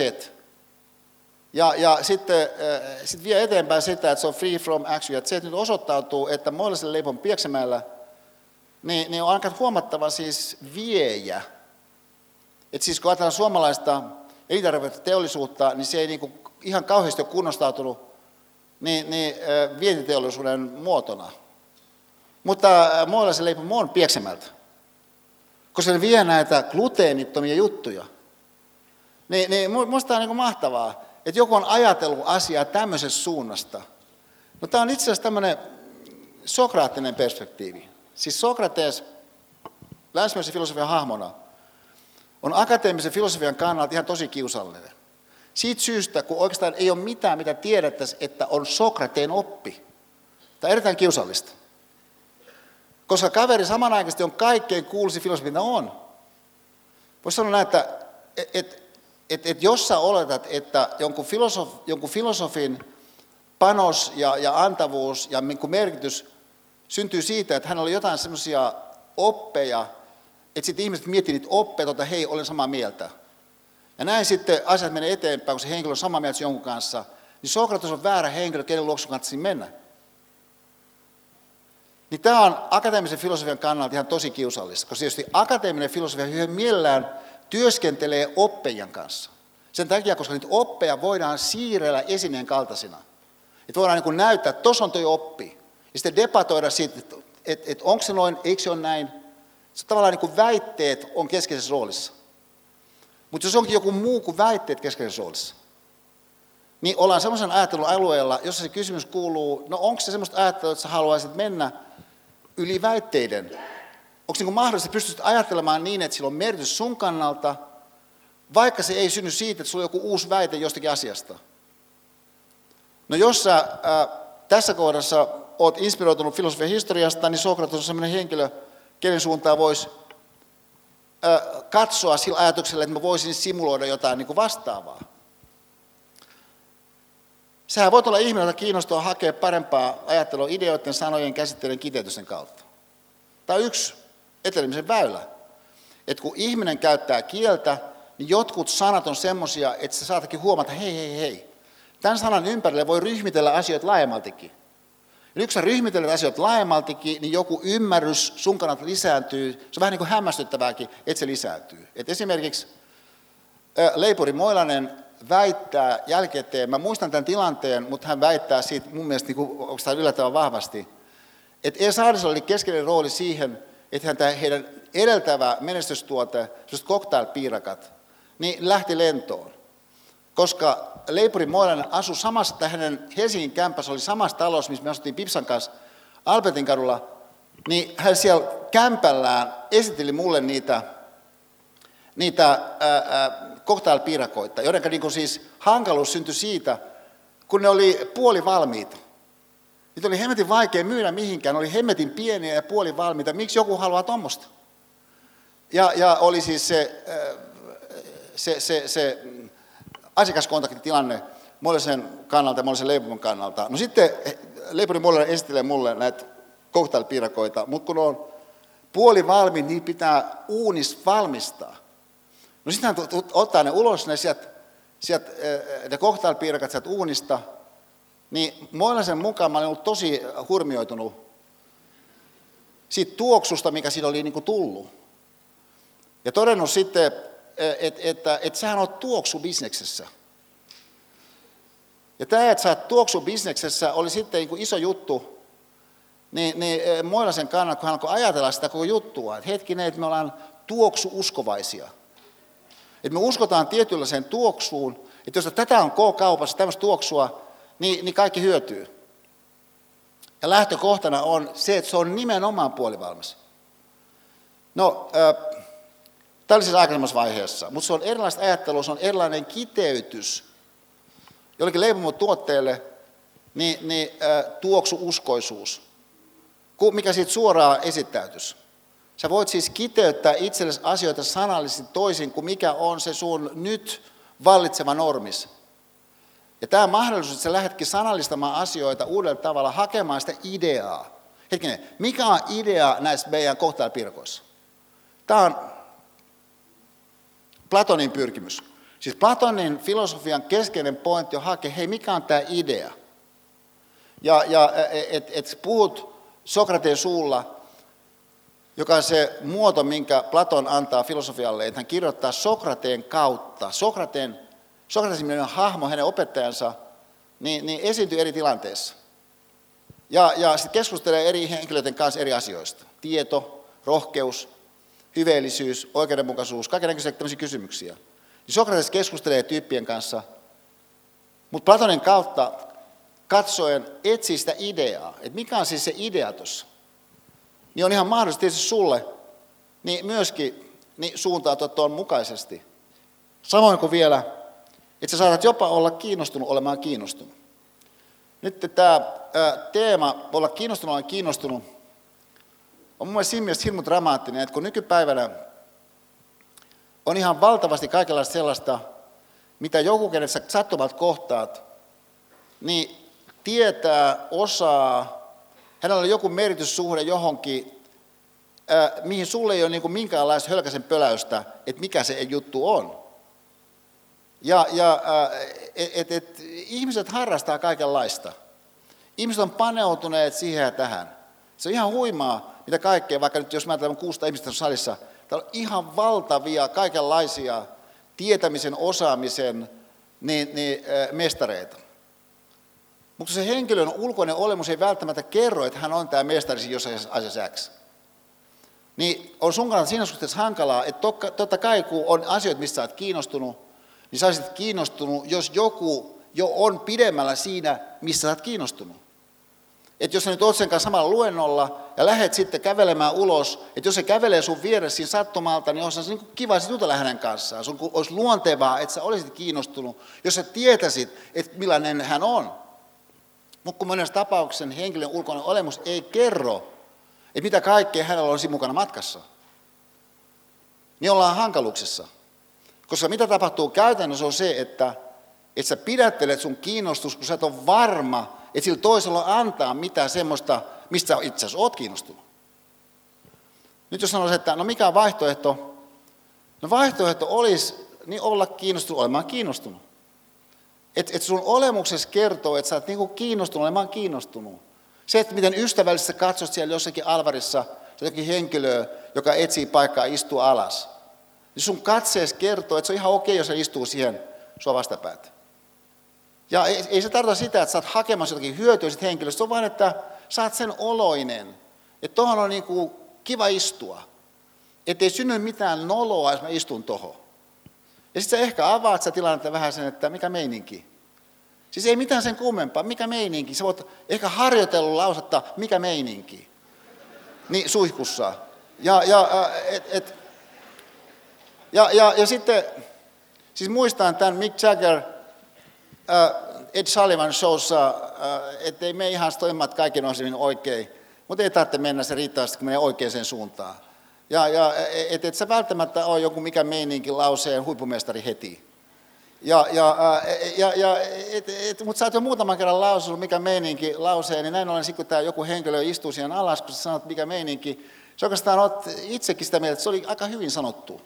Ja sitten vie eteenpäin sitä, että se on free from X, Y ja Z. Nyt osoittautuu, että Moilaisen leipomon Pieksämäellä niin on aika huomattava siis viejä. Et siis kun ajatellaan suomalaista elintarviketeollisuutta, niin se ei niinku ihan kauheasti ole kunnostautunut vientiteollisuuden muotona. Mutta Moilaisen leipomo on Pieksämältä, koska se vie näitä gluteenittomia juttuja. Niin minusta on niin mahtavaa, että joku on ajatellut asiaa tämmöisestä suunnasta. No, tämä on itse asiassa tämmöinen sokraattinen perspektiivi. Siis Sokrates länsimäisen filosofian hahmona on akateemisen filosofian kannalta ihan tosi kiusallinen. Siitä syystä, kun oikeastaan ei ole mitään, mitä tiedettäisiin, että on Sokrateen oppi. Tämä on erittäin kiusallista. Koska kaveri samanaikaisesti on kaikkein kuuluisin filosofi, mitä on. Voisi sanoa näin, että jos sä oletat, että jonkun filosofin panos ja antavuus ja merkitys syntyy siitä, että hänellä oli jotain semmoisia oppeja, että sitten ihmiset miettii niitä oppeja, että hei, olen samaa mieltä. Ja näin sitten asiat menee eteenpäin, kun se henkilö on samaa mieltä jonkun kanssa, niin Sokrates on väärä henkilö, kenen luokse kannattaisi mennä. Niin tämä on akateemisen filosofian kannalta ihan tosi kiusallista, koska tietysti akateeminen filosofia hyvin mielellään työskentelee oppejan kanssa. Sen takia, koska niitä oppeja voidaan siirrellä esineen kaltaisina. Että voidaan niin näyttää, että tuossa on tuo oppi. Ja sitten debatoida siitä, että onko se noin, eikö se ole näin. Se tavallaan niin väitteet on keskeisessä roolissa. Mutta jos onkin joku muu kuin väitteet keskeisessä roolissa, niin ollaan semmoisen ajattelun alueella, jossa se kysymys kuuluu, no onko se semmoista ajattelua, että sä haluaisit mennä yli väitteiden? Onko se niin mahdollista, että pystyt ajattelemaan niin, että sillä on merkitys sun kannalta, vaikka se ei synny siitä, että sulla on joku uusi väite jostakin asiasta? No jos sä tässä kohdassa olet inspiroitunut filosofian historiasta, niin Sokrates on sellainen henkilö, kenen suuntaan voisi katsoa sillä ajatuksella, että mä voisin simuloida jotain niin kuin vastaavaa. Sähän voit olla ihminen, jota kiinnostaa hakea parempaa ajattelua ideoiden, sanojen, käsitteiden, kiteytysten kautta. Tämä on yksi etenemisen väylä. Että kun ihminen käyttää kieltä, niin jotkut sanat on semmoisia, että sä saatakin huomata, hei. Tämän sanan ympärille voi ryhmitellä asioita laajemmaltikin. Ja yksi sä ryhmitelet asioita laajemmaltikin, niin joku ymmärrys sun kannalta lisääntyy. Se on vähän niin kuin hämmästyttävääkin, että se lisääntyy. Et esimerkiksi leipuri Moilanen väittää jälkikäteen, mä muistan tämän tilanteen, mutta hän väittää siitä mun mielestä, niin kuin, onko tämä yllättävän vahvasti, että E. Saarisella oli keskeinen rooli siihen, että heidän edeltävä menestystuote, sellaiset cocktailpiirakat, niin lähti lentoon. Koska leipuri Moilanen asui samassa, tai hänen Helsingin kämppässä oli samassa talossa, missä me asuttiin Pipsan kanssa Albertin kadulla, niin hän siellä kämpällään esitteli mulle niitä cocktailpiirakoita, joiden niin siis hankaluus syntyi siitä, kun ne oli puolivalmiita. Niitä oli hemmetin vaikea myydä mihinkään, ne oli hemmetin pieniä ja puolivalmiita. Miksi joku haluaa tuommoista? Ja oli siis se asiakaskontaktitilanne Moilaisen kannalta ja Moilaisen leipomon kannalta. No sitten leipuri Moilainen esittelee mulle näitä cocktailpiirakoita, mutta kun on puolivalmiit, niin pitää uunissa valmistaa. No sitten hän ottaa ne ulos, ne cocktailpiirakat sieltä uunista, niin Moilaisen mukaan mä olin ollut tosi hurmioitunut siitä tuoksusta, mikä siinä oli niin kuin tullut. Ja todennut sitten, että sähän olet tuoksubisneksessä. Ja tämä, että sä oot tuoksubisneksessä, oli sitten niin kuin iso juttu, niin Moilaisen kannalta, kun hän alkoi ajatella sitä koko juttua, että hetkinen, että me ollaan tuoksuuskovaisia. Että me uskotaan tietynlaiseen tuoksuun, että jos tätä on K-kaupassa, tämmöistä tuoksua, niin kaikki hyötyy. Ja lähtökohtana on se, että se on nimenomaan puolivalmis. No, tämä oli siis aikaisemmassa vaiheessa, mutta se on erilaista ajattelua, se on erilainen kiteytys. Jollekin leipomotuotteelle tuoksu-uskoisuus, mikä siitä suoraan esittäytys. Sä voit siis kiteyttää itsellesi asioita sanallisesti toisin kuin mikä on se sun nyt vallitseva normis. Ja tämä mahdollisuus, että sä lähdetkin sanallistamaan asioita uudella tavalla, hakemaan sitä ideaa. Hetkinen, mikä on idea näissä meidän kohtalopirkoissa? Tämä on Platonin pyrkimys. Siis Platonin filosofian keskeinen pointti on hakea, hei, mikä on tämä idea? Ja et puhut Sokrateen suulla, joka on se muoto, minkä Platon antaa filosofialle, että hän kirjoittaa Sokrateen kautta. Sokrates hahmo, hänen opettajansa, niin esiintyy eri tilanteissa. Ja sitten keskustelee eri henkilöiden kanssa eri asioista. Tieto, rohkeus, hyveellisyys, oikeudenmukaisuus, kaikenlaisia tämmöisiä kysymyksiä. Niin Sokrates keskustelee tyyppien kanssa, mutta Platonin kautta katsoen etsii sitä ideaa, että mikä on siis se idea tuossa. Niin on ihan mahdollista tietysti sulle niin myöskin suuntautua tuon mukaisesti. Samoin kuin vielä, että sä saatat jopa olla kiinnostunut olemaan kiinnostunut. Nyt tämä teema, olla kiinnostunut, on mun mielestä siinä mielessä hirmu dramaattinen, että kun nykypäivänä on ihan valtavasti kaikenlaista sellaista, mitä joku, kenet sä sattumalta kohtaat, niin tietää, osaa, hänellä on joku merkityssuhde johonkin, mihin sulle ei ole niin kuin minkäänlaista hölkäsen pöläystä, että mikä se juttu on. Ihmiset harrastaa kaikenlaista. Ihmiset on paneutuneet siihen ja tähän. Se on ihan huimaa, mitä kaikkea, vaikka nyt jos mä ajattelen 600 ihmistä salissa, täällä on ihan valtavia kaikenlaisia tietämisen, osaamisen mestareita. Mutta se henkilön ulkoinen olemus ei välttämättä kerro, että hän on tämä mestari jossain asiassa X. Niin on sun kannalta siinä suhteessa hankalaa, että totta kai kun on asioita, mistä sä oot kiinnostunut, niin sä olisit kiinnostunut, jos joku jo on pidemmällä siinä, missä sä oot kiinnostunut. Että jos sä nyt oot sen kanssa samalla luennolla ja lähdet sitten kävelemään ulos, että jos se kävelee sun vieressä siinä sattumalta, niin olisi niin kiva jutella hänen kanssaan. Sun olisi luontevaa, että sä olisit kiinnostunut, jos sä tietäisit, että millainen hän on. Mutta kun monessa tapauksessa henkilön ulkoinen olemus ei kerro, että mitä kaikkea hänellä on siinä mukana matkassa, niin ollaan hankaluuksissa. Koska mitä tapahtuu käytännössä on se, että sä pidättelet sun kiinnostus, kun sä et ole varma, että sillä toisella antaa mitään semmoista, mistä sä itse asiassa oot kiinnostunut. Nyt jos sanoisin, että no mikä on vaihtoehto? No vaihtoehto olisi niin olla kiinnostunut olemaan kiinnostunut. Että sun olemuksessa kertoo, että sä oot niinku kiinnostunut olemaan kiinnostunut. Se, että miten ystävällisesti sä katsot siellä jossakin alvarissa jotakin henkilöä, joka etsii paikkaa istua alas. Niin sun katseessa kertoo, että se on ihan okei, jos se istuu siihen sua vastapäätä. Ja ei se tarkoita sitä, että sä oot hakemassa jotakin hyötyä siitä henkilöstä, se on vain, että sä oot sen oloinen. Että tohon on niinku kiva istua. Että ei synny mitään noloa, jos mä istun tohon. Ja sitten sä ehkä avaat sitä tilannetta vähän sen, että mikä meininki. Siis ei mitään sen kummempaa, mikä meininki. Sä voit ehkä harjoitellut lausetta, mikä meininki. Niin suihkussa. Ja sitten, siis muistan tämän Mick Jagger, Ed Sullivan showssa, ettei me ihan toimimat kaiken osin oikein, mutta ei tarvitse mennä se riittävästi, kun menee oikeaan suuntaan. Et sä välttämättä ole joku mikä meininki lauseen huippumestari heti. Mutta sä oot jo muutaman kerran lausunut mikä meininki lauseen, niin näin ollen sitten kun tämä joku henkilö istuu siihen alas, kun sä sanot mikä meininki, se oikeastaan oot itsekin sitä mieltä, että se oli aika hyvin sanottu.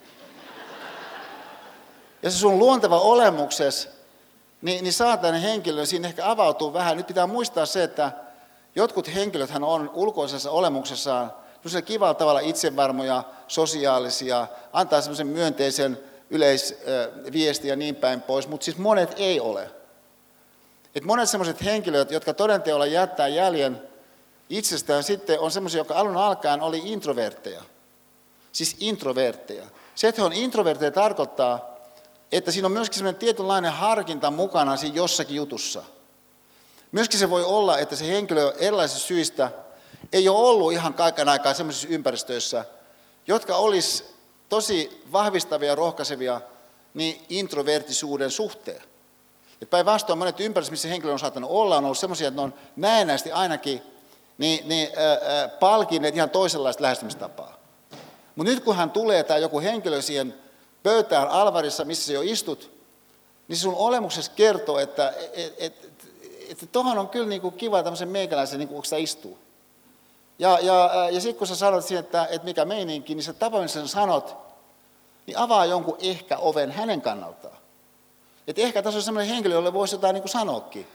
Ja se sun luonteva olemuksesi, niin saatainen henkilö siinä ehkä avautuu vähän. Nyt pitää muistaa se, että jotkut henkilöthän on ulkoisessa olemuksessaan kivalla tavalla itsevarmoja, sosiaalisia, antaa semmoisen myönteisen yleisviestin ja niin päin pois, mutta siis monet ei ole. Et monet semmoiset henkilöt, jotka todenteolla jättää jäljen itsestään sitten, on semmoisia, jotka alun alkaen oli introvertteja. Siis introvertteja. Se, että he on introvertteja, tarkoittaa, että siinä on myöskin semmoinen tietynlainen harkinta mukana siinä jossakin jutussa. Myöskin se voi olla, että se henkilö erilaisista syistä ei ole ollut ihan kaiken aikaa sellaisissa ympäristöissä, jotka olisi tosi vahvistavia ja rohkaisevia niin introvertisuuden suhteen. Päinvastoin monet ympäristöt, missä henkilö on saattanut olla, on ollut sellaisia, että ne on näennäisesti ainakin palkinneet ihan toisenlaista lähestymistapaa. Mutta nyt kun hän tulee tai joku henkilö siihen pöytään alvarissa, missä jo istut, niin sun olemuksessa kertoo, että tuohon on kyllä niinku kiva tämmöisen meikäläisen, niin kun sitä istuu. Ja sitten kun sä sanot siihen, että mikä meininki, niin se tapa, missä sä sanot, niin avaa jonkun ehkä oven hänen kannaltaan. Että ehkä tässä on sellainen henkilö, jolle voisi jotain niin kuin sanoakin.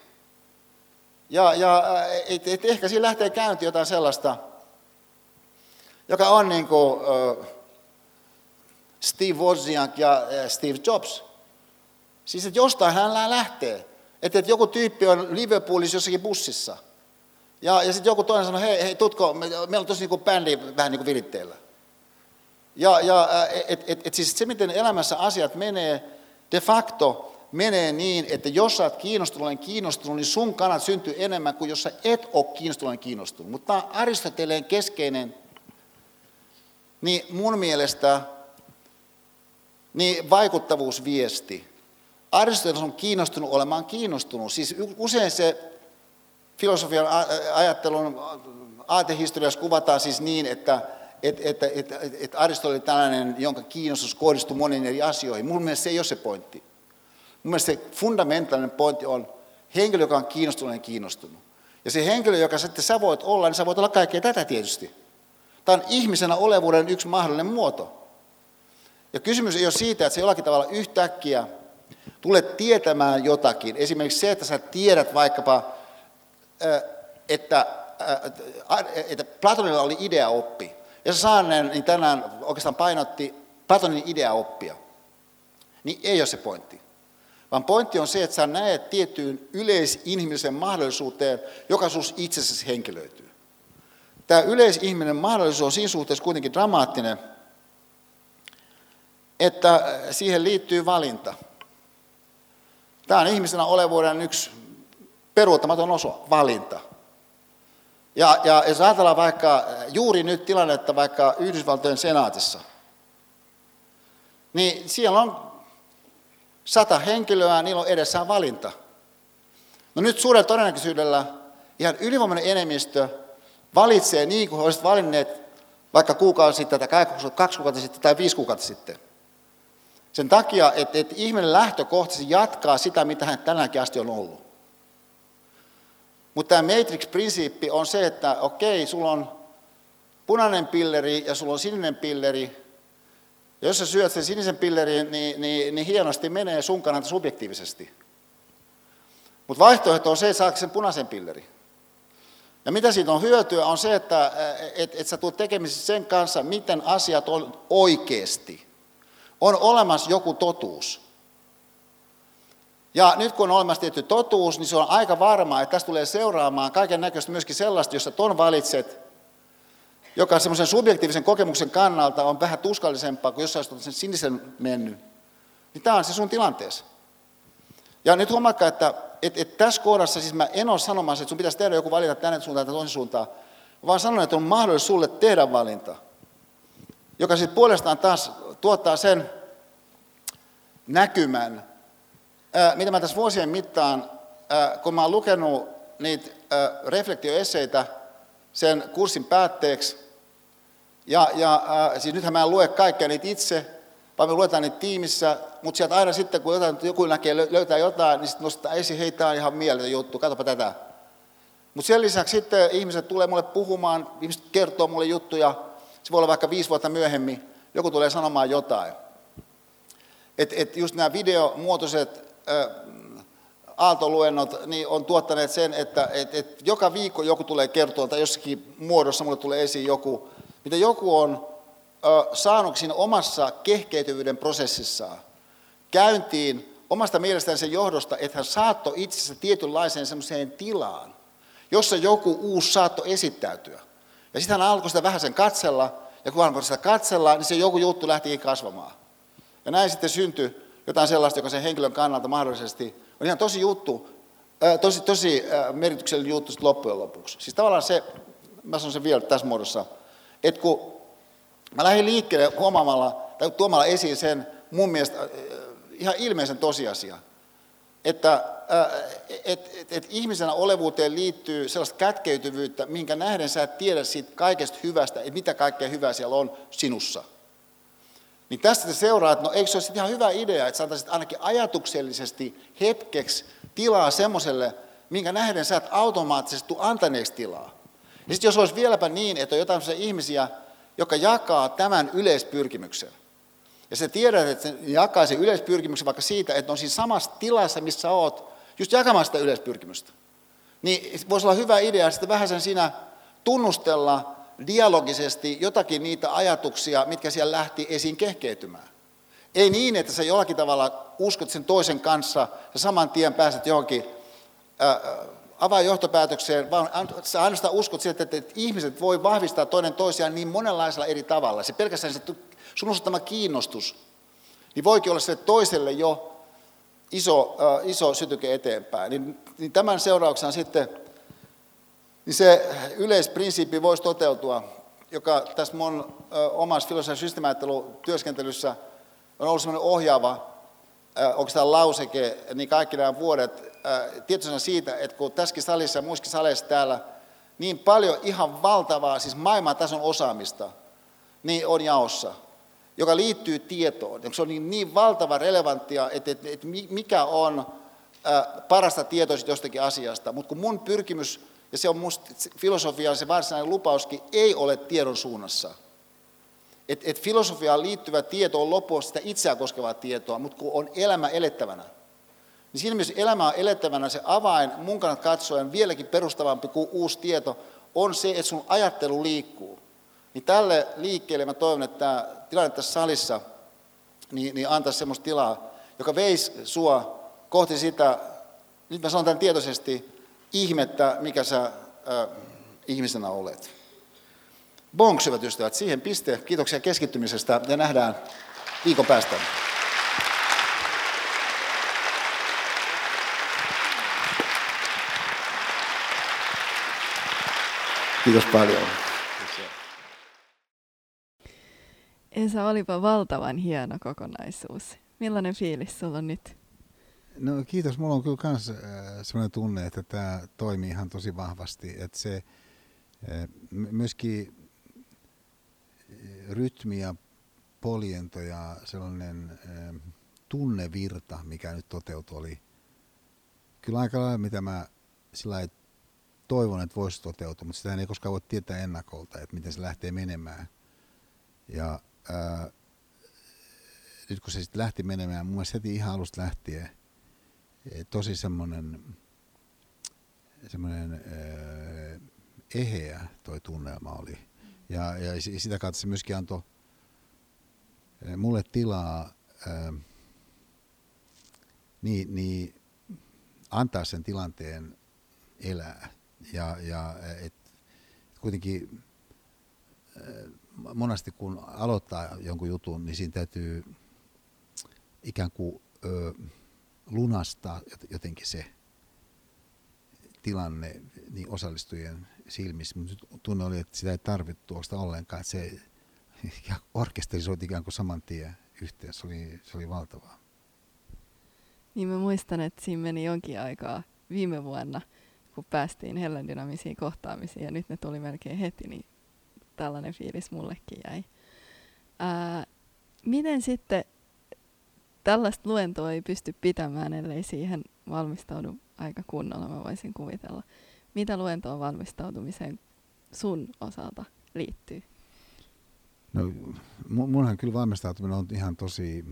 Et ehkä siinä lähtee käyntiin jotain sellaista, joka on niin kuin Steve Wozniak ja Steve Jobs. Siis että jostain hän lähtee. Että joku tyyppi on Liverpoolissa jossakin bussissa. Ja sitten joku toinen sanoo, hei tutko, meillä on tosi niin kuin bändi vähän niin kuin viritteillä. Siis se, miten elämässä asiat menee, de facto menee niin, että jos sä oot kiinnostunut, niin sun kannat syntyy enemmän kuin jos sä et ole kiinnostunut. Mutta tämä on Aristoteleen keskeinen, niin mun mielestä niin vaikuttavuusviesti. Aristoteles on kiinnostunut olemaan kiinnostunut. Siis usein se filosofian ajattelun aatehistoriassa kuvataan siis niin, että Aristoteles oli tällainen, jonka kiinnostus kohdistui moniin eri asioihin. Mun mielestä se ei ole se pointti. Mun mielestä se fundamentaalinen pointti on henkilö, joka on kiinnostunut. Ja se henkilö, joka sitten sä voit olla, niin sä voit olla kaikkea tätä tietysti. Tämä on ihmisenä olevuuden yksi mahdollinen muoto. Ja kysymys ei ole siitä, että se jollakin tavalla yhtäkkiä tulet tietämään jotakin. Esimerkiksi se, että sä tiedät vaikkapa, että Platonilla oli ideaoppi. Ja Saarinen niin tänään oikeastaan painotti Platonin ideaoppia. Niin ei ole se pointti. Vaan pointti on se, että sä näet tiettyyn yleisinhimilliseen mahdollisuuteen, joka sinussa itsessäsi henkilöityy. Tämä yleisinhimillinen mahdollisuus on siinä suhteessa kuitenkin dramaattinen, että siihen liittyy valinta. Tämä on ihmisenä olevuuden yksi peruuttamaton osa, valinta. Ja jos ajatellaan vaikka juuri nyt tilannetta vaikka Yhdysvaltojen senaatissa, niin siellä on 100 henkilöä, niillä on edessään valinta. No nyt suurella todennäköisyydellä ihan ylivoimainen enemmistö valitsee niin kuin he olisivat valinneet vaikka kuukausi sitten tai 2 kuukautta sitten tai 5 kuukautta sitten. Sen takia, että ihminen lähtökohtaisesti jatkaa sitä, mitä hän tänäänkin asti on ollut. Mutta tämä Matrix-prinsiippi on se, että okei, sulla on punainen pilleri ja sulla on sininen pilleri. Ja jos sä syöt sen sinisen pillerin, niin hienosti menee sun kannalta subjektiivisesti. Mutta vaihtoehto on se, että saako sen punaisen pillerin. Ja mitä siitä on hyötyä, on se, että sä tulet tekemisissä sen kanssa, miten asiat on oikeasti. On olemassa joku totuus. Ja nyt kun on olemassa tietty totuus, niin se on aika varmaa, että tästä tulee seuraamaan kaiken näköistä myöskin sellaista, jos sä ton valitset, joka semmoisen subjektiivisen kokemuksen kannalta on vähän tuskallisempaa kuin jos sä olisit sen sinisen mennyt. Niin tämä on se sun tilanteessa. Ja nyt huomatkaa, että tässä kohdassa siis mä en ole sanomassa, että sun pitäisi tehdä joku valinta tänne suuntaan tai toisen suuntaan, vaan sanon, että on mahdollisuus sulle tehdä valinta, joka sitten puolestaan taas tuottaa sen näkymän, mitä mä tässä vuosien mittaan, kun mä oon lukenut niitä reflektioesseitä sen kurssin päätteeksi, siis nythän mä en lue kaikkea niitä itse, vaan me luetaan niitä tiimissä, mutta sieltä aina sitten, kun joku näkee, löytää jotain, niin sitten nostetaan esiin, hei, tämä on ihan mieletön juttu, katsopa tätä. Mutta sen lisäksi sitten ihmiset tulee mulle puhumaan, ihmiset kertoo mulle juttuja, se voi olla vaikka 5 vuotta myöhemmin, joku tulee sanomaan jotain. Että just nämä videomuotoiset aaltoluennot niin on tuottaneet sen, että joka viikko joku tulee kertoa tai jossakin muodossa mulle tulee esiin joku, mitä joku on saanut siinä omassa kehkeytyvyyden prosessissaan käyntiin omasta mielestään sen johdosta, että hän saattoi itsensä tietynlaiseen semmoiseen tilaan, jossa joku uusi saattoi esittäytyä. Ja sitten hän alkoi sitä vähän sen katsella, ja kun hän alkoi sitä katsella, niin se joku juttu lähti kasvamaan. Ja näin sitten syntyi jotain sellaista, joka sen henkilön kannalta mahdollisesti on ihan tosi merkityksellinen juttu loppujen lopuksi. Siis tavallaan se, mä sanon sen vielä tässä muodossa, että kun mä lähdin liikkeelle huomaamalla tai tuomalla esiin sen mun mielestä ihan ilmeisen tosiasian, että ihmisen olevuuteen liittyy sellaista kätkeytyvyyttä, minkä nähden sä et tiedä siitä kaikesta hyvästä, että mitä kaikkea hyvää siellä on sinussa. Niin tästä se seuraa, että no eikö se ole ihan hyvä idea, että sä antaisit ainakin ajatuksellisesti hetkeksi tilaa semmoiselle, minkä nähden sä et automaattisesti tule antaneeksi tilaa. Ja sitten jos olisi vieläpä niin, että on jotain sellaisia ihmisiä, jotka jakaa tämän yleispyrkimyksen, ja sä tiedät, että se jakaa sen yleispyrkimyksen vaikka siitä, että on siinä samassa tilassa, missä oot, just jakamaan sitä yleispyrkimystä. Niin voisi olla hyvä idea sitten vähän sen siinä tunnustella dialogisesti jotakin niitä ajatuksia, mitkä siellä lähti esiin kehkeytymään. Ei niin, että sä jollakin tavalla uskot sen toisen kanssa ja saman tien pääset johonkin avainjohtopäätökseen, vaan sä ainoastaan uskot siihen, että ihmiset voi vahvistaa toinen toisiaan niin monenlaisella eri tavalla. Se pelkästään se sun osoittama kiinnostus, niin voikin olla sille toiselle jo iso sytyke eteenpäin. Niin tämän seurauksena sitten niin se yleisprinsiippi voisi toteutua, joka tässä mun omassa filosofisen systemaattelutyöskentelyssä on ollut sellainen ohjaava, onko tämä lauseke, niin kaikki nämä vuodet tietoisena siitä, että kun tässäkin salissa ja muissakin saleissa täällä niin paljon ihan valtavaa, siis maailmantason osaamista, niin on jaossa, joka liittyy tietoon. Se on niin valtava relevanttia, että mikä on parasta tietoa jostakin asiasta, mutta kun mun pyrkimys, ja se on musta filosofian se varsinainen lupauskin, ei ole tiedon suunnassa. Että filosofiaan liittyvä tieto on loppuun sitä itseään koskevaa tietoa, mutta kun on elämä elettävänä, niin siinä mielessä elämä on elettävänä se avain mun kannalta katsoen vieläkin perustavampi kuin uusi tieto on se, että sun ajattelu liikkuu. Niin tälle liikkeelle mä toivon, että tämä tilanne tässä salissa niin antaisi semmoista tilaa, joka veisi sua kohti sitä, nyt mä sanon tämän tietoisesti, ihmettä, mikä sä ihmisenä olet. Bonks, hyvät ystävät, siihen piste. Kiitoksia keskittymisestä ja nähdään viikon päästä. Kiitos paljon. Esa, olipa valtavan hieno kokonaisuus. Millainen fiilis sulla on nyt? No kiitos. Mulla on kyllä myös sellainen tunne, että tämä toimii ihan tosi vahvasti. Että se myöskin rytmi ja poljento ja sellainen tunnevirta, mikä nyt toteutui, oli kyllä aika lailla, mitä mä sillä toivon, että voisi toteutua, mutta sitä ei koskaan voi tietää ennakolta, että miten se lähtee menemään. Ja nyt kun se sitten lähti menemään, mun mielestä heti ihan alusta lähtien tosi semmoinen eheä toi tunnelma oli. Ja sitä kautta se myöskin antoi mulle tilaa niin antaa sen tilanteen elää. Ja kuitenkin monesti kun aloittaa jonkun jutun, niin siinä täytyy ikään kuin lunastaa jotenkin se tilanne niin osallistujien silmissä. Mutta tunne oli, että sitä ei tarvittu tuosta ollenkaan. Että se orkesteri soiti ikään kuin saman tien yhteen. Se oli valtavaa. Niin mä muistan, että siinä meni jonkin aikaa viime vuonna, kun päästiin Hellen dynaamisiin kohtaamisiin ja nyt ne tuli melkein heti, niin tällainen fiilis mullekin jäi. Miten sitten tällaista luentoa ei pysty pitämään, ellei siihen valmistaudu aika kunnolla, mä voisin kuvitella. Mitä luentoon valmistautumiseen sun osalta liittyy? No, munhan kyllä valmistautuminen on ihan tosi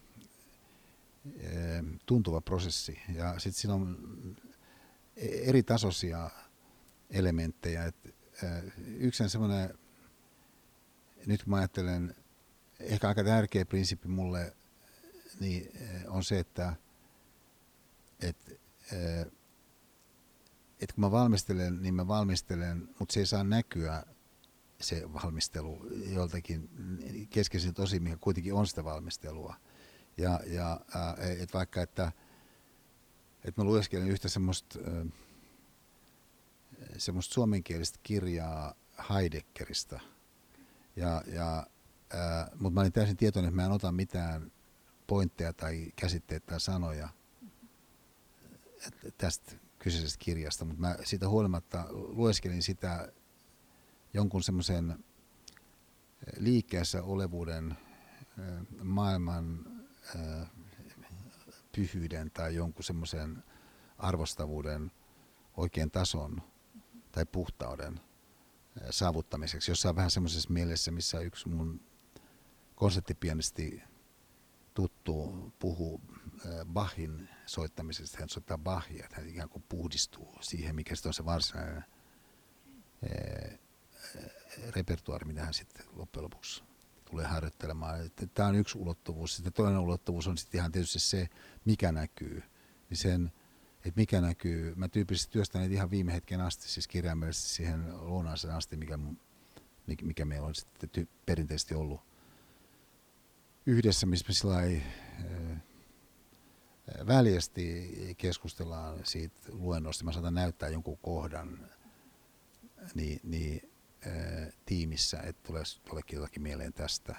tuntuva prosessi. Ja sitten siinä on eri tasoisia elementtejä. Yksi on semmoinen, nyt kun mä ajattelen, ehkä aika tärkeä prinsiippi mulle, niin on se, että kun mä valmistelen, niin mä valmistelen, mutta se ei saa näkyä se valmistelu joltakin keskeisiltä osin, mikä kuitenkin on sitä valmistelua. Ja et vaikka, että mä lueskelen yhtä semmoista suomenkielistä kirjaa Heideggeristä, mutta mä olin täysin tietoinen, että mä en ota mitään pointteja tai käsitteitä tai sanoja tästä kyseisestä kirjasta, mutta mä siitä huolimatta lueskelin sitä jonkun semmoisen liikkeessä olevuuden, maailman pyhyyden tai jonkun semmoisen arvostavuuden oikean tason tai puhtauden saavuttamiseksi. Jossain vähän semmoisessa mielessä, missä yksi mun konserttipianisti tuttu puhuu Bachin soittamisesta. Hän soittaa Bachia, että hän ikään kuin puhdistuu siihen, mikä sitten on se varsinainen repertuaari, mitä hän sitten loppujen lopuksi tulee harjoittelemaan. Tämä on yksi ulottuvuus. Sitten toinen ulottuvuus on sitten ihan tietysti se, mikä näkyy. Niin sen, että mikä näkyy, mä tyypillisesti työstän ihan viime hetken asti, siis kirjaimellisesti siihen lounaaseen asti, mikä meillä on sitten perinteisesti ollut yhdessä, missä me sillai väljästi keskustellaan siitä luennosta. Mä saatan näyttää jonkun kohdan tiimissä, että tulee jollekin jotakin mieleen tästä.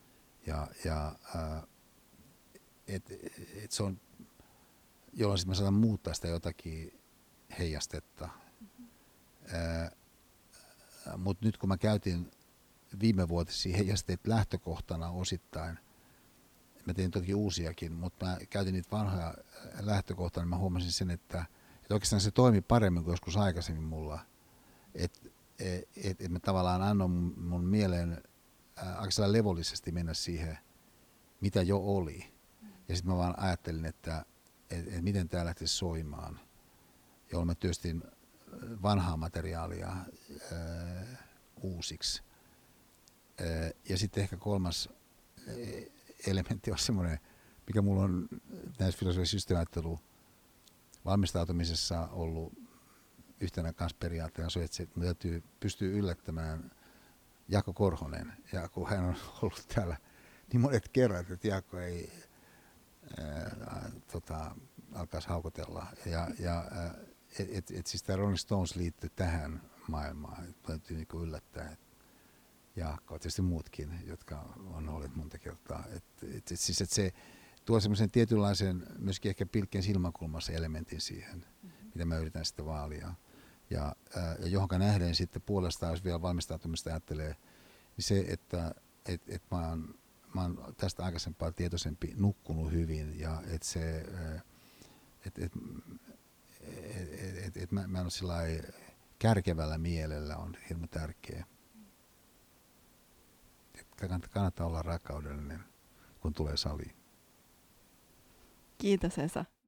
Et se on, jolloin sitten mä saatan muuttaa sitä jotakin heijastetta. Mutta nyt kun mä käytin viimevuotisia heijasteita lähtökohtana osittain, mä tein toki uusiakin, mutta mä käytin niitä vanhoja lähtökohtana, niin mä huomasin sen, että oikeastaan se toimi paremmin kuin joskus aikaisemmin mulla. Että mä tavallaan annoin mun mieleen aika levollisesti mennä siihen, mitä jo oli. Ja sitten mä vaan ajattelin, että miten tää lähtisi soimaan, jolloin mä työstin vanhaa materiaalia uusiksi. Ja sitten ehkä kolmas elementti on semmoinen, mikä mulla on näissä filosofisissa systeemiajattelun valmistautumisessa ollut yhtenä kanssa periaatteena, se, että mun täytyy pystyä yllättämään Jaakko Korhonen. Ja kun hän on ollut täällä niin monet kerrat, että Jaakko ei alkaisi haukotella. Siis tämä Rolling Stones liittyy tähän maailmaan. Että täytyy niinku yllättää Jaakkoa, tietysti muutkin, jotka on olleet monta kertaa. Että se tuo semmoisen tietynlaisen, myöskin ehkä pilkkeen silmäkulmassa elementin siihen, mitä mä yritän sitten vaalia. Ja johonka nähden sitten puolestaan, jos vielä valmistautumista ajattelee, niin se, että mä oon tästä aikaisempaa tietoisempi, nukkunut hyvin ja että se, mä en ole sillai kärkevällä mielellä on hirveän tärkeä. Kannattaa olla rakkaudellinen, kun tulee saliin. Kiitos Esa.